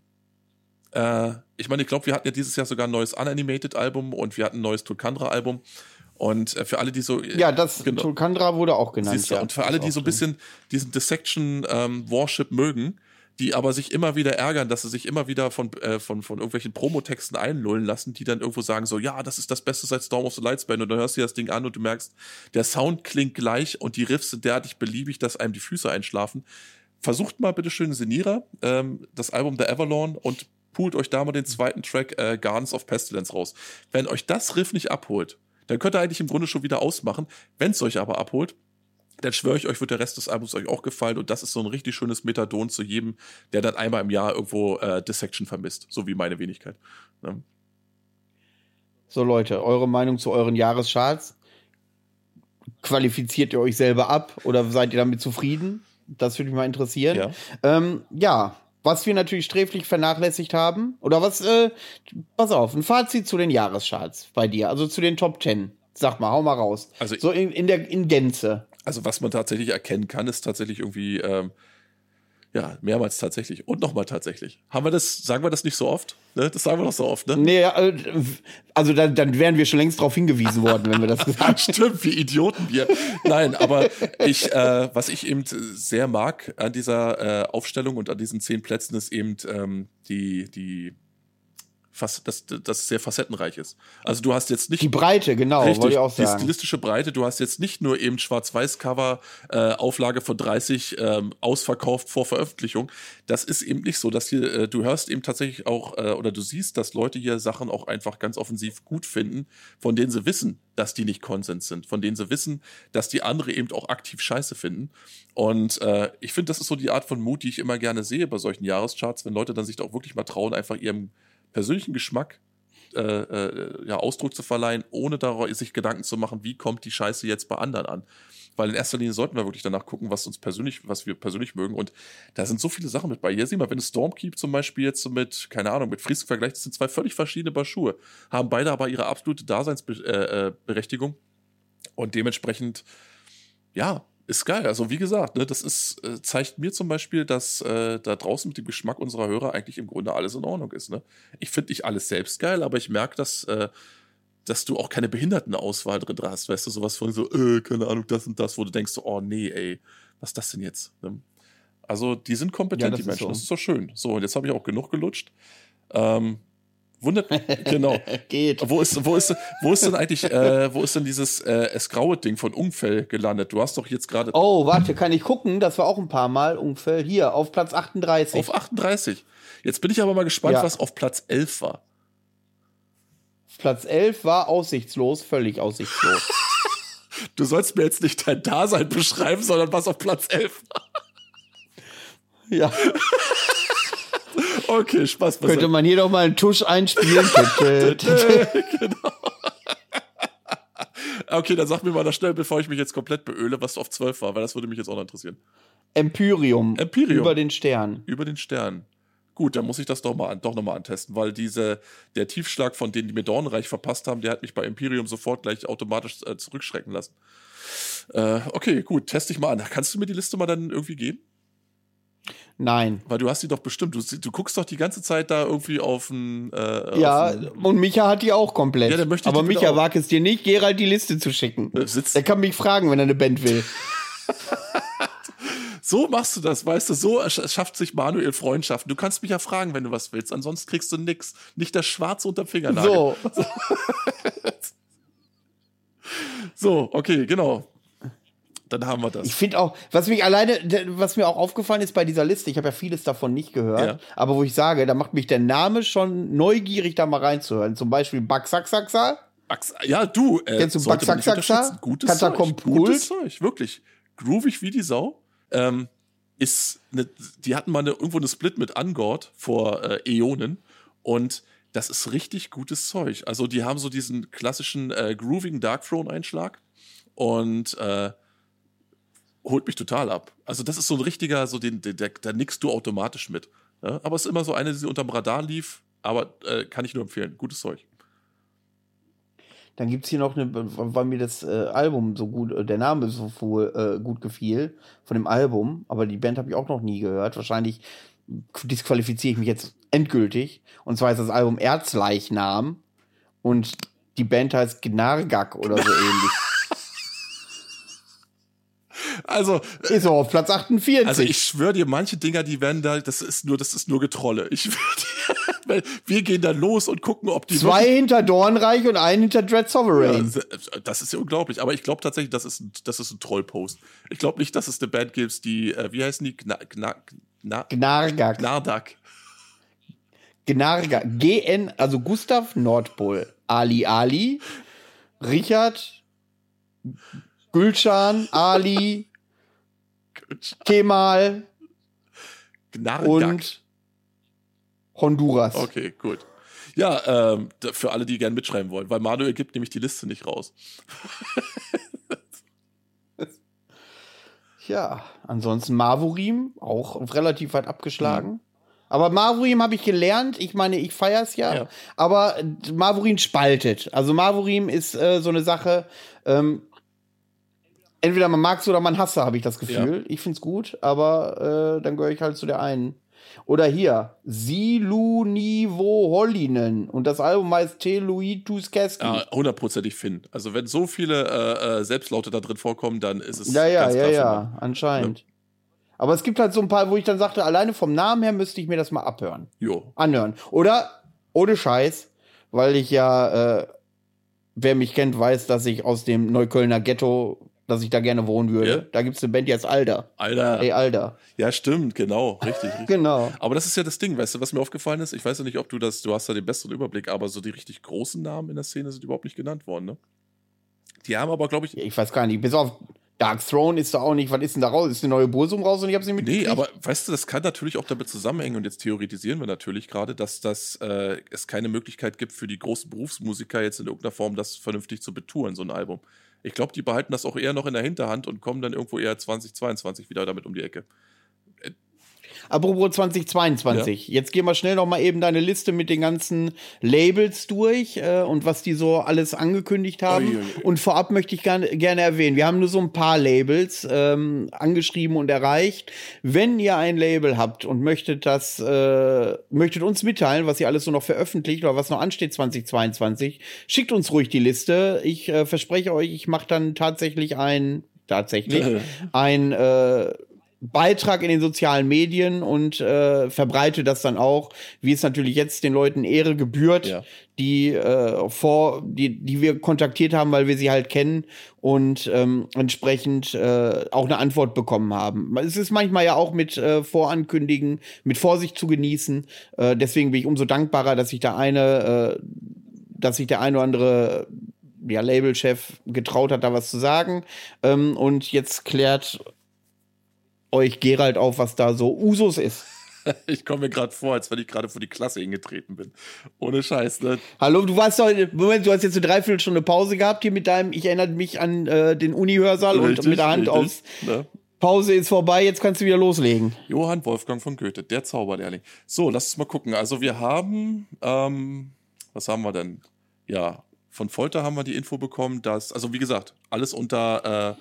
ich meine, ich glaube, wir hatten ja dieses Jahr sogar ein neues Unanimated-Album und wir hatten ein neues Tulkandra-Album. Und für alle, die so. Ja, Tulkandra wurde auch genannt. Siehst du, und für alle, die so ein bisschen diesen Dissection Warship mögen, die aber sich immer wieder ärgern, dass sie sich immer wieder von irgendwelchen Promotexten einlullen lassen, die dann irgendwo sagen so, ja, das ist das Beste seit Storm of the Lightsbane, und dann hörst du dir das Ding an und du merkst, der Sound klingt gleich und die Riffs sind derartig beliebig, dass einem die Füße einschlafen. Versucht mal bitte schön Senira, das Album The Avalon, und poolt euch da mal den zweiten Track Gardens of Pestilence raus. Wenn euch das Riff nicht abholt, dann könnt ihr eigentlich im Grunde schon wieder ausmachen. Wenn es euch aber abholt, dann schwöre ich euch, wird der Rest des Albums euch auch gefallen, und das ist so ein richtig schönes Methadon zu jedem, der dann einmal im Jahr irgendwo Dissection vermisst, so wie meine Wenigkeit. Ja. So Leute, eure Meinung zu euren Jahrescharts? Qualifiziert ihr euch selber ab oder seid ihr damit zufrieden? Das würde mich mal interessieren. Ja. Was wir natürlich sträflich vernachlässigt haben, oder was, pass auf, ein Fazit zu den Jahrescharts bei dir, also zu den Top 10. Sag mal, hau mal raus. Also, so in Gänze. Also was man tatsächlich erkennen kann, ist tatsächlich irgendwie, mehrmals tatsächlich und nochmal tatsächlich. Sagen wir das nicht so oft? Ne? Das sagen wir doch so oft, ne? Nee, also dann wären wir schon längst darauf hingewiesen worden, wenn wir das gesagt haben. Stimmt, wie Idioten wir. Nein, aber was ich eben sehr mag an dieser Aufstellung und an diesen 10 Plätzen, ist eben dass es sehr facettenreich ist. Also du hast jetzt nicht... Die Breite, genau, richtig, wollte ich auch sagen. Die stilistische Breite. Du hast jetzt nicht nur eben Schwarz-Weiß-Cover, Auflage von 30, ausverkauft vor Veröffentlichung. Das ist eben nicht so, dass hier, du hörst eben tatsächlich auch, oder du siehst, dass Leute hier Sachen auch einfach ganz offensiv gut finden, von denen sie wissen, dass die nicht Konsens sind, von denen sie wissen, dass die andere eben auch aktiv scheiße finden. Und ich finde, das ist so die Art von Mut, die ich immer gerne sehe bei solchen Jahrescharts, wenn Leute dann sich da auch wirklich mal trauen, einfach ihrem persönlichen Geschmack Ausdruck zu verleihen, ohne sich Gedanken zu machen, wie kommt die Scheiße jetzt bei anderen an. Weil in erster Linie sollten wir wirklich danach gucken, was wir persönlich mögen. Und da sind so viele Sachen mit bei. Hier sieh mal, wenn du Stormkeep zum Beispiel jetzt so mit Frisk vergleicht, das sind 2 völlig verschiedene Paar Schuhe, haben beide aber ihre absolute Daseinsberechtigung. Und dementsprechend, ist geil. Also wie gesagt, ne, das zeigt mir zum Beispiel, dass da draußen mit dem Geschmack unserer Hörer eigentlich im Grunde alles in Ordnung ist. Ne? Ich finde nicht alles selbst geil, aber ich merke, dass du auch keine Behindertenauswahl drin hast. Weißt du, sowas von so, keine Ahnung, das und das, wo du denkst so, oh nee, ey, was ist das denn jetzt? Ne? Also die sind kompetent, die Menschen. Das ist doch schön. So, und jetzt habe ich auch genug gelutscht. Genau. Geht. Wo ist denn eigentlich, wo ist denn dieses graue Ding von Ungfell gelandet? Du hast doch jetzt gerade... Oh, warte, kann ich gucken? Das war auch ein paar Mal Ungfell. Hier, auf Platz 38. Auf 38. Jetzt bin ich aber mal gespannt, was auf Platz 11 war. Platz 11 war aussichtslos, völlig aussichtslos. Du sollst mir jetzt nicht dein Dasein beschreiben, sondern was auf Platz 11 war. Ja. Okay, Spaß. Könnte man hier doch mal einen Tusch einspielen? Genau. Okay, dann sag mir mal da schnell, bevor ich mich jetzt komplett beöle, was auf 12 war, weil das würde mich jetzt auch noch interessieren. Empyrium. Über den Stern. Über den Stern. Gut, dann muss ich das doch nochmal antesten, weil der Tiefschlag, von denen die mir Dornreich verpasst haben, der hat mich bei Empyrium sofort gleich automatisch zurückschrecken lassen. Okay, gut, teste ich mal an. Kannst du mir die Liste mal dann irgendwie geben? Nein. Weil du hast die doch bestimmt. Du guckst doch die ganze Zeit da irgendwie auf ein... und Micha hat die auch komplett. Ja, dann möchte ich aber Micha wagt es dir nicht, Gerald die Liste zu schicken. Der kann mich fragen, wenn er eine Band will. So machst du das, weißt du, so schafft sich Manuel Freundschaften. Du kannst mich ja fragen, wenn du was willst, ansonsten kriegst du nix. Nicht das Schwarze unterm Fingernagel. So, okay, genau. Dann haben wir das. Ich finde auch, was mir auch aufgefallen ist bei dieser Liste, ich habe ja vieles davon nicht gehört, aber wo ich sage, da macht mich der Name schon neugierig, da mal reinzuhören. Zum Beispiel Baxaxaxa. Ja, du. Kennst du Baxaxaxa? Katakomb Gutes Zeug, wirklich. Groovig wie die Sau. Die hatten mal irgendwo eine Split mit Ungord vor Äonen, und das ist richtig gutes Zeug. Also die haben so diesen klassischen groovigen Dark Throne-Einschlag und holt mich total ab. Also das ist so ein richtiger, so da nickst du automatisch mit. Ja? Aber es ist immer so eine, die unterm Radar lief, aber kann ich nur empfehlen. Gutes Zeug. Dann gibt es hier noch weil mir das Album so gut, der Name so gut gefiel von dem Album, aber die Band habe ich auch noch nie gehört. Wahrscheinlich disqualifiziere ich mich jetzt endgültig. Und zwar ist das Album Erzleichnam. Und Die Band heißt Gnargak oder so ähnlich. Also ist auch auf Platz 48. Also ich schwöre dir, manche Dinger, die werden da, das ist nur Getrolle. Ich schwöre dir, wir gehen dann los und gucken, ob die 2 hinter Dornreich und 1 hinter Dread Sovereign. Ja, das ist ja unglaublich. Aber ich glaube tatsächlich, das ist ein Trollpost. Ich glaube nicht, dass es eine Band gibt, die, wie heißen die? Gnargak. Gnargak. GN, also Gustav Nordpol. Ali, Richard, Gülschan, Ali, Kemal Gnargak. Und Honduras. Okay, gut. Ja, für alle, die gerne mitschreiben wollen, weil Manuel gibt nämlich die Liste nicht raus. Ja, ansonsten Marvurim, auch relativ weit abgeschlagen. Aber Marvurim habe ich gelernt, ich meine, ich feiere es ja, aber Marvurim spaltet. Also Marvurim ist so eine Sache, entweder man mag es oder man hasse, habe ich das Gefühl. Ja. Ich finde es gut, aber dann gehöre ich halt zu der einen. Oder hier, Silunivo Hollinen. Und das Album heißt Teluitus Käski. Ja, 100%ig Finn. Also wenn so viele Selbstlaute da drin vorkommen, dann ist es ganz klar. Ja, anscheinend. Ja. Aber es gibt halt so ein paar, wo ich dann sagte, alleine vom Namen her müsste ich mir das mal anhören. Oder, ohne Scheiß, weil ich ja, wer mich kennt, weiß, dass ich aus dem Neuköllner Ghetto, dass ich da gerne wohnen würde. Ja. Da gibt es eine Band, die heißt Alda. Ey, Alda. Ja, stimmt, genau, richtig. Genau. Aber das ist ja das Ding, weißt du, was mir aufgefallen ist? Ich weiß ja nicht, ob du hast ja den besseren Überblick, aber so die richtig großen Namen in der Szene sind überhaupt nicht genannt worden, ne? Die haben aber, glaube ich... Ich weiß gar nicht, bis auf Dark Throne ist da auch nicht, was ist denn da raus? Ist eine neue Bursum raus und ich habe sie mitgekriegt? Nee, aber weißt du, das kann natürlich auch damit zusammenhängen und jetzt theoretisieren wir natürlich gerade, dass es keine Möglichkeit gibt für die großen Berufsmusiker jetzt in irgendeiner Form das vernünftig zu betouren, so ein Album. Ich glaube, die behalten das auch eher noch in der Hinterhand und kommen dann irgendwo eher 2022 wieder damit um die Ecke. Apropos 2022, jetzt gehen wir schnell noch mal eben deine Liste mit den ganzen Labels durch und was die so alles angekündigt haben. Und vorab möchte ich gerne erwähnen, wir haben nur so ein paar Labels angeschrieben und erreicht. Wenn ihr ein Label habt und möchtet uns mitteilen, was ihr alles so noch veröffentlicht oder was noch ansteht 2022, schickt uns ruhig die Liste. Ich verspreche euch, ich mache dann tatsächlich ein Beitrag in den sozialen Medien und verbreite das dann auch, wie es natürlich jetzt den Leuten Ehre gebührt, die wir kontaktiert haben, weil wir sie halt kennen und entsprechend auch eine Antwort bekommen haben. Es ist manchmal ja auch mit Vorankündigen, mit Vorsicht zu genießen. Deswegen bin ich umso dankbarer, dass sich der eine oder andere Labelchef getraut hat, da was zu sagen. Und jetzt klärt euch Gerald auf, was da so Usus ist. Ich komme mir gerade vor, als wenn ich gerade vor die Klasse hingetreten bin. Ohne Scheiß, ne? Hallo, du hast jetzt eine Dreiviertelstunde Pause gehabt hier mit deinem, ich erinnere mich an den Uni-Hörsaal und mit der Hand aufs... Ne? Pause ist vorbei, jetzt kannst du wieder loslegen. Johann Wolfgang von Goethe, der Zauberlehrling. So, lass uns mal gucken. Also wir haben, was haben wir denn? Ja, von Folter haben wir die Info bekommen, dass, also wie gesagt, alles unter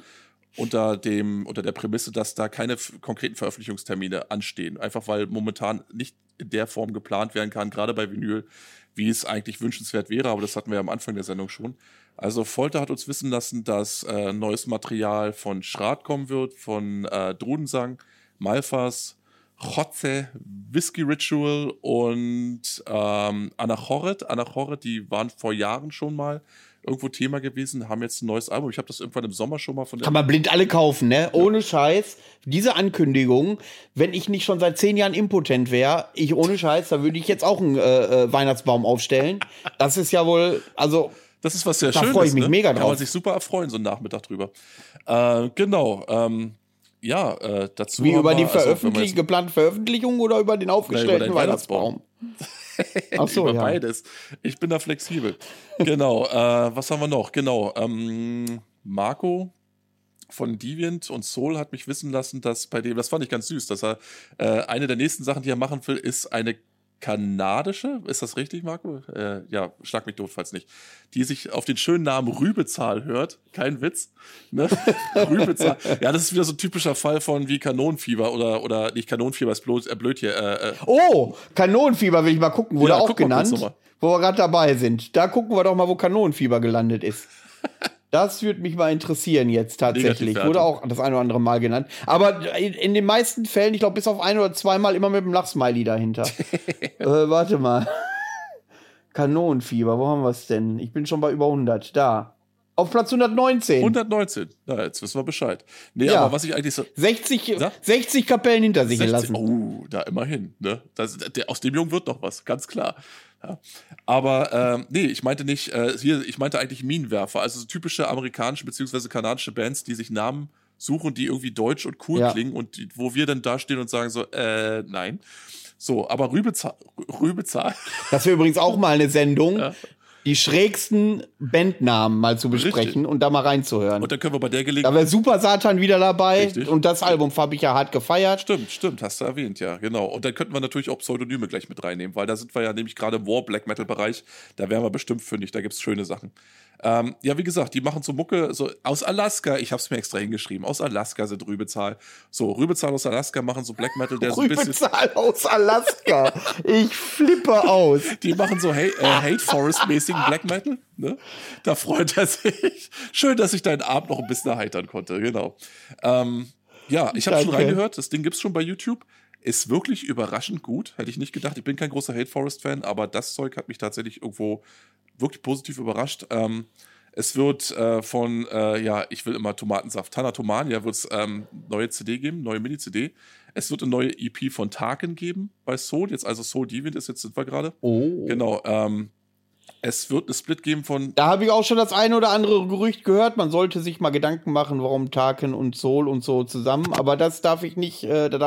der Prämisse, dass da keine konkreten Veröffentlichungstermine anstehen. Einfach weil momentan nicht in der Form geplant werden kann, gerade bei Vinyl, wie es eigentlich wünschenswert wäre, aber das hatten wir ja am Anfang der Sendung schon. Also Folter hat uns wissen lassen, dass neues Material von Schrat kommen wird, von Drudensang, Malfas, Chotze, Whiskey Ritual und Anachoret. Anachoret, die waren vor Jahren schon mal irgendwo Thema gewesen, haben jetzt ein neues Album. Ich habe das irgendwann im Sommer schon mal von Kann man blind alle kaufen, ne? Ohne Scheiß. Diese Ankündigung, wenn ich nicht schon seit 10 Jahren impotent wäre, ohne Scheiß, da würde ich jetzt auch einen Weihnachtsbaum aufstellen. Das ist ja wohl, also... Das ist was sehr Schönes. Da freue ich mich mega drauf. Kann man sich super erfreuen, so einen Nachmittag drüber. Genau. Dazu. Wie über die geplante Veröffentlichung oder über den aufgestellten Weihnachtsbaum? Ach so, über beides. Ich bin da flexibel. Genau. Was haben wir noch? Genau. Marco von Deviant und Soul hat mich wissen lassen, dass bei dem, das fand ich ganz süß, dass er eine der nächsten Sachen, die er machen will, ist eine kanadische, ist das richtig, Marco? Ja, schlag mich doof, falls nicht. Die sich auf den schönen Namen Rübezahl hört. Kein Witz. Ne? Rübezahl. Ja, das ist wieder so ein typischer Fall von wie Kanonenfieber oder nicht Kanonenfieber, ist blöd hier. Oh, Kanonenfieber will ich mal gucken, wurde auch genannt, wo wir gerade dabei sind. Da gucken wir doch mal, wo Kanonenfieber gelandet ist. Das würde mich mal interessieren jetzt tatsächlich. Wurde auch das ein oder andere Mal genannt. Aber in den meisten Fällen, ich glaube, bis auf ein oder zweimal immer mit dem Lachsmiley dahinter. Warte mal. Kanonenfieber, wo haben wir es denn? Ich bin schon bei über 100. Da. Auf Platz 119. 119. Na, jetzt wissen wir Bescheid. Nee, ja. Aber was ich eigentlich so. 60 Kapellen hinter sich lassen. Oh, da immerhin. Ne? Aus dem Jungen wird noch was, ganz klar. Ja. Aber nee, ich meinte nicht, ich meinte eigentlich Minenwerfer, also so typische amerikanische bzw. kanadische Bands, die sich Namen suchen, die irgendwie deutsch und cool klingen und wo wir dann da stehen und sagen so, nein. So, aber Rübezahl. Das wäre übrigens auch mal eine Sendung, die schrägsten Bandnamen mal zu besprechen und da mal reinzuhören. Und dann können wir bei der Gelegenheit. Da wäre Super Satan wieder dabei. Richtig. Und das Album habe ich ja hart gefeiert. Stimmt, hast du erwähnt, ja, genau. Und dann könnten wir natürlich auch Pseudonyme gleich mit reinnehmen, weil da sind wir ja nämlich gerade im War-Black-Metal-Bereich. Da wären wir bestimmt fündig, da gibt's schöne Sachen. Ja, wie gesagt, die machen so Mucke, so aus Alaska, ich hab's mir extra hingeschrieben, aus Alaska sind Rübezahl. So, Rübezahl aus Alaska machen so Black Metal, der so ein bisschen. Rübezahl aus Alaska. Ich flippe aus. Die machen so Hate Forest-mäßigen Black Metal, ne? Da freut er sich. Schön, dass ich deinen Abend noch ein bisschen erheitern konnte, genau. Ja, ich habe schon reingehört, das Ding gibt's schon bei YouTube. Ist wirklich überraschend gut, hätte ich nicht gedacht. Ich bin kein großer Hate Forest-Fan, aber das Zeug hat mich tatsächlich irgendwo wirklich positiv überrascht. Es wird von, ich will immer Tomatensaft, Thanatomania wird es neue CD geben, neue Mini-CD. Es wird eine neue EP von Tarkin geben bei Soul, jetzt also Soul Deviant ist, jetzt sind wir gerade. Oh. Genau, es wird eine Split geben von... Da habe ich auch schon das eine oder andere Gerücht gehört, man sollte sich mal Gedanken machen, warum Tarkin und Soul und so zusammen, aber das darf ich nicht,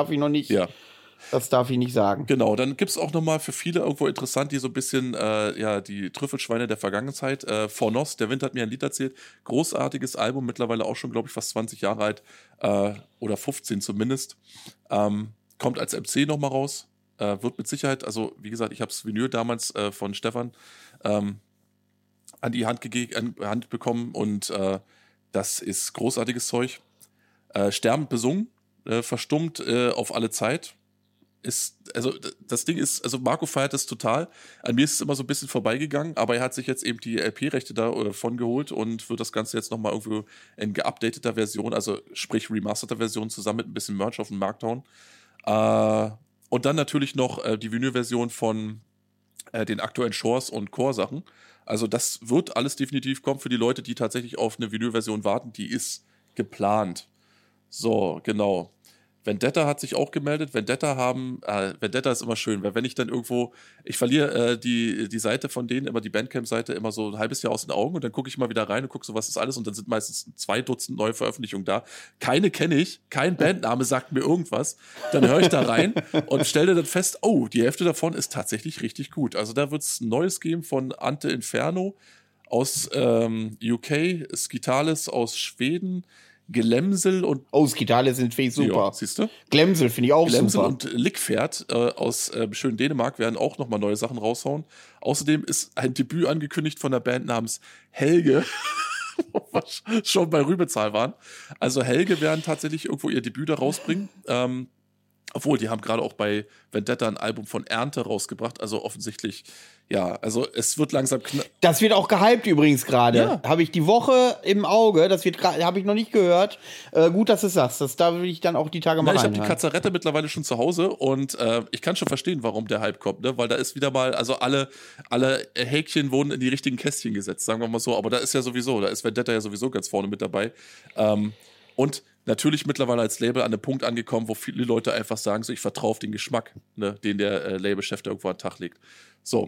das darf ich nicht sagen. Genau, dann gibt es auch nochmal für viele irgendwo interessant, die so ein bisschen, die Trüffelschweine der Vergangenheit. Fornos, der Wind hat mir ein Lied erzählt. Großartiges Album, mittlerweile auch schon, glaube ich, fast 20 Jahre alt. Oder 15 zumindest. Kommt als MC nochmal raus. Wird mit Sicherheit, also wie gesagt, ich habe das Vinyl damals von Stefan an die Hand bekommen und das ist großartiges Zeug. Sterbend besungen, verstummt auf alle Zeit. Das Ding ist, also Marco feiert das total. An mir ist es immer so ein bisschen vorbeigegangen, aber er hat sich jetzt eben die LP-Rechte davon geholt und wird das Ganze jetzt nochmal irgendwo in geupdateter Version, also sprich remasterter Version, zusammen mit ein bisschen Merch auf den Markt hauen. Und dann natürlich noch die Vinyl-Version von den aktuellen Shores und Core-Sachen. Also das wird alles definitiv kommen für die Leute, die tatsächlich auf eine Vinyl-Version warten. Die ist geplant. So, genau. Vendetta hat sich auch gemeldet. Vendetta ist immer schön, weil wenn ich dann irgendwo, ich verliere die Seite von denen, immer die Bandcamp-Seite, immer so ein halbes Jahr aus den Augen und dann gucke ich mal wieder rein und gucke so, was ist alles und dann sind meistens 2 Dutzend neue Veröffentlichungen da. Keine kenne ich, kein Bandname sagt mir irgendwas. Dann höre ich da rein und stelle dann fest, oh, die Hälfte davon ist tatsächlich richtig gut. Also da wird es ein neues geben von Ante Inferno aus UK, Skitalis aus Schweden, Glemsel und... Oh, Skitalis sind finde ich super. Ja, siehst du? Glemsel finde ich auch Glemsel super. Und Lickpferd aus schönen Dänemark werden auch nochmal neue Sachen raushauen. Außerdem ist ein Debüt angekündigt von der Band namens Helge, wo wir schon bei Rübezahl waren. Also Helge werden tatsächlich irgendwo ihr Debüt da rausbringen. Obwohl, die haben gerade auch bei Vendetta ein Album von Ernte rausgebracht. Also offensichtlich, ja, also es wird langsam Das wird auch gehypt übrigens gerade. Ja. Habe ich die Woche im Auge. Das wird habe ich noch nicht gehört. Gut, dass du es sagst. Da will ich dann auch die Tage mal reinhören. Ich habe die Kazarette mittlerweile schon zu Hause und ich kann schon verstehen, warum der Hype kommt, ne? Weil da ist wieder mal, also alle Häkchen wurden in die richtigen Kästchen gesetzt, sagen wir mal so. Aber da ist Vendetta ja sowieso ganz vorne mit dabei. Und natürlich mittlerweile als Label an einem Punkt angekommen, wo viele Leute einfach sagen, so, ich vertraue auf den Geschmack, ne, den der Labelchef da irgendwo an den Tag legt. So,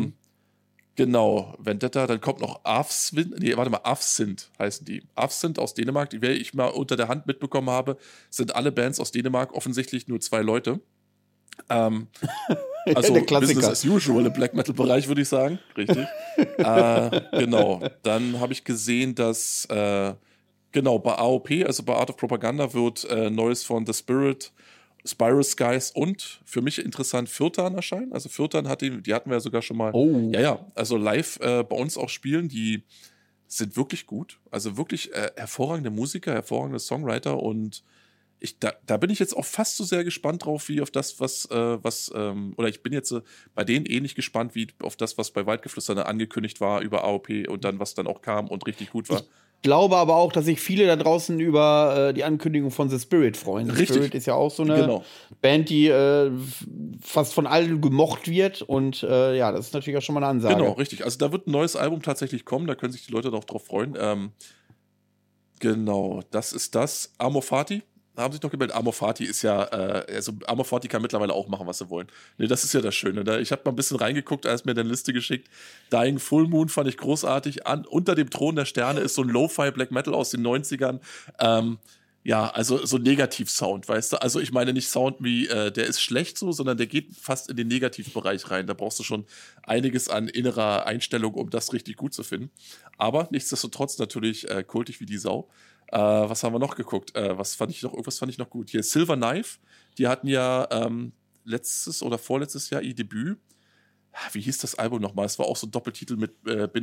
genau, Vendetta, dann kommt noch Avsint heißen die. Avsint aus Dänemark, die ich mal unter der Hand mitbekommen habe, sind alle Bands aus Dänemark, offensichtlich nur 2 Leute. Also der Klassiker. Business as usual im Black Metal Bereich, würde ich sagen. Richtig. Genau, dann habe ich gesehen, dass bei AOP, also bei Art of Propaganda, wird Neues von The Spirit Spiral Skies und für mich interessant Fürtan erscheinen. Also Fürtan die hatten wir ja sogar schon mal, also live bei uns auch spielen. Die sind wirklich gut. Also wirklich hervorragende Musiker, hervorragende Songwriter und da bin ich jetzt auch fast so sehr gespannt drauf, wie auf das, oder ich bin jetzt bei denen ähnlich gespannt, wie auf das, was bei Waldgeflüster angekündigt war über AOP und dann, was dann auch kam und richtig gut war. Ich glaube aber auch, dass sich viele da draußen über die Ankündigung von The Spirit freuen. The Spirit ist ja auch so eine Band, die fast von allen gemocht wird und das ist natürlich auch schon mal eine Ansage. Genau, richtig. Also da wird ein neues Album tatsächlich kommen, da können sich die Leute noch drauf freuen. Genau, das ist das. Amor Fati. Haben sich noch gemeldet. Amor Fati ist ja, Amor Fati kann mittlerweile auch machen, was sie wollen. Nee, das ist ja das Schöne. Ne? Ich habe mal ein bisschen reingeguckt, als mir eine Liste geschickt. Dying Full Moon fand ich großartig. Unter dem Thron der Sterne ist so ein Lo-Fi Black Metal aus den 90ern. Also so Negativ-Sound, weißt du? Also ich meine nicht Sound wie, der ist schlecht so, sondern der geht fast in den Negativbereich rein. Da brauchst du schon einiges an innerer Einstellung, um das richtig gut zu finden. Aber nichtsdestotrotz natürlich kultig wie die Sau. Was haben wir noch geguckt? Irgendwas fand ich noch gut. Hier Silver Knife, die hatten ja letztes oder vorletztes Jahr ihr Debüt. Wie hieß das Album nochmal? Es war auch so ein Doppeltitel mit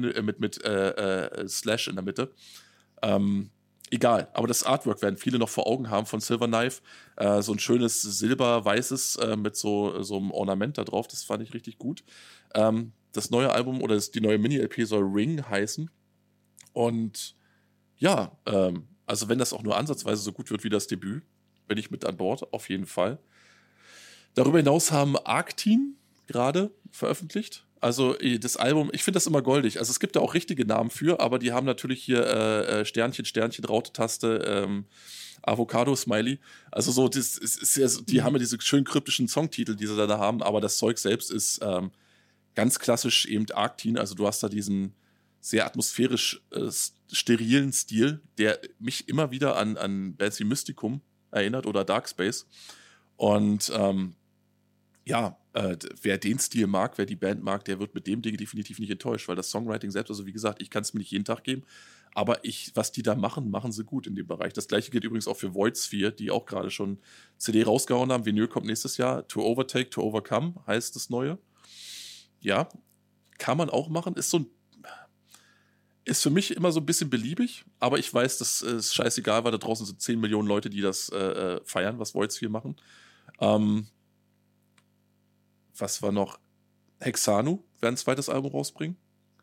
Slash in der Mitte. Egal, aber das Artwork werden viele noch vor Augen haben von Silver Knife. So ein schönes silber-weißes mit so einem Ornament da drauf. Das fand ich richtig gut. Das neue Album oder die neue Mini-LP soll Ring heißen. Und ja, also wenn das auch nur ansatzweise so gut wird wie das Debüt, bin ich mit an Bord, auf jeden Fall. Darüber hinaus haben Arctin gerade veröffentlicht. Also das Album, ich finde das immer goldig. Also es gibt da auch richtige Namen für, aber die haben natürlich hier Sternchen, Sternchen, Raute-Taste, Avocado-Smiley. Also so, das ist ja, die haben ja diese schön kryptischen Songtitel, die sie da haben, aber das Zeug selbst ist ganz klassisch eben Arctin. Also du hast da diesen sehr atmosphärisch sterilen Stil, der mich immer wieder an Bands wie Mysticum erinnert oder Dark Space. Und wer den Stil mag, wer die Band mag, der wird mit dem Ding definitiv nicht enttäuscht, weil das Songwriting selbst, also wie gesagt, ich kann es mir nicht jeden Tag geben, aber was die da machen, machen sie gut in dem Bereich. Das gleiche gilt übrigens auch für Void Sphere, die auch gerade schon CD rausgehauen haben. Vinyl kommt nächstes Jahr. To Overtake, To Overcome heißt das Neue. Ja, kann man auch machen. Ist für mich immer so ein bisschen beliebig, aber ich weiß, das ist scheißegal, weil da draußen sind 10 Millionen Leute, die das feiern, was Void Sphere machen. Was war noch? Hexanu werden ein zweites Album rausbringen.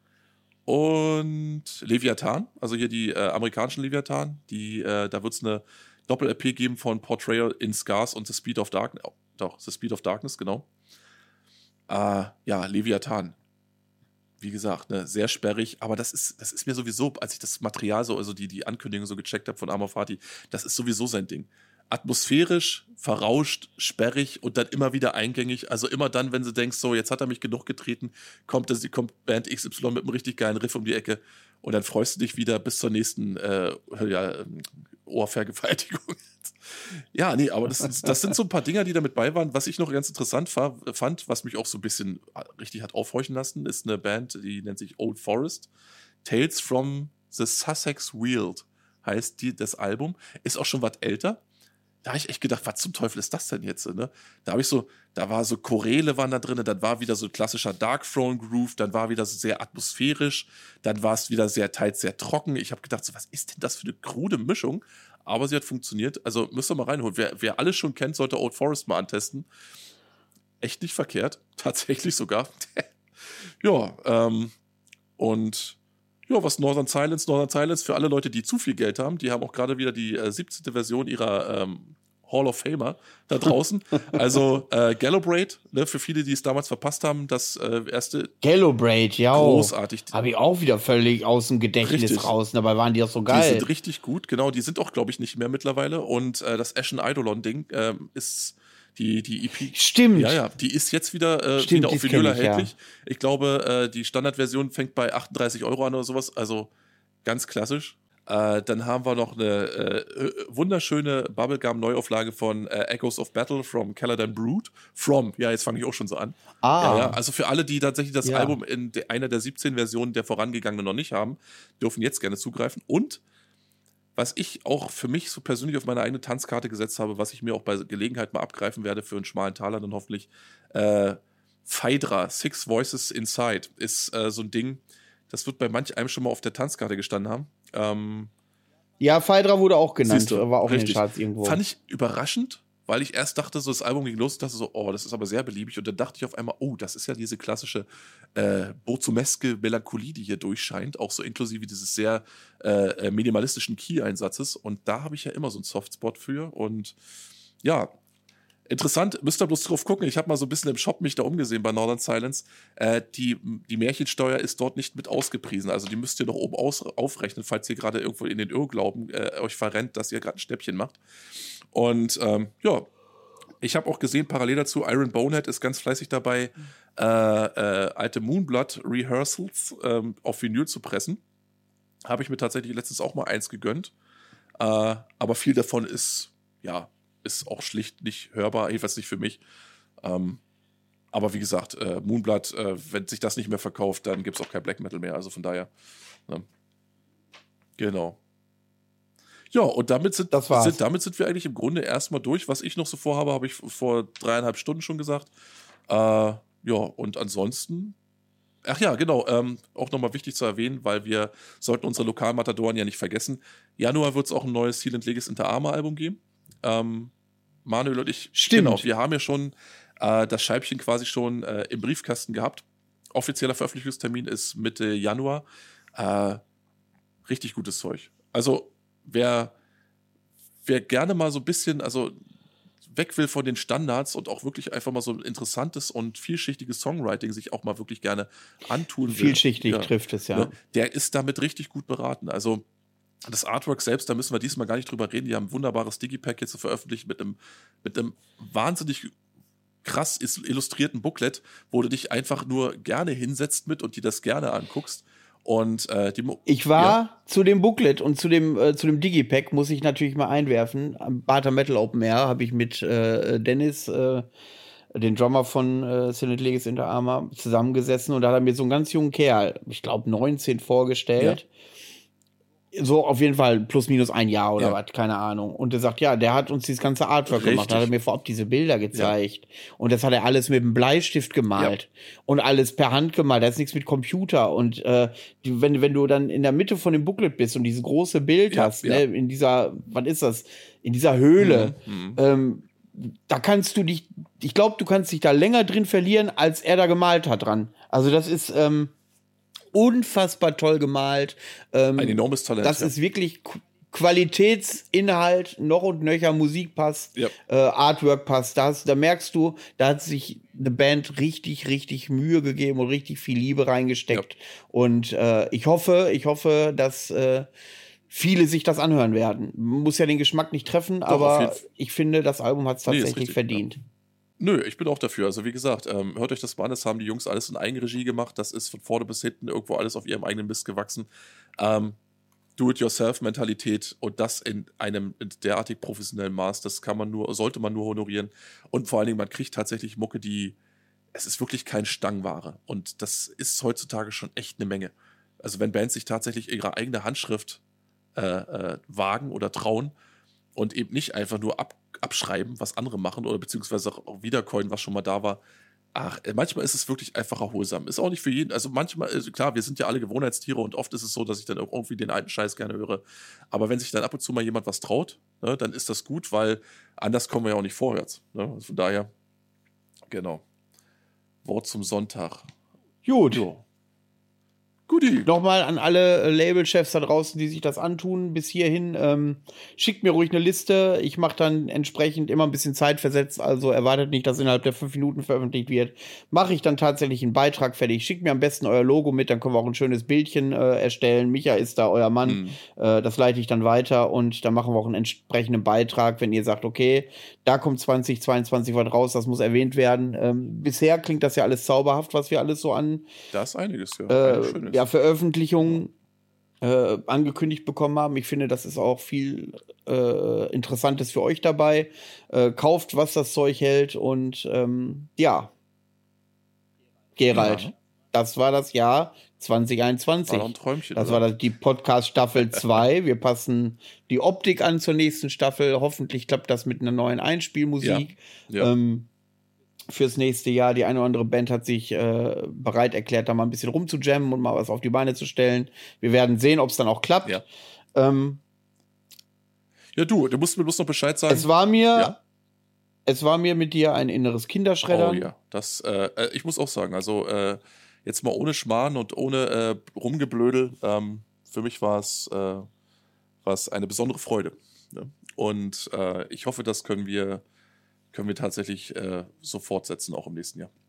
Und Leviathan, also hier die amerikanischen Leviathan, da wird es eine Doppel-EP geben von Portrayal in Scars und The Speed of Darkness. The Speed of Darkness, genau. Leviathan. Wie gesagt, ne, sehr sperrig, aber das ist mir sowieso, als ich das Material also die Ankündigung so gecheckt habe von Amor Fati, das ist sowieso sein Ding. Atmosphärisch, verrauscht, sperrig und dann immer wieder eingängig. Also immer dann, wenn du denkst, so, jetzt hat er mich genug getreten, kommt Band XY mit einem richtig geilen Riff um die Ecke und dann freust du dich wieder bis zur nächsten Ohrvergewaltigung. Ja, nee, aber das sind so ein paar Dinger, die da mit bei waren. Was ich noch ganz interessant fand, was mich auch so ein bisschen richtig hat aufhorchen lassen, ist eine Band, die nennt sich Old Forest. Tales from the Sussex Weald heißt das Album. Ist auch schon was älter. Da habe ich echt gedacht, was zum Teufel ist das denn jetzt? Ne? Da war so Choräle waren da drin, dann war wieder so ein klassischer Dark Throne Groove, dann war wieder so sehr atmosphärisch, dann war es wieder teils sehr trocken. Ich habe gedacht, so, was ist denn das für eine krude Mischung? Aber sie hat funktioniert. Also müsst ihr mal reinholen. Wer alles schon kennt, sollte Old Forest mal antesten. Echt nicht verkehrt. Tatsächlich sogar. Was Northern Silence für alle Leute, die zu viel Geld haben, die haben auch gerade wieder die 17. Version ihrer Hall of Famer da draußen. Also Gallowbraid, ne, für viele, die es damals verpasst haben, das erste. Gallowbraid, ja. Großartig. Habe ich auch wieder völlig aus dem Gedächtnis raus. Dabei waren die auch so geil. Die sind richtig gut, genau. Die sind auch, glaube ich, nicht mehr mittlerweile. Und das Ashen Eidolon-Ding ist die EP. Stimmt. Ja, die ist jetzt wieder auf Vinyl erhältlich. Ja. Ich glaube, die Standardversion fängt bei 38 € an oder sowas. Also ganz klassisch. Dann haben wir noch eine wunderschöne Bubblegum-Neuauflage von Echoes of Battle from Caladan Brood. Jetzt fange ich auch schon so an. Ja, also für alle, die tatsächlich das Album in einer der 17 Versionen der vorangegangenen noch nicht haben, dürfen jetzt gerne zugreifen. Und was ich auch für mich so persönlich auf meine eigene Tanzkarte gesetzt habe, was ich mir auch bei Gelegenheit mal abgreifen werde für einen schmalen Taler dann hoffentlich, Phaedra, Six Voices Inside, ist so ein Ding, das wird bei manch einem schon mal auf der Tanzkarte gestanden haben. Ja, Phaedra wurde auch genannt, war auch richtig. in den Charts irgendwo. Fand ich überraschend, weil ich erst dachte, so das Album ging los und dachte so, oh, das ist aber sehr beliebig. Und dann dachte ich auf einmal, oh, das ist ja diese klassische bozumeske Melancholie, die hier durchscheint, auch so inklusive dieses sehr minimalistischen Key-Einsatzes. Und da habe ich ja immer so einen Softspot für. Und ja, interessant, müsst ihr bloß drauf gucken. Ich habe mal so ein bisschen im Shop mich da umgesehen bei Northern Silence. Die Märchensteuer ist dort nicht mit ausgepriesen. Also die müsst ihr noch oben aufrechnen, falls ihr gerade irgendwo in den Irrglauben euch verrennt, dass ihr gerade ein Schnäppchen macht. Und ja, ich habe auch gesehen, parallel dazu, Iron Bonehead ist ganz fleißig dabei, alte Moonblood Rehearsals auf Vinyl zu pressen. Habe ich mir tatsächlich letztens auch mal eins gegönnt. Aber viel davon ist auch schlicht nicht hörbar, jedenfalls nicht für mich. Aber wie gesagt, Moonblood, wenn sich das nicht mehr verkauft, dann gibt es auch kein Black Metal mehr. Also von daher. Ne? Genau. Ja, und damit sind wir eigentlich im Grunde erstmal durch. Was ich noch so vorhabe, habe ich vor 3,5 Stunden schon gesagt. Ja, und ansonsten. Ach ja, genau. Auch nochmal wichtig zu erwähnen, weil wir sollten unsere Lokalmatadoren ja nicht vergessen. Januar wird es auch ein neues Seal & Legis Inter Arma Album geben. Manuel und ich, Stimmt. Genau, wir haben ja schon das Scheibchen quasi schon im Briefkasten gehabt. Offizieller Veröffentlichungstermin ist Mitte Januar. Richtig gutes Zeug. Also, wer gerne mal so ein bisschen, also weg will von den Standards und auch wirklich einfach mal so ein interessantes und vielschichtiges Songwriting sich auch mal wirklich gerne antun will. Vielschichtig trifft es, ja. Ne, der ist damit richtig gut beraten. Also, das Artwork selbst, da müssen wir diesmal gar nicht drüber reden. Die haben ein wunderbares Digipack jetzt veröffentlicht mit einem wahnsinnig krass illustrierten Booklet, wo du dich einfach nur gerne hinsetzt mit und dir das gerne anguckst. Und ich war zu dem Booklet und zu dem Digipack, muss ich natürlich mal einwerfen. Am Barter Metal Open Air habe ich mit Dennis, den Drummer von Seal & Legis Inter Arma, zusammengesessen und da hat er mir so einen ganz jungen Kerl, ich glaube 19, vorgestellt. Ja. So auf jeden Fall plus minus ein Jahr oder was, keine Ahnung. Und er sagt, ja, der hat uns dieses ganze Artwork gemacht. Da hat er mir vorab diese Bilder gezeigt. Ja. Und das hat er alles mit einem Bleistift gemalt. Ja. Und alles per Hand gemalt. Da ist nichts mit Computer. Und wenn du dann in der Mitte von dem Booklet bist und dieses große Bild hast, ne, in dieser, was ist das? In dieser Höhle, da kannst du dich, ich glaube, du kannst dich da länger drin verlieren, als er da gemalt hat dran. Also das ist, unfassbar toll gemalt. Ein enormes Talent. Das ist wirklich Qualitätsinhalt, noch und nöcher, Musik passt, Artwork passt. Da merkst du, da hat sich eine Band richtig, richtig Mühe gegeben und richtig viel Liebe reingesteckt. Ja. Und ich hoffe, dass viele sich das anhören werden. Muss ja den Geschmack nicht treffen, doch, aber ich finde, das Album hat es tatsächlich verdient. Ja. Nö, ich bin auch dafür. Also wie gesagt, hört euch das mal an, das haben die Jungs alles in Eigenregie gemacht. Das ist von vorne bis hinten irgendwo alles auf ihrem eigenen Mist gewachsen. Do-it-yourself-Mentalität und das in einem derartig professionellen Maß, das sollte man nur honorieren. Und vor allen Dingen, man kriegt tatsächlich Mucke, es ist wirklich kein Stangenware. Und das ist heutzutage schon echt eine Menge. Also wenn Bands sich tatsächlich ihre eigene Handschrift wagen oder trauen und eben nicht einfach nur abschreiben, was andere machen oder beziehungsweise auch wiedercoinen, was schon mal da war. Manchmal ist es wirklich einfach erholsam. Ist auch nicht für jeden, also manchmal, klar, wir sind ja alle Gewohnheitstiere und oft ist es so, dass ich dann auch irgendwie den alten Scheiß gerne höre. Aber wenn sich dann ab und zu mal jemand was traut, ne, dann ist das gut, weil anders kommen wir ja auch nicht vorwärts. Ne? Also von daher, genau. Wort zum Sonntag. Gut. Jo. Guti. Nochmal an alle Labelchefs da draußen, die sich das antun, bis hierhin, schickt mir ruhig eine Liste. Ich mache dann entsprechend immer ein bisschen Zeit versetzt, also erwartet nicht, dass innerhalb der 5 Minuten veröffentlicht wird. Mache ich dann tatsächlich einen Beitrag fertig. Schickt mir am besten euer Logo mit, dann können wir auch ein schönes Bildchen erstellen. Micha ist da euer Mann. Das leite ich dann weiter und dann machen wir auch einen entsprechenden Beitrag, wenn ihr sagt, okay, da kommt 2022 was raus, das muss erwähnt werden. Bisher klingt das ja alles zauberhaft, was wir alles so an das ist einiges, ja. Veröffentlichungen angekündigt bekommen haben. Ich finde, das ist auch viel Interessantes für euch dabei. Kauft, was das Zeug hält und Gerald, das war das Jahr 2021. War doch ein Träumchen. Das oder? war die Podcast-Staffel 2. Wir passen die Optik an zur nächsten Staffel. Hoffentlich klappt das mit einer neuen Einspielmusik. Ja. Fürs nächste Jahr. Die eine oder andere Band hat sich bereit erklärt, da mal ein bisschen rumzujammen und mal was auf die Beine zu stellen. Wir werden sehen, ob es dann auch klappt. Ja. Ja, du musst mir bloß noch Bescheid sagen. Es war mir mit dir ein inneres Kinderschreddern. Oh ja, ich muss auch sagen, also jetzt mal ohne Schmarrn und ohne Rumgeblödel, für mich war es eine besondere Freude. Ne? Und ich hoffe, das können wir tatsächlich so fortsetzen, auch im nächsten Jahr.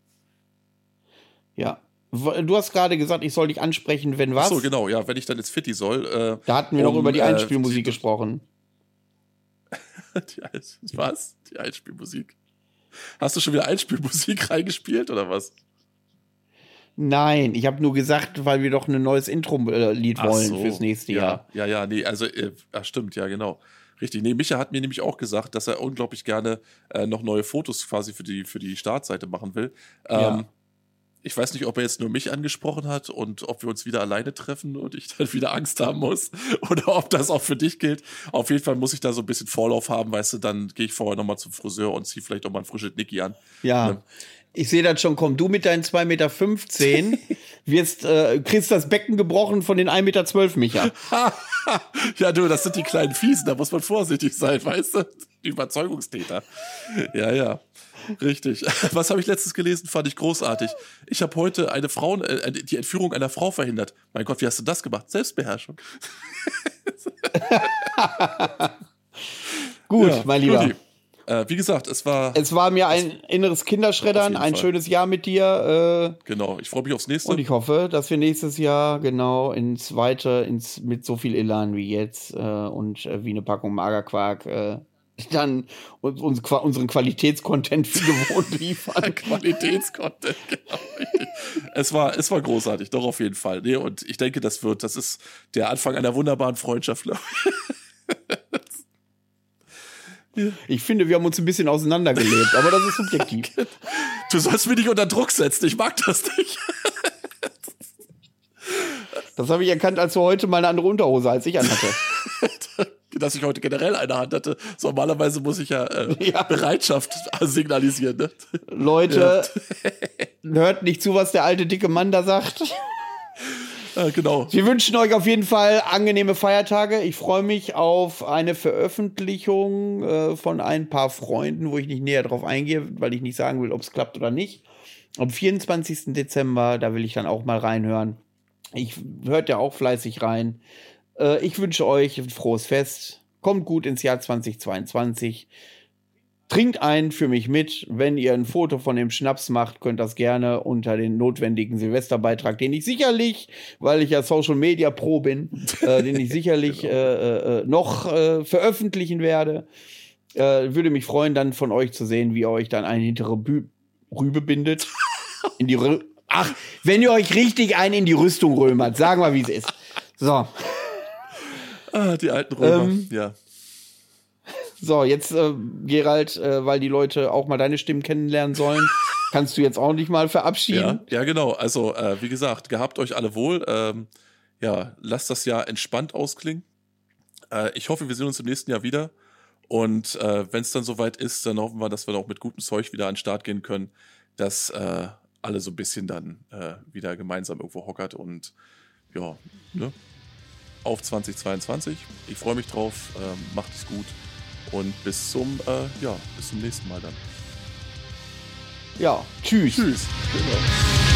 Ja. Du hast gerade gesagt, ich soll dich ansprechen, wenn was? Ach so, genau, ja, wenn ich dann jetzt Fitti soll. Da hatten wir noch über die Einspielmusik gesprochen. Was? Die Einspielmusik? Hast du schon wieder Einspielmusik reingespielt oder was? Nein, ich habe nur gesagt, weil wir doch ein neues Intro-Lied wollen fürs nächste Jahr. Ja, nee, also, stimmt, ja, genau. Richtig, nee, Micha hat mir nämlich auch gesagt, dass er unglaublich gerne noch neue Fotos quasi für die Startseite machen will. Ich weiß nicht, ob er jetzt nur mich angesprochen hat und ob wir uns wieder alleine treffen und ich dann wieder Angst haben muss oder ob das auch für dich gilt. Auf jeden Fall muss ich da so ein bisschen Vorlauf haben, weißt du, dann gehe ich vorher nochmal zum Friseur und ziehe vielleicht auch mal ein frisches Niki an. Ja, ich sehe das schon, komm, du mit deinen 2,15 Meter kriegst das Becken gebrochen von den 1,12 Meter Micha. Ja, du, das sind die kleinen Fiesen, da muss man vorsichtig sein, weißt du? Die Überzeugungstäter. Ja. Richtig. Was habe ich letztens gelesen? Fand ich großartig. Ich habe heute die Entführung einer Frau verhindert. Mein Gott, wie hast du das gemacht? Selbstbeherrschung. Gut, ja, mein Lieber. Wie gesagt, es war mir ein inneres Kinderschreddern, ein schönes Jahr mit dir. Genau, ich freue mich aufs nächste. Und ich hoffe, dass wir nächstes Jahr genau mit so viel Elan wie jetzt und wie eine Packung Magerquark dann unseren Qualitätscontent wie gewohnt liefern. Qualitätscontent, genau. Es war großartig, doch auf jeden Fall. Nee, und ich denke, das ist der Anfang einer wunderbaren Freundschaft. Ich finde, wir haben uns ein bisschen auseinandergelebt, aber das ist subjektiv. Du sollst mich nicht unter Druck setzen, ich mag das nicht. Das habe ich erkannt, als du heute mal eine andere Unterhose als ich anhatte. Dass ich heute generell eine Hand hatte. So, normalerweise muss ich ja Bereitschaft signalisieren. Ne? Leute, hört nicht zu, was der alte dicke Mann da sagt. Genau. Wir wünschen euch auf jeden Fall angenehme Feiertage. Ich freue mich auf eine Veröffentlichung von ein paar Freunden, wo ich nicht näher drauf eingehe, weil ich nicht sagen will, ob es klappt oder nicht. Am 24. Dezember, da will ich dann auch mal reinhören. Hört ja auch fleißig rein. Ich wünsche euch ein frohes Fest. Kommt gut ins Jahr 2022. Trinkt einen für mich mit. Wenn ihr ein Foto von dem Schnaps macht, könnt das gerne unter den notwendigen Silvesterbeitrag, den ich sicherlich, weil ich ja Social Media Pro bin, den ich sicherlich noch veröffentlichen werde. Würde mich freuen, dann von euch zu sehen, wie ihr euch dann eine hintere Rübe bindet. Wenn ihr euch richtig einen in die Rüstung römert, sagen wir, wie es ist. So. Die alten Römer, ja. So, jetzt, Gerald, weil die Leute auch mal deine Stimmen kennenlernen sollen, kannst du jetzt auch nicht mal verabschieden. Ja, genau. Also, wie gesagt, gehabt euch alle wohl. Lasst das Jahr entspannt ausklingen. Ich hoffe, wir sehen uns im nächsten Jahr wieder. Und wenn es dann soweit ist, dann hoffen wir, dass wir auch mit gutem Zeug wieder an den Start gehen können, dass alle so ein bisschen dann wieder gemeinsam irgendwo hockert und ja, ne? Auf 2022. Ich freue mich drauf. Macht es gut. Und bis zum nächsten Mal dann. Ja, tschüss. Tschüss. Genau.